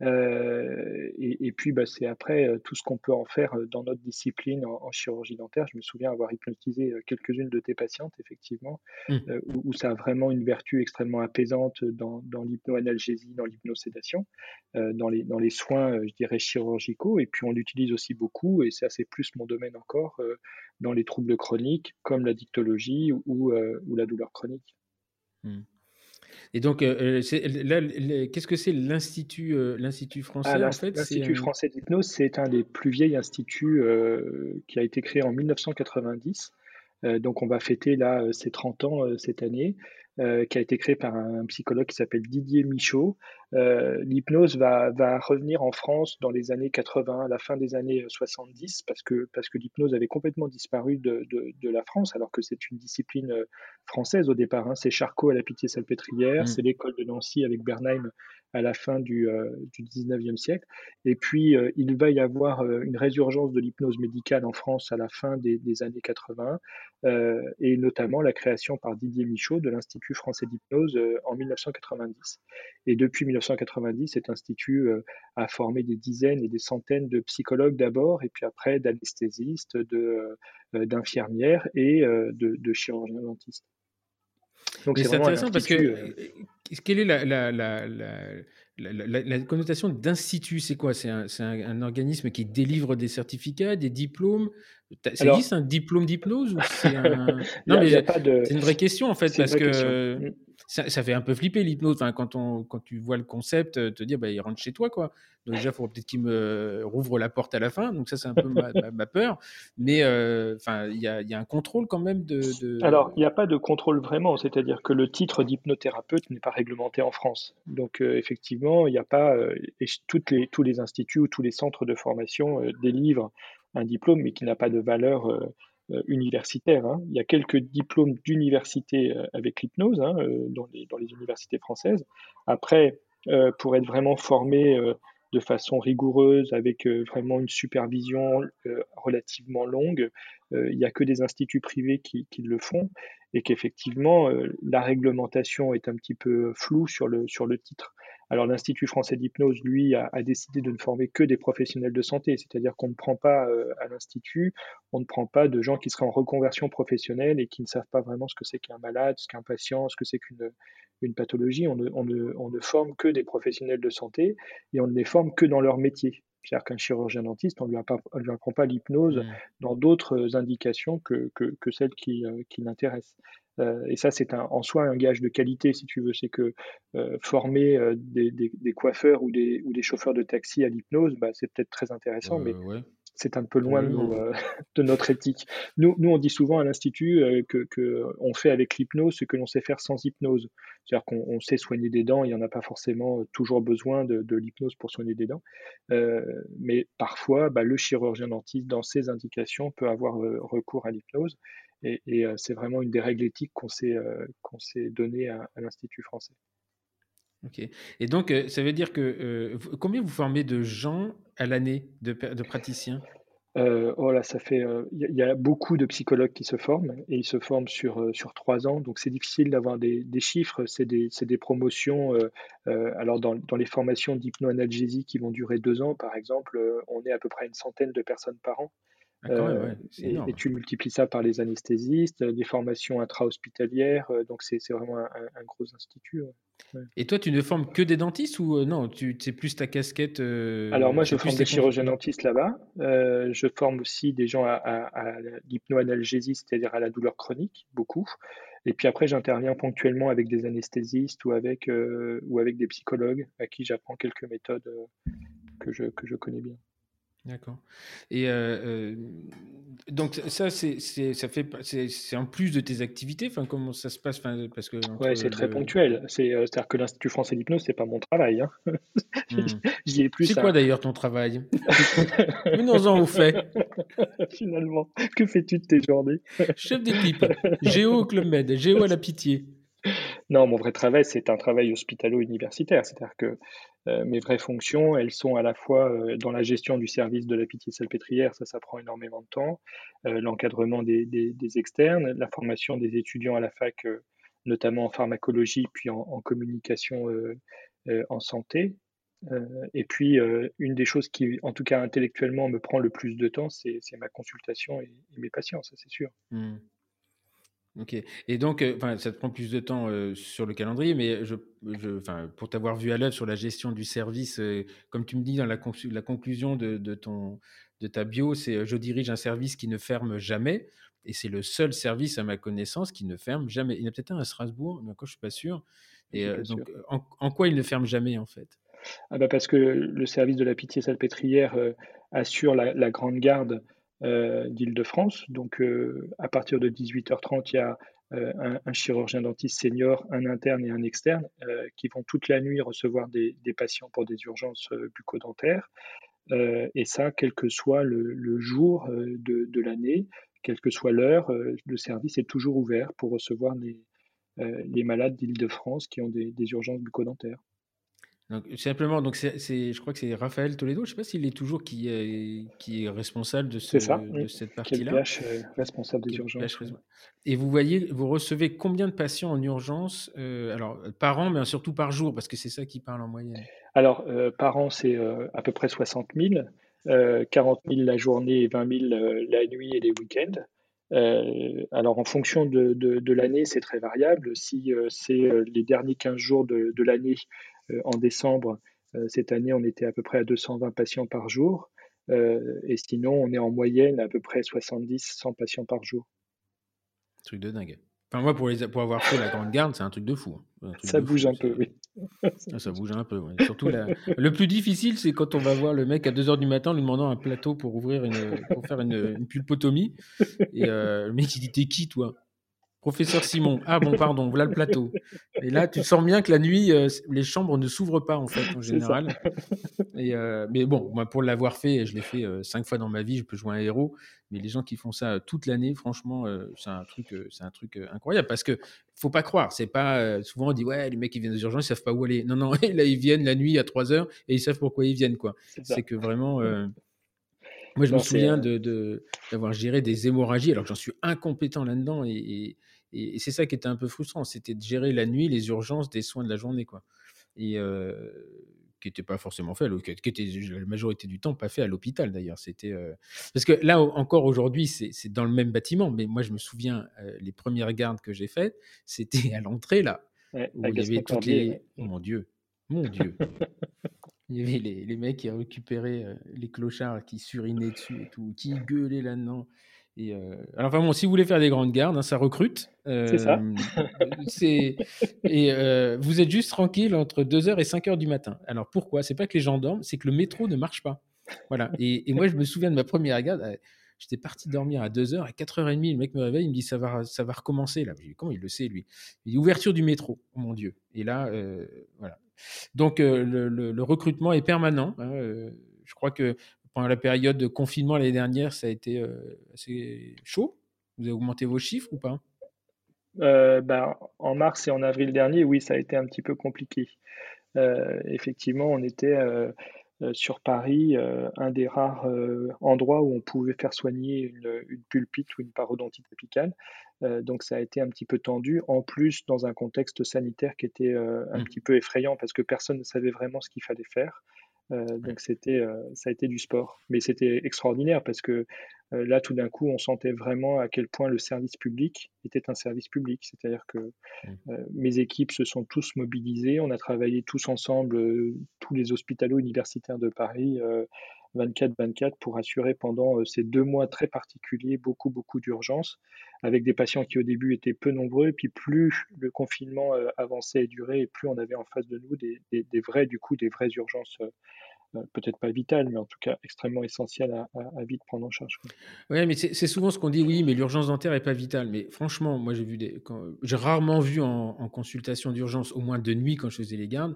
Euh, et, et puis, bah, c'est après euh, tout ce qu'on peut en faire euh, dans notre discipline en, en chirurgie dentaire. Je me souviens avoir hypnotisé euh, quelques-unes de tes patientes, effectivement, Hum. euh, où, où ça a vraiment une vertu extrêmement apaisante dans, dans l'hypnoanalgésie, dans l'hypnosédation, euh, dans les, dans les soins, euh, je dirais, chirurgicaux. Et puis, on l'utilise aussi beaucoup, et ça, c'est plus mon domaine encore, euh, dans les troubles chroniques, comme la dictologie ou, euh, ou la douleur chronique. Hum. Et donc, euh, c'est, là, le- qu'est-ce que c'est l'Institut euh, l'Institut Ah, français, en l'Inst- fait? C'est L'Institut un... français d'hypnose, c'est un des plus vieils instituts euh, qui a été créé en mille neuf cent quatre-vingt-dix. Euh, donc, on va fêter là euh, ses trente ans euh, cette année, euh, qui a été créé par un, un psychologue qui s'appelle Didier Michaud. Euh, l'hypnose va, va revenir en France dans les années quatre-vingts, à la fin des années soixante-dix, parce que, parce que l'hypnose avait complètement disparu de, de, de la France, alors que c'est une discipline euh, française au départ. Hein. C'est Charcot à la Pitié-Salpêtrière, c'est Hum. l'école de Nancy avec Bernheim à la fin du, euh, du dix-neuvième siècle. Et puis, euh, il va y avoir euh, une résurgence de l'hypnose médicale en France à la fin des, des années quatre-vingts, euh, et notamment la création par Didier Michaud de l'Institut français d'hypnose euh, en mille neuf cent quatre-vingt-dix. Et depuis mille neuf cent quatre-vingt-dix, cet institut euh, a formé des dizaines et des centaines de psychologues d'abord, et puis après d'anesthésistes, de, euh, d'infirmières et euh, de, de chirurgiens dentistes. Donc Mais c'est c'est vraiment un intéressant parce que, institut. euh, euh, quelle est la, la, la, la, la, la- la connotation d'institut? C'est quoi? C'est un, c'est un, un organisme qui délivre des certificats, des diplômes? T'as- Ça Alors, existe un diplôme d'hypnose ou c'est un... il n'y Non, a, mais y a je- pas de. c'est une vraie question en fait C'est une parce vraie question. que Mm. ça, ça fait un peu flipper l'hypnose. Enfin, quand, on, quand tu vois le concept, euh, te dire, bah, il rentre chez toi, quoi. Donc déjà, il faudrait peut-être qu'il me rouvre la porte à la fin. Donc ça, c'est un peu ma, ma, ma peur. Mais euh, enfin, il y a, il y a un contrôle quand même de... Alors, il de... n'y a pas de contrôle vraiment, c'est-à-dire que le titre d'hypnothérapeute n'est pas réglementé en France. Donc, euh, effectivement, il n'y a pas. Euh, et toutes les, tous les instituts ou tous les centres de formation euh, délivrent un diplôme, mais qui n'a pas de valeur euh, euh, universitaire. Hein. Il y a quelques diplômes d'université euh, avec l'hypnose, hein, euh, dans les, dans les universités françaises. Après, euh, pour être vraiment formé euh, de façon rigoureuse, avec euh, vraiment une supervision euh, relativement longue. Euh, il n'y a que des instituts privés qui, qui le font et qu'effectivement, euh, la réglementation est un petit peu floue sur le, sur le titre. Alors l'Institut français d'hypnose, lui, a, a décidé de ne former que des professionnels de santé, c'est-à-dire qu'on ne prend pas euh, à l'Institut, on ne prend pas de gens qui seraient en reconversion professionnelle et qui ne savent pas vraiment ce que c'est qu'un malade, ce qu'un patient, ce que c'est qu'une une pathologie. On ne, on, ne, on ne forme que des professionnels de santé et on ne les forme que dans leur métier. C'est-à-dire qu'un chirurgien dentiste, on ne lui apprend pas l'hypnose Mmh. dans d'autres indications que, que, que celles qui, euh, qui l'intéressent. Euh, et ça, c'est un, en soi un gage de qualité, si tu veux. C'est que euh, former euh, des, des, des coiffeurs ou des, ou des chauffeurs de taxi à l'hypnose, bah, c'est peut-être très intéressant, mais Euh, ouais, c'est un peu loin de, nos, probablement. euh, de notre éthique. Nous, nous, on dit souvent à l'Institut euh, que, que on fait avec l'hypnose ce que l'on sait faire sans hypnose. C'est-à-dire qu'on on sait soigner des dents, il n'y en a pas forcément toujours besoin de, de l'hypnose pour soigner des dents. Euh, mais parfois, bah, le chirurgien dentiste, dans ses indications, peut avoir euh, recours à l'hypnose. Et, et euh, c'est vraiment une des règles éthiques qu'on s'est euh, qu'on s'est données à, à l'Institut français. Ok. Et donc, euh, ça veut dire que euh, vous- combien vous formez de gens à l'année, de, per- de praticiens? Euh, oh là, ça fait, euh, il y, a- il y a beaucoup de psychologues qui se forment et ils se forment sur, euh, sur trois ans, donc c'est difficile d'avoir des, des chiffres, c'est des, c'est des promotions. Euh, euh, alors dans, dans les formations d'hypnoanalgésie qui vont durer deux ans, par exemple, euh, on est à peu près une centaine de personnes par an. Ah, quand même, Euh, ouais, c'est et, et énorme. tu multiplies ça par les anesthésistes, des formations intra-hospitalières, euh, donc c'est c'est vraiment un, un- un gros institut. Ouais. Ouais. Et toi, tu ne formes que des dentistes ou euh, non, tu, c'est plus ta casquette, Alors euh, moi, je c'est plus forme tes des cons- chirurgiens dentistes là-bas. Euh, je forme aussi des gens à, à, à l'hypnoanalgésie, c'est-à-dire à la douleur chronique, beaucoup. Et puis après, j'interviens ponctuellement avec des anesthésistes ou avec, euh, ou avec des psychologues à qui j'apprends quelques méthodes euh, que je, que je connais bien. D'accord. Et euh, euh, donc ça, c'est, c'est, ça fait, pas- c'est, c'est en plus de tes activités. Enfin, comment ça se passe? Enfin, parce que entre Ouais, c'est très le, ponctuel. C'est, euh, c'est-à-dire que l'Institut français d'hypnose, c'est pas mon travail, hein. Hmm. J'y ai C'est plus quoi un, d'ailleurs ton travail? Menons-en au fait. finalement. Que fais-tu de tes journées? Chef d'équipe, Géo au Club Med, Géo à la Pitié. Non, mon vrai travail, c'est un travail hospitalo-universitaire. C'est-à-dire que euh, mes vraies fonctions, elles sont à la fois euh, dans la gestion du service de la Pitié-Salpêtrière, ça, ça prend énormément de temps, euh, l'encadrement des, des- des externes, la formation des étudiants à la fac, euh, notamment en pharmacologie, puis en, en communication euh, euh, en santé. Euh, et puis, euh, une des choses qui, en tout cas intellectuellement, me prend le plus de temps, c'est c'est ma consultation et, et mes patients, ça c'est sûr. Hmm. Ok. Et donc, euh, enfin, ça te prend plus de temps euh, sur le calendrier, mais je, je, enfin, pour t'avoir vu à l'œuvre sur la gestion du service, euh, comme tu me dis dans la, consu- la conclusion de, de ton, de ta bio, c'est euh, je dirige un service qui ne ferme jamais, et c'est le seul service à ma connaissance qui ne ferme jamais. Il y en a peut-être un à Strasbourg, mais encore je suis pas sûr. Je Et suis euh, pas sûr. donc, en, en quoi il ne ferme jamais en fait? Ah bah parce que le service de la Pitié-Salpêtrière euh, assure la, la grande garde euh, d'Île-de-France. Donc euh, à partir de dix-huit heures trente, il y a euh, un, un chirurgien dentiste senior, un interne et un externe euh, qui vont toute la nuit recevoir des, des patients pour des urgences euh, bucco-dentaires. Euh, et ça, quel que soit le, le jour euh, de, de l'année, quelle que soit l'heure, euh, le service est toujours ouvert pour recevoir les, euh, les malades d'Île-de-France qui ont des, des urgences bucco-dentaires. Donc, simplement, donc c'est, c'est- je crois que c'est Raphaël Toledo, je ne sais pas s'il est toujours qui est, qui est responsable de, C'est ça, ce, mm. de cette Quel partie-là. P H euh, responsable Qui des est P H urgences. Ouais. raison. Et vous voyez, vous recevez combien de patients en urgence, euh, alors par an, mais surtout par jour, parce que c'est ça qui parle en moyenne. Alors, euh, par an, c'est euh, à peu près soixante mille, euh, quarante mille la journée et vingt mille euh, la nuit et les week-ends. Euh, alors, en fonction de, de, de l'année, c'est très variable. Si euh, c'est euh, les derniers quinze jours de, de l'année, euh, en décembre, euh, cette année, on était à peu près à deux cent vingt patients par jour. Euh, et sinon, on est en moyenne à peu près soixante-dix cent patients par jour. Truc de dingue. Enfin, moi, pour, les, pour avoir fait la Grande Garde, c'est un truc de fou. Hein. Un truc Ça de bouge fou. un peu, C'est... oui. Ah, ça bouge un peu. Ouais. Surtout, la... le plus difficile, c'est quand on va voir le mec à deux heures du matin lui demandant un plateau pour, ouvrir une, pour faire une, une pulpotomie. Et euh, le mec, il dit: T'es qui, toi? Professeur Simon, ah bon, pardon, voilà le plateau. Et là, tu sens bien que la nuit, euh, les chambres ne s'ouvrent pas, en fait, en C'est ça. général. Et euh, mais bon, moi, pour l'avoir fait, je l'ai fait euh, cinq fois dans ma vie, je peux jouer un héros. Mais les gens qui font ça euh, toute l'année, franchement, euh, c'est un truc, euh, c'est un truc euh, incroyable. Parce que faut pas croire, c'est pas euh, souvent on dit ouais, les mecs ils viennent des urgences, ils savent pas où aller. Non, non, là ils viennent la nuit à trois heures et ils savent pourquoi ils viennent, quoi. C'est C'est ça. que vraiment. Euh, moi, je me Non, c'est, souviens euh, de, de- d'avoir géré des hémorragies, alors que j'en suis incompétent là-dedans. Et, et- et c'est ça qui était un peu frustrant, c'était de gérer la nuit les urgences des soins de la journée, quoi. Et euh, qui n'était pas forcément fait, à l'hô- qui qui était la majorité du temps pas fait à l'hôpital d'ailleurs. C'était euh, parce que là au- encore aujourd'hui, c'est c'est dans le même bâtiment, mais moi je me souviens euh, les premières gardes que j'ai faites, c'était à l'entrée là, ouais, à où il y avait Gaston toutes Cordier, les. ouais. Oh mon Dieu, mon Dieu. Il y avait les, les mecs qui récupéraient euh, les clochards qui surinaient dessus et tout, qui gueulaient là-dedans. Et euh, alors, enfin bon, si vous voulez faire des grandes gardes, hein, ça recrute. C'est ça. Euh, c'est, et euh, vous êtes juste tranquille entre deux heures et cinq heures du matin. Alors pourquoi? C'est pas que les gens dorment, c'est que le métro ne marche pas. Voilà. Et, et moi, je me souviens de ma première garde. euh, J'étais parti dormir à deux heures, à quatre heures trente, le mec me réveille, il me dit ça va, ça va recommencer là. Je dis, comment il le sait lui? Il dit ouverture du métro. Oh mon Dieu. Et là, euh, voilà. Donc, euh, le, le- le recrutement est permanent, hein, euh, je crois que pendant la période de confinement l'année dernière, ça a été euh, assez chaud. Vous avez augmenté vos chiffres ou pas? Euh, ben, en mars et en avril dernier, oui, ça a été un petit peu compliqué. Euh, effectivement, on était euh, euh, sur Paris, euh, un des rares euh, endroits où on pouvait faire soigner une, une pulpite ou une parodontite apicale. Euh, donc ça a été un petit peu tendu, en plus dans un contexte sanitaire qui était euh, un Hmm, petit peu effrayant parce que personne ne savait vraiment ce qu'il fallait faire. Euh, ouais, donc c'était, euh, ça a été du sport, mais c'était extraordinaire parce que euh, là tout d'un coup on sentait vraiment à quel point le service public était un service public, c'est-à-dire que hmm, euh, mes équipes se sont tous mobilisées, on a travaillé tous ensemble, euh, tous les hospitalo universitaires de Paris, euh, vingt-quatre vingt-quatre, pour assurer pendant euh, ces deux mois très particuliers beaucoup, beaucoup d'urgences, avec des patients qui au début étaient peu nombreux, et puis plus le confinement euh, avançait et durait, et plus on avait en face de nous des, des, des vrais, du coup, des vraies urgences, euh, euh, peut-être pas vitales, mais en tout cas extrêmement essentielles à, à, à vite prendre en charge, quoi. ouais, mais c'est c'est souvent ce qu'on dit, oui, mais l'urgence dentaire est pas vitale. Mais franchement, moi j'ai vu des, quand- j'ai rarement vu en, en consultation d'urgence, au moins de nuit quand je faisais les gardes,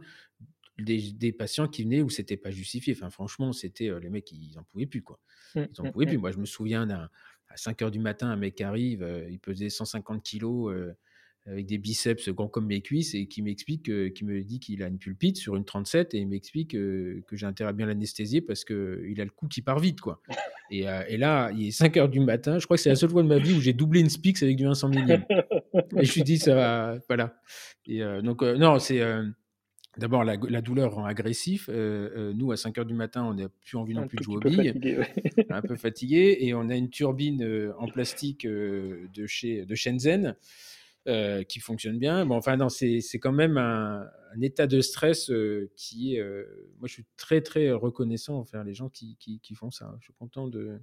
des, des patients qui venaient où c'était pas justifié. Enfin, franchement, c'était euh, les mecs, ils en pouvaient plus, quoi. Hum, Ils en hum, pouvaient hum. plus. Moi, je me souviens d'un à cinq heures du matin, un mec arrive, euh, il pesait cent cinquante kilos, euh, avec des biceps grands comme mes cuisses, et qui m'explique, euh, qui me dit qu'il a une pulpite sur une trente-sept, et il m'explique euh, que j'ai intérêt à bien l'anesthésier parce que il a le cou qui part vite, quoi. Et, euh, et là, il est cinq heures du matin. Je crois que c'est la seule fois de ma vie où j'ai doublé une Spix avec du un cent millième. Et je lui dis, ça va, voilà. Et euh, donc, euh, non, c'est. euh, D'abord, la, la douleur rend agressif. Euh, euh, nous, à cinq heures du matin, on n'a plus envie non Un plus de tout jouer petit aux peu billes, fatigué, ouais. un peu fatigué, et on a une turbine euh, en plastique euh, de chez de Shenzhen euh, qui fonctionne bien. Bon, enfin, non, c'est c'est quand même un, un état de stress euh, qui est. Euh, moi, je suis très très reconnaissant envers les gens qui, qui, qui font ça. Je suis content de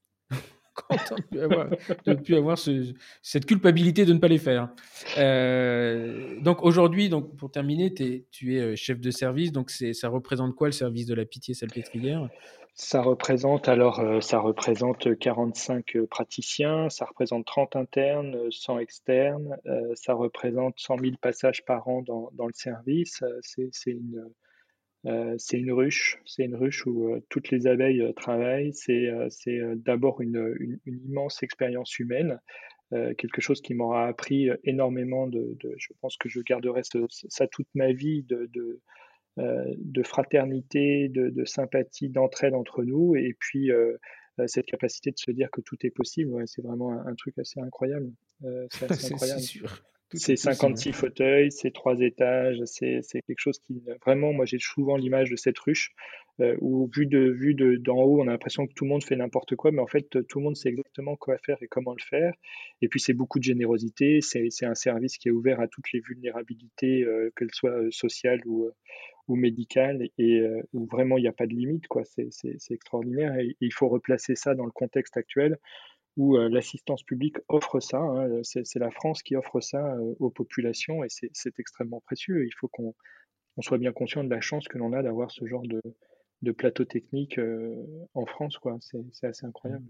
content de plus avoir, de plus avoir ce- cette culpabilité de ne pas les faire. Euh, donc aujourd'hui, donc pour terminer, t'es- tu es euh, chef de service. Donc c'est, ça représente quoi le service de la Pitié-Salpêtrière? Ça représente alors, euh, ça représente quarante-cinq euh, praticiens, ça représente trente internes, euh, cent externes, euh, ça représente cent mille passages par an dans, dans le service. Euh, C'est, c'est une, euh, c'est une ruche, c'est une ruche où euh, toutes les abeilles euh, travaillent. C'est, euh, c'est euh, d'abord une, une, une immense expérience humaine, euh, quelque chose qui m'aura appris euh, énormément de, de- je pense que je garderai ce- ça toute ma vie de, de euh, de fraternité, de, de sympathie, d'entraide entre nous, et puis euh, euh, cette capacité de se dire que tout est possible, ouais, c'est vraiment un, un truc assez incroyable. Euh, c'est assez C'est c'est incroyable. sûr, tout est C'est possible. cinquante-six fauteuils, c'est trois étages, c'est c'est quelque chose qui vraiment, moi j'ai souvent l'image de cette ruche euh, où vu de vu de d'en haut, on a l'impression que tout le monde fait n'importe quoi, mais en fait tout le monde sait exactement quoi faire et comment le faire. Et puis c'est beaucoup de générosité, c'est c'est un service qui est ouvert à toutes les vulnérabilités, euh, qu'elles soient euh, sociales ou ou médicales, et euh, où vraiment il n'y a pas de limite, quoi. C'est c'est c'est extraordinaire, et, et il faut replacer ça dans le contexte actuel où euh, l'assistance publique offre ça, hein, c'est c'est la France qui offre ça euh, aux populations, et c'est c'est extrêmement précieux. Il faut qu'on on soit bien conscient de la chance que l'on a d'avoir ce genre de, de plateau technique euh, en France, quoi. C'est c'est assez incroyable.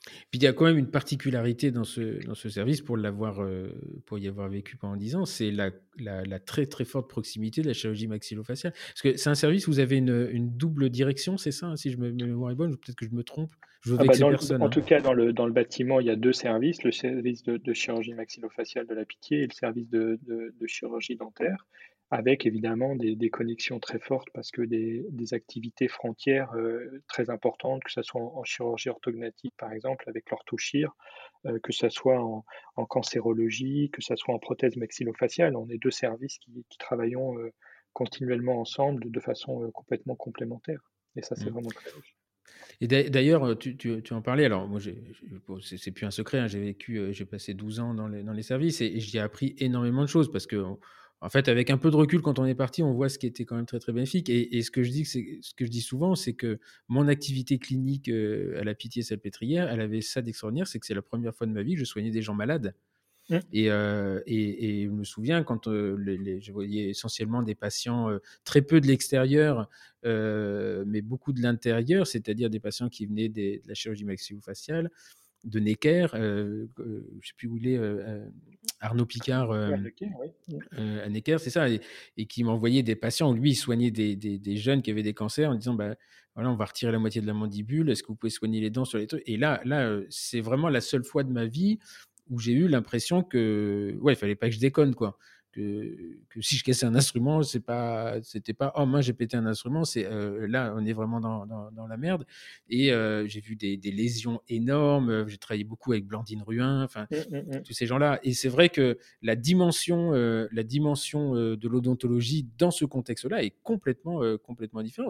Puis il y a quand même une particularité dans ce, dans ce service pour l'avoir, euh, pour y avoir vécu pendant dix ans, c'est la, la, la très très forte proximité de la chirurgie maxillofaciale. Parce que c'est un service où vous avez une, une double direction, c'est ça, hein, si je me, ma mémoire est bonne, peut-être que je me trompe. Je veux Ah bah vexer dans le- personne. en Hein. tout cas, dans le, dans le bâtiment, il y a deux services, le service de, de chirurgie maxillofaciale de la Pitié et le service de, de- de chirurgie dentaire, avec évidemment des, des connexions très fortes parce que des, des activités frontières euh, très importantes, que ce soit en, en chirurgie orthognathique par exemple, avec l'orthochir, euh, que ce soit en, en cancérologie, que ce soit en prothèse maxillofaciale. On est deux services qui, qui travaillons euh, continuellement ensemble de façon euh, complètement complémentaire. Et ça, c'est Mm. vraiment très riche. Et d'a- d'ailleurs, tu, tu, tu en parlais, alors moi, j'ai- j'ai- bon, c'est c'est plus un secret, hein, j'ai vécu, euh, j'ai passé douze ans dans les, dans les services et, et j'y ai appris énormément de choses parce que, on- en fait, avec un peu de recul, quand on est parti, on voit ce qui était quand même très, très bénéfique. Et, et ce que je dis, c'est, ce que je dis souvent, c'est que mon activité clinique euh, à la Pitié-Salpêtrière, elle avait ça d'extraordinaire, c'est que c'est la première fois de ma vie que je soignais des gens malades. Mm. Et, euh, et, et je me souviens quand euh, les, les, je voyais essentiellement des patients, euh, très peu de l'extérieur, euh, mais beaucoup de l'intérieur, c'est-à-dire des patients qui venaient des, de la chirurgie maxillofaciale, de Necker, euh, euh, je ne sais plus où il est, euh, euh, Arnaud Picard. Euh, Ouais, ok, oui. Mm. euh, à Necker, c'est ça, et, et qui m'envoyait des patients. Lui, il soignait des, des, des jeunes qui avaient des cancers en disant bah, voilà, on va retirer la moitié de la mandibule, est-ce que vous pouvez soigner les dents sur les trucs. Et là, là euh, c'est vraiment la seule fois de ma vie où j'ai eu l'impression que, ouais, il fallait pas que je déconne, quoi. Que, que si je cassais un instrument, c'est pas, c'était pas, oh, moi j'ai pété un instrument, c'est euh, là, on est vraiment dans, dans, dans la merde. Et euh, j'ai vu des, des lésions énormes, j'ai travaillé beaucoup avec Blandine Ruin, enfin, Mm, mm, mm. tous ces gens-là. Et c'est vrai que la dimension, euh, la dimension euh, de l'odontologie dans ce contexte-là est complètement, euh, complètement différente.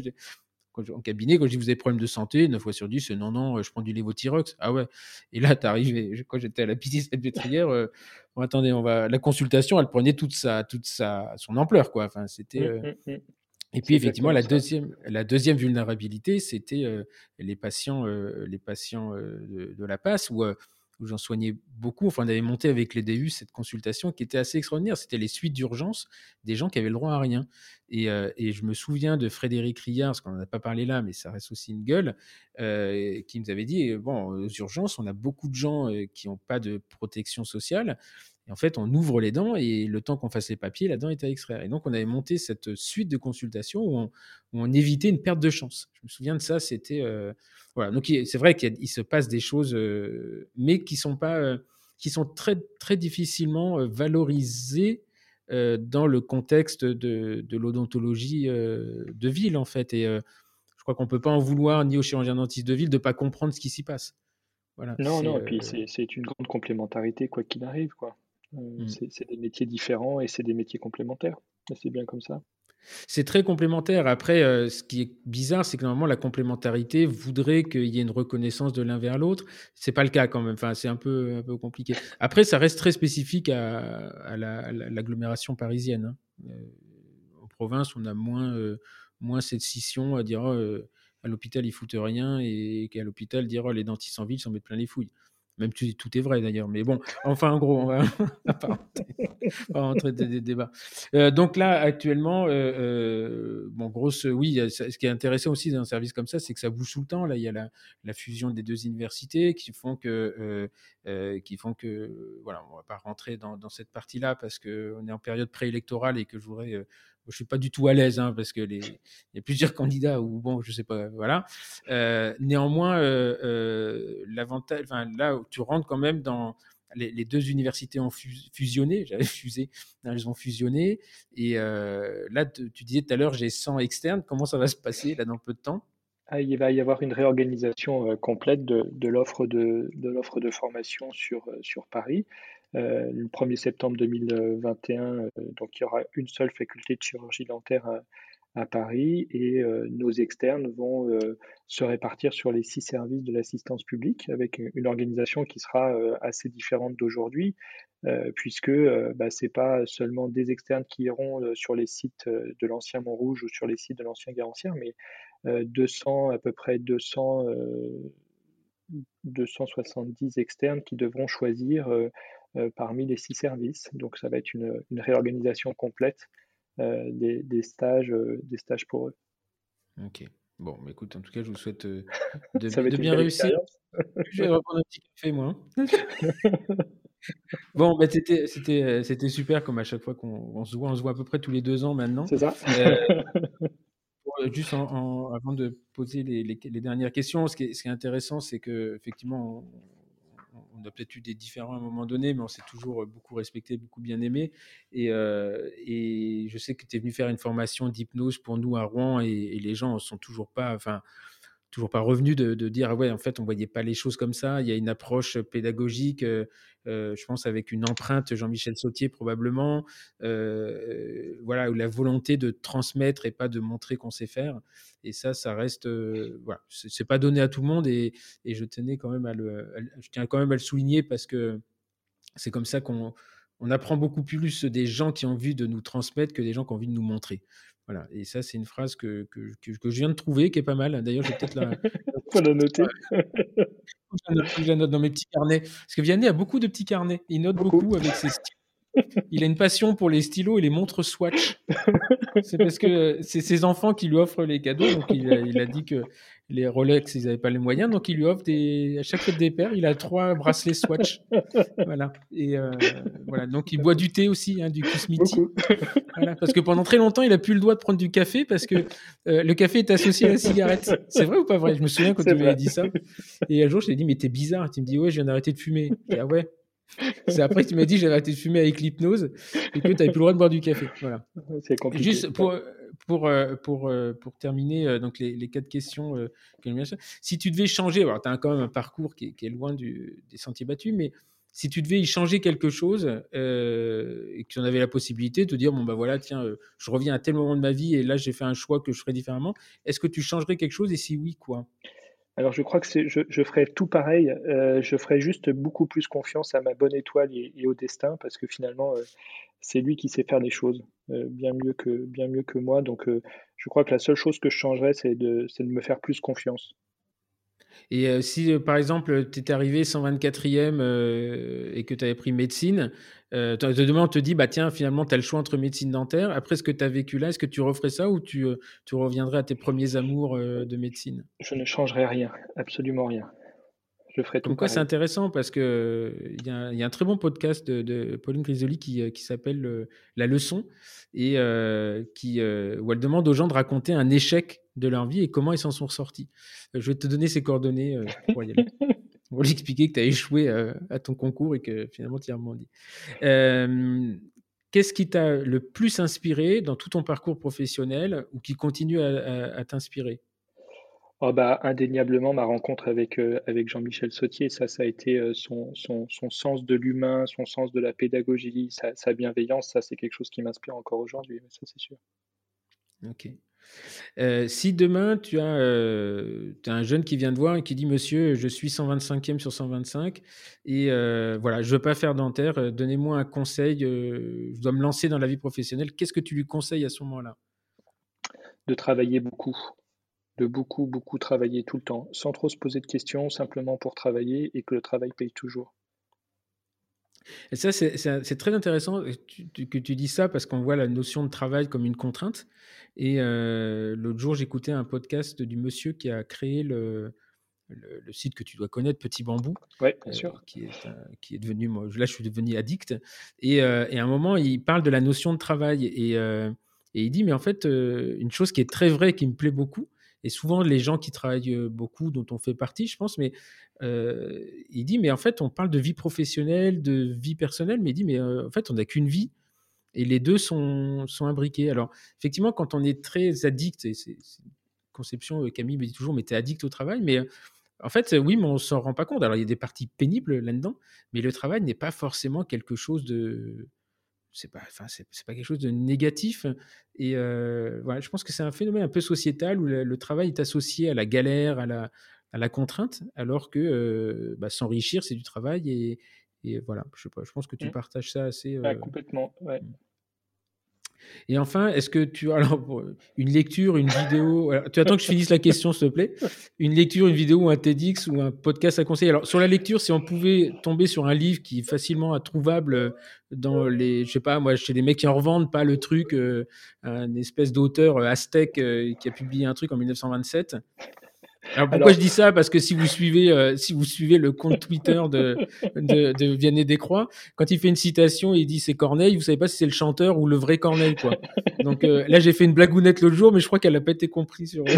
Quand je, en cabinet, quand je dis vous avez des problèmes de santé, neuf fois sur dix, c'est non, non, je prends du lévothyrox. Ah ouais. Et là, tu arrives, quand j'étais à la Pitié-Salpêtrière, euh, bon, attendez, on va, la consultation, elle prenait toute sa, toute sa, son ampleur, quoi. Enfin, c'était, Mm, euh, mm, mm. et puis C'est effectivement, exactement la ça. deuxième, la deuxième vulnérabilité, c'était euh, les patients, euh, les patients euh, de, de la passe, où, euh, où j'en soignais beaucoup. Enfin, on avait monté avec les D U cette consultation qui était assez extraordinaire. C'était les suites d'urgence des gens qui avaient le droit à rien. Et, euh, et je me souviens de Frédéric Riard, parce qu'on n'en a pas parlé là, mais ça reste aussi une gueule, euh, qui nous avait dit, bon, aux urgences, on a beaucoup de gens euh, qui n'ont pas de protection sociale. Et en fait, on ouvre les dents et le temps qu'on fasse les papiers, la dent est à extraire. Et donc, on avait monté cette suite de consultations où on, où on évitait une perte de chance. Je me souviens de ça, c'était... euh, voilà. Donc, il- c'est vrai qu'il y a- il se passe des choses, euh, mais qui sont pas... euh, qui sont très, très difficilement euh, valorisées euh, dans le contexte de, de l'odontologie euh, de ville, en fait. Et euh, je crois qu'on ne peut pas en vouloir ni aux chirurgiens dentistes de ville de ne pas comprendre ce qui s'y passe. Voilà, Non, c'est... non, et puis euh, c'est c'est une grande complémentarité, quoi qu'il arrive, quoi. Euh, hmm. c'est c'est des métiers différents et c'est des métiers complémentaires. Et c'est bien comme ça. C'est très complémentaire. Après, euh, ce qui est bizarre, c'est que normalement, la complémentarité voudrait qu'il y ait une reconnaissance de l'un vers l'autre. C'est pas le cas quand même. Enfin, c'est un peu, un peu compliqué. Après, ça reste très spécifique à, à la- à la- l'agglomération parisienne. Hein. Euh, en province, on a moins, euh, moins cette scission à dire oh, euh, à l'hôpital, ils foutent rien et qu'à l'hôpital, dire oh, les dentistes en ville s'en mettent plein les fouilles. Même tout, tout est vrai d'ailleurs. Mais bon, enfin, en gros, on va, on va pas pas rentrer dans des débats. Euh, donc là, actuellement, euh, euh, bon, grosse, oui, ce qui est intéressant aussi dans un service comme ça, c'est que ça bouge tout le temps. Là, il y a la, la fusion des deux universités qui font que, euh, euh, qui font que, voilà, on va pas rentrer dans, dans cette partie-là parce qu'on est en période préélectorale et que je voudrais, euh, je suis pas du tout à l'aise hein, parce que les, il y a plusieurs candidats ou bon, je sais pas, voilà. Euh, néanmoins, euh, euh, l'avantage, enfin, là, tu rentres quand même dans les, les deux universités ont fusionné, j'avais fusé, elles ont fusionné. Et euh, là, tu, tu disais tout à l'heure, j'ai cent externes. Comment ça va se passer là dans peu de temps? Ah, il va y avoir une réorganisation euh, complète de, de l'offre de, de l'offre de formation sur, euh, sur Paris. Euh, le premier septembre deux mille vingt et un, euh, donc il y aura une seule faculté de chirurgie dentaire à, à Paris et euh, nos externes vont euh, se répartir sur les six services de l'assistance publique avec une, une organisation qui sera euh, assez différente d'aujourd'hui euh, puisque euh, bah, c'est pas seulement des externes qui iront euh, sur les sites euh, de l'ancien Montrouge ou sur les sites de l'ancien Garancien, mais euh, deux cents, à peu près deux cents, euh, deux cent soixante-dix externes qui devront choisir euh, euh, parmi les six services. Donc ça va être une, une réorganisation complète euh, des, des stages, euh, des stages pour eux. Ok. Bon, mais écoute, en tout cas, je vous souhaite euh, de, Ça bi- va de être une bien belle réussir. expérience. Je vais reprendre un petit café, moi. Hein. Bon, bah, c'était, c'était, euh, c'était super, comme à chaque fois qu'on on se voit, on se voit à peu près tous les deux ans maintenant. C'est ça. Euh, pour- euh, juste en- en- avant de poser les, les- les dernières questions, ce qui est, ce qui est intéressant, c'est que effectivement, on, on a peut-être eu des différends à un moment donné, mais on s'est toujours beaucoup respecté, beaucoup bien aimé. Et, euh, et je sais que tu es venu faire une formation d'hypnose pour nous à Rouen, et, et les gens ne sont toujours pas, enfin, toujours pas revenu de, de dire ah ouais, en fait on voyait pas les choses comme ça. Il y a une approche pédagogique, euh, euh, je pense avec une empreinte Jean-Michel Sautier probablement, euh, voilà, où la volonté de transmettre et pas de montrer qu'on sait faire. Et ça, ça reste, euh, voilà, c'est, c'est pas donné à tout le monde, et, et je tenais quand même à le, à le- je tiens quand même à le souligner parce que c'est comme ça qu'on on apprend beaucoup plus des gens qui ont envie de nous transmettre que des gens qui ont envie de nous montrer. Voilà. Et ça, c'est une phrase que, que, que, que je viens de trouver, qui est pas mal. D'ailleurs, j'ai peut-être la. Faut la noter. Faut que je la note, faut que je la note dans mes petits carnets. Parce que Vianney a beaucoup de petits carnets. Il note Beaucoup. beaucoup avec ses stylos. Il a une passion pour les stylos et les montres Swatch. C'est parce que c'est ses enfants qui lui offrent les cadeaux. Donc, il a, il a dit que les Rolex, ils n'avaient pas les moyens. Donc, il lui offre des. À chaque fête des pères, il a trois bracelets Swatch. Voilà. Et euh, voilà. Donc, il boit du thé aussi, hein, du Kismiti. Beaucoup. Voilà. Parce que pendant très longtemps, il n'a plus le droit de prendre du café parce que euh, le café est associé à la cigarette. C'est vrai ou pas vrai? Je me souviens quand C'est tu m'avais vrai. dit ça. Et un jour, je t'ai dit, mais t'es bizarre. Tu me dis, ouais, je viens d'arrêter de fumer. Je dis, ah ouais. C'est après que tu m'as dit, j'avais arrêté de fumer avec l'hypnose et que tu n'avais plus le droit de boire du café. Voilà. C'est compliqué. Juste pour, pour, euh, pour, euh, pour terminer euh, donc les, les quatre questions, euh, que j'aime bien faire. Si tu devais changer, alors tu as quand même un parcours qui est, qui est loin du, des sentiers battus, mais si tu devais y changer quelque chose euh, et que tu en avais la possibilité de te dire, bon ben voilà, tiens, euh, je reviens à tel moment de ma vie et là j'ai fait un choix que je ferais différemment, est-ce que tu changerais quelque chose et si oui, quoi? Alors je crois que c'est, je, je ferais tout pareil. Euh, je ferais juste beaucoup plus confiance à ma bonne étoile et, et au destin parce que finalement euh, c'est lui qui sait faire les choses euh, bien mieux que bien mieux que moi. Donc euh, je crois que la seule chose que je changerais c'est de c'est de me faire plus confiance. Et euh, si, euh, par exemple, tu étais arrivé cent vingt-quatrième euh, et que tu avais pris médecine, euh, te- te- demain on te dit, bah tiens, finalement, tu as le choix entre médecine dentaire. Après ce que tu as vécu là, est-ce que tu referais ça ou tu, euh, tu reviendrais à tes premiers amours euh, de médecine? Je ne changerai rien, absolument rien. Je ferai tout Comme quoi, c'est pareil. intéressant parce que euh, il y, a un- il y a un très bon podcast de, de Pauline Grisoli qui, euh, qui s'appelle euh, La Leçon et euh, qui, euh, où elle demande aux gens de raconter un échec de leur vie et comment ils s'en sont ressortis. Euh, je vais te donner ses coordonnées euh, pour y aller. Pour lui expliquer que tu as échoué euh, à ton concours et que finalement tu y as rebondi. Euh, Qu'est-ce qui t'a le plus inspiré dans tout ton parcours professionnel ou qui continue à, à- à t'inspirer? Oh bah, indéniablement, ma rencontre avec, euh, avec Jean-Michel Sautier, ça, ça a été euh, son, son, son sens de l'humain, son sens de la pédagogie, sa, sa bienveillance, ça, c'est quelque chose qui m'inspire encore aujourd'hui, mais ça, c'est sûr. Ok. Euh, si demain tu as, euh, tu as un jeune qui vient te voir et qui dit Monsieur, je suis cent vingt-cinquième sur cent vingt-cinq et euh, voilà, je ne veux pas faire dentaire, euh, donnez-moi un conseil, euh, je dois me lancer dans la vie professionnelle. Qu'est-ce que tu lui conseilles à ce moment-là? De travailler beaucoup, de beaucoup, beaucoup travailler tout le temps, sans trop se poser de questions, simplement pour travailler et que le travail paye toujours. Et ça, c'est c'est- c'est très intéressant que tu, tu- que tu dis ça parce qu'on voit la notion de travail comme une contrainte. Et euh, l'autre jour, j'écoutais un podcast du monsieur qui a créé le, le, le site que tu dois connaître, Petit Bambou, Ouais, bien euh, sûr. qui, est un- qui est devenu, moi, là, je suis devenu addict. Et, euh, et à un moment, il parle de la notion de travail. Et, euh, et il dit, mais en fait, euh, une chose qui est très vraie, qui me plaît beaucoup, et souvent les gens qui travaillent euh, beaucoup, dont on fait partie, je pense, mais euh, il dit, mais en fait, on parle de vie professionnelle, de vie personnelle, mais il dit, mais euh, en fait, on n'a qu'une vie. Et les deux sont, sont imbriqués. Alors, effectivement, quand on est très addict, et c'est c'est une conception, euh, Camille me dit toujours, mais tu es addict au travail, mais euh, en fait, euh, oui, mais on s'en rend pas compte. Alors, il y a des parties pénibles là-dedans, mais le travail n'est pas forcément quelque chose de. C'est pas, enfin, c'est, c'est pas quelque chose de négatif. Et euh, voilà, je pense que c'est un phénomène un peu sociétal où le, le travail est associé à la galère, à la, à la contrainte, alors que euh, bah, s'enrichir, c'est du travail. Et, et voilà, je sais pas, je pense que tu Mm. partages ça assez. Ah, euh, complètement, ouais. Et enfin, est-ce que tu as alors, une lecture, une vidéo, alors, tu attends que je finisse la question, s'il te plaît, une lecture, une vidéo ou un TEDx ou un podcast à conseiller? Alors, sur la lecture, si on pouvait tomber sur un livre qui est facilement trouvable dans les, je sais pas, moi, chez les mecs qui en revendent, pas le truc, euh, un espèce d'auteur euh, aztèque euh, qui a publié un truc en dix-neuf cent vingt-sept. Alors pourquoi Alors, je dis ça? Parce que si vous suivez, euh, si vous suivez le compte Twitter de, de, de Vianney Descroix, quand il fait une citation, il dit c'est Corneille, vous savez pas si c'est le chanteur ou le vrai Corneille, quoi. Donc euh, là, j'ai fait une blagounette l'autre jour, mais je crois qu'elle n'a pas été comprise sur.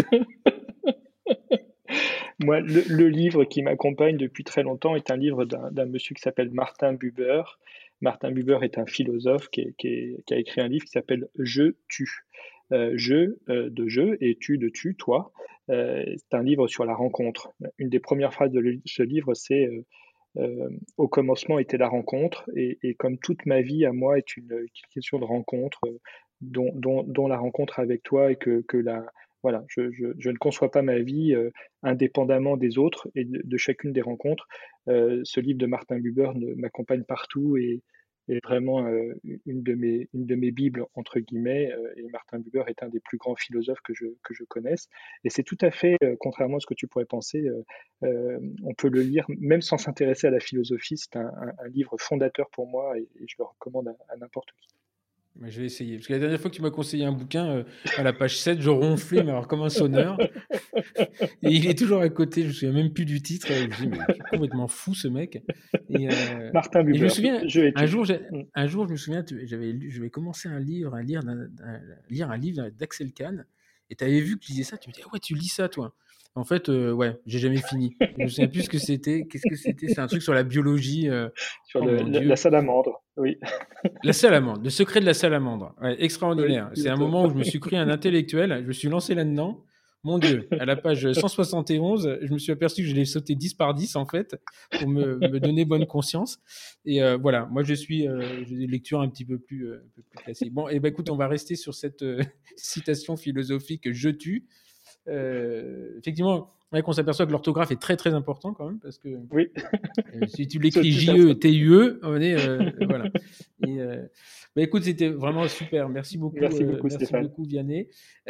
Moi, le, le livre qui m'accompagne depuis très longtemps est un livre d'un, d'un monsieur qui s'appelle Martin Buber. Martin Buber est un philosophe qui, est, qui, est, qui a écrit un livre qui s'appelle Je tue. Euh, je euh, de je et tu de tu, toi. Euh, c'est un livre sur la rencontre. Une des premières phrases de le, ce livre, c'est euh, euh, au commencement était la rencontre, et, et comme toute ma vie à moi est une, une question de rencontre, euh, dont, dont, dont la rencontre avec toi, et que, que la voilà, je, je, je ne conçois pas ma vie euh, indépendamment des autres et de, de chacune des rencontres. Euh, ce livre de Martin Buber ne, m'accompagne partout et est vraiment euh, une, de mes, une de mes bibles, entre guillemets, euh, et Martin Buber est un des plus grands philosophes que je, que je connaisse. Et c'est tout à fait, euh, contrairement à ce que tu pourrais penser, euh, euh, on peut le lire même sans s'intéresser à la philosophie. C'est un, un, un livre fondateur pour moi, et, et je le recommande à, à n'importe qui. Mais je vais essayer. Parce que la dernière fois que tu m'as conseillé un bouquin, euh, à la page sept, je ronflais, mais alors comme un sonneur. Et il est toujours à côté, je me souviens même plus du titre. Je me dis, mais il est complètement fou, ce mec. Et, euh, Martin Buber. Et je me souviens, je un, jour, un jour, je me souviens, j'avais lu, j'avais commencé un livre, à lire, un, un, lire un livre d'Axel Kahn, et tu avais vu que je lisais ça, tu me dis, ah ouais, tu lis ça, toi. En fait, euh, ouais, j'ai jamais fini. Je me souviens plus ce que c'était. Qu'est-ce que c'était? C'est un truc sur la biologie. Euh, sur oh le, la, la salamandre, oui. La salamandre, le secret de la salamandre. Ouais, extraordinaire. Oui, c'est un moment où je me suis cru un intellectuel. Je me suis lancé là-dedans. Mon Dieu, à la page cent soixante et onze, je me suis aperçu que je l'ai sauté dix par dix, en fait, pour me, me donner bonne conscience. Et euh, voilà, moi, je suis, euh, j'ai des lectures un petit peu plus, euh, un peu plus classiques. Bon, et ben écoute, on va rester sur cette euh, citation philosophique « Je tue ». Euh, effectivement, ouais, qu'on s'aperçoit que l'orthographe est très très important quand même, parce que oui. euh, si tu l'écris J E T U E, on est euh, voilà. Et, euh, bah, écoute, c'était vraiment super. Merci beaucoup, merci beaucoup, euh, merci beaucoup Vianney.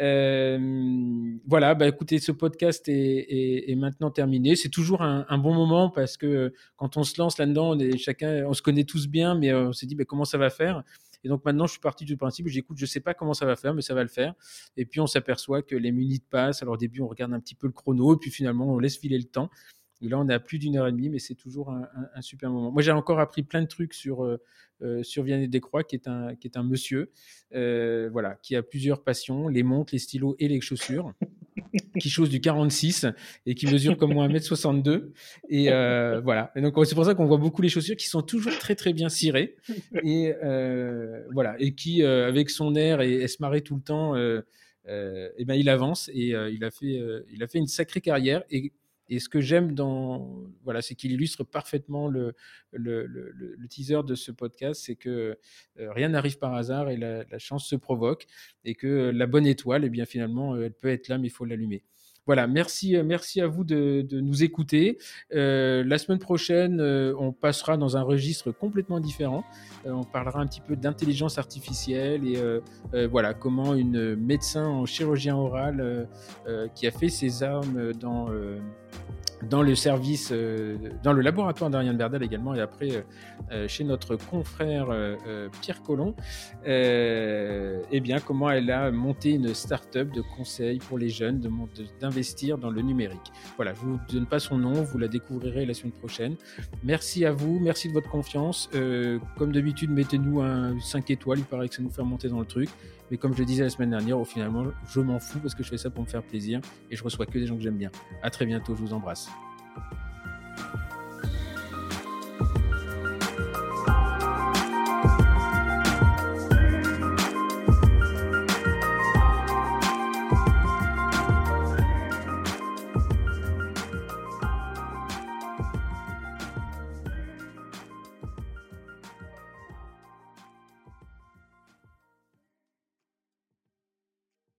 Euh, voilà, bah écoutez, ce podcast est, est, est maintenant terminé. C'est toujours un, un bon moment, parce que quand on se lance là-dedans, on est chacun, on se connaît tous bien, mais on s'est dit bah, comment ça va faire. Et donc maintenant, je suis parti du principe, j'écoute, je ne sais pas comment ça va faire, mais ça va le faire. Et puis, on s'aperçoit que les minutes passent. Alors, au début, on regarde un petit peu le chrono, et puis finalement, on laisse filer le temps. Et là, on est à plus d'une heure et demie, mais c'est toujours un, un, un super moment. Moi, j'ai encore appris plein de trucs sur, euh, sur Vianney Descroix, qui est un, qui est un monsieur euh, voilà, qui a plusieurs passions, les montres, les stylos et les chaussures, qui chose du quarante-six et qui mesure comme moi un mètre soixante-deux. Et euh, voilà. Et donc, c'est pour ça qu'on voit beaucoup les chaussures qui sont toujours très, très bien cirées. Et euh, voilà. Et qui, euh, avec son air et, et se marrer tout le temps, euh, euh, et ben, il avance, et euh, il, a fait, euh, il a fait une sacrée carrière. Et Et ce que j'aime dans, voilà, c'est qu'il illustre parfaitement le, le, le, le teaser de ce podcast, c'est que euh, rien n'arrive par hasard, et la, la chance se provoque, et que la bonne étoile, eh bien finalement, elle peut être là, mais il faut l'allumer. Voilà, merci, merci à vous de, de nous écouter. Euh, la semaine prochaine, euh, on passera dans un registre complètement différent. Euh, on parlera un petit peu d'intelligence artificielle, et euh, euh, voilà, comment une médecin en chirurgien oral euh, euh, qui a fait ses armes dans... Euh, dans le service, euh, dans le laboratoire d'Ariane Berdal également, et après euh, chez notre confrère euh, Pierre Collomb, euh, eh bien, comment elle a monté une start-up de conseil pour les jeunes, de, de, d'investir dans le numérique. Voilà, je ne vous donne pas son nom, vous la découvrirez la semaine prochaine. Merci à vous, merci de votre confiance. Euh, comme d'habitude, mettez-nous un cinq étoiles, il paraît que ça nous fait remonter dans le truc. Mais comme je le disais la semaine dernière, au finalement, je m'en fous, parce que je fais ça pour me faire plaisir, et je reçois que des gens que j'aime bien. À très bientôt, je vous embrasse.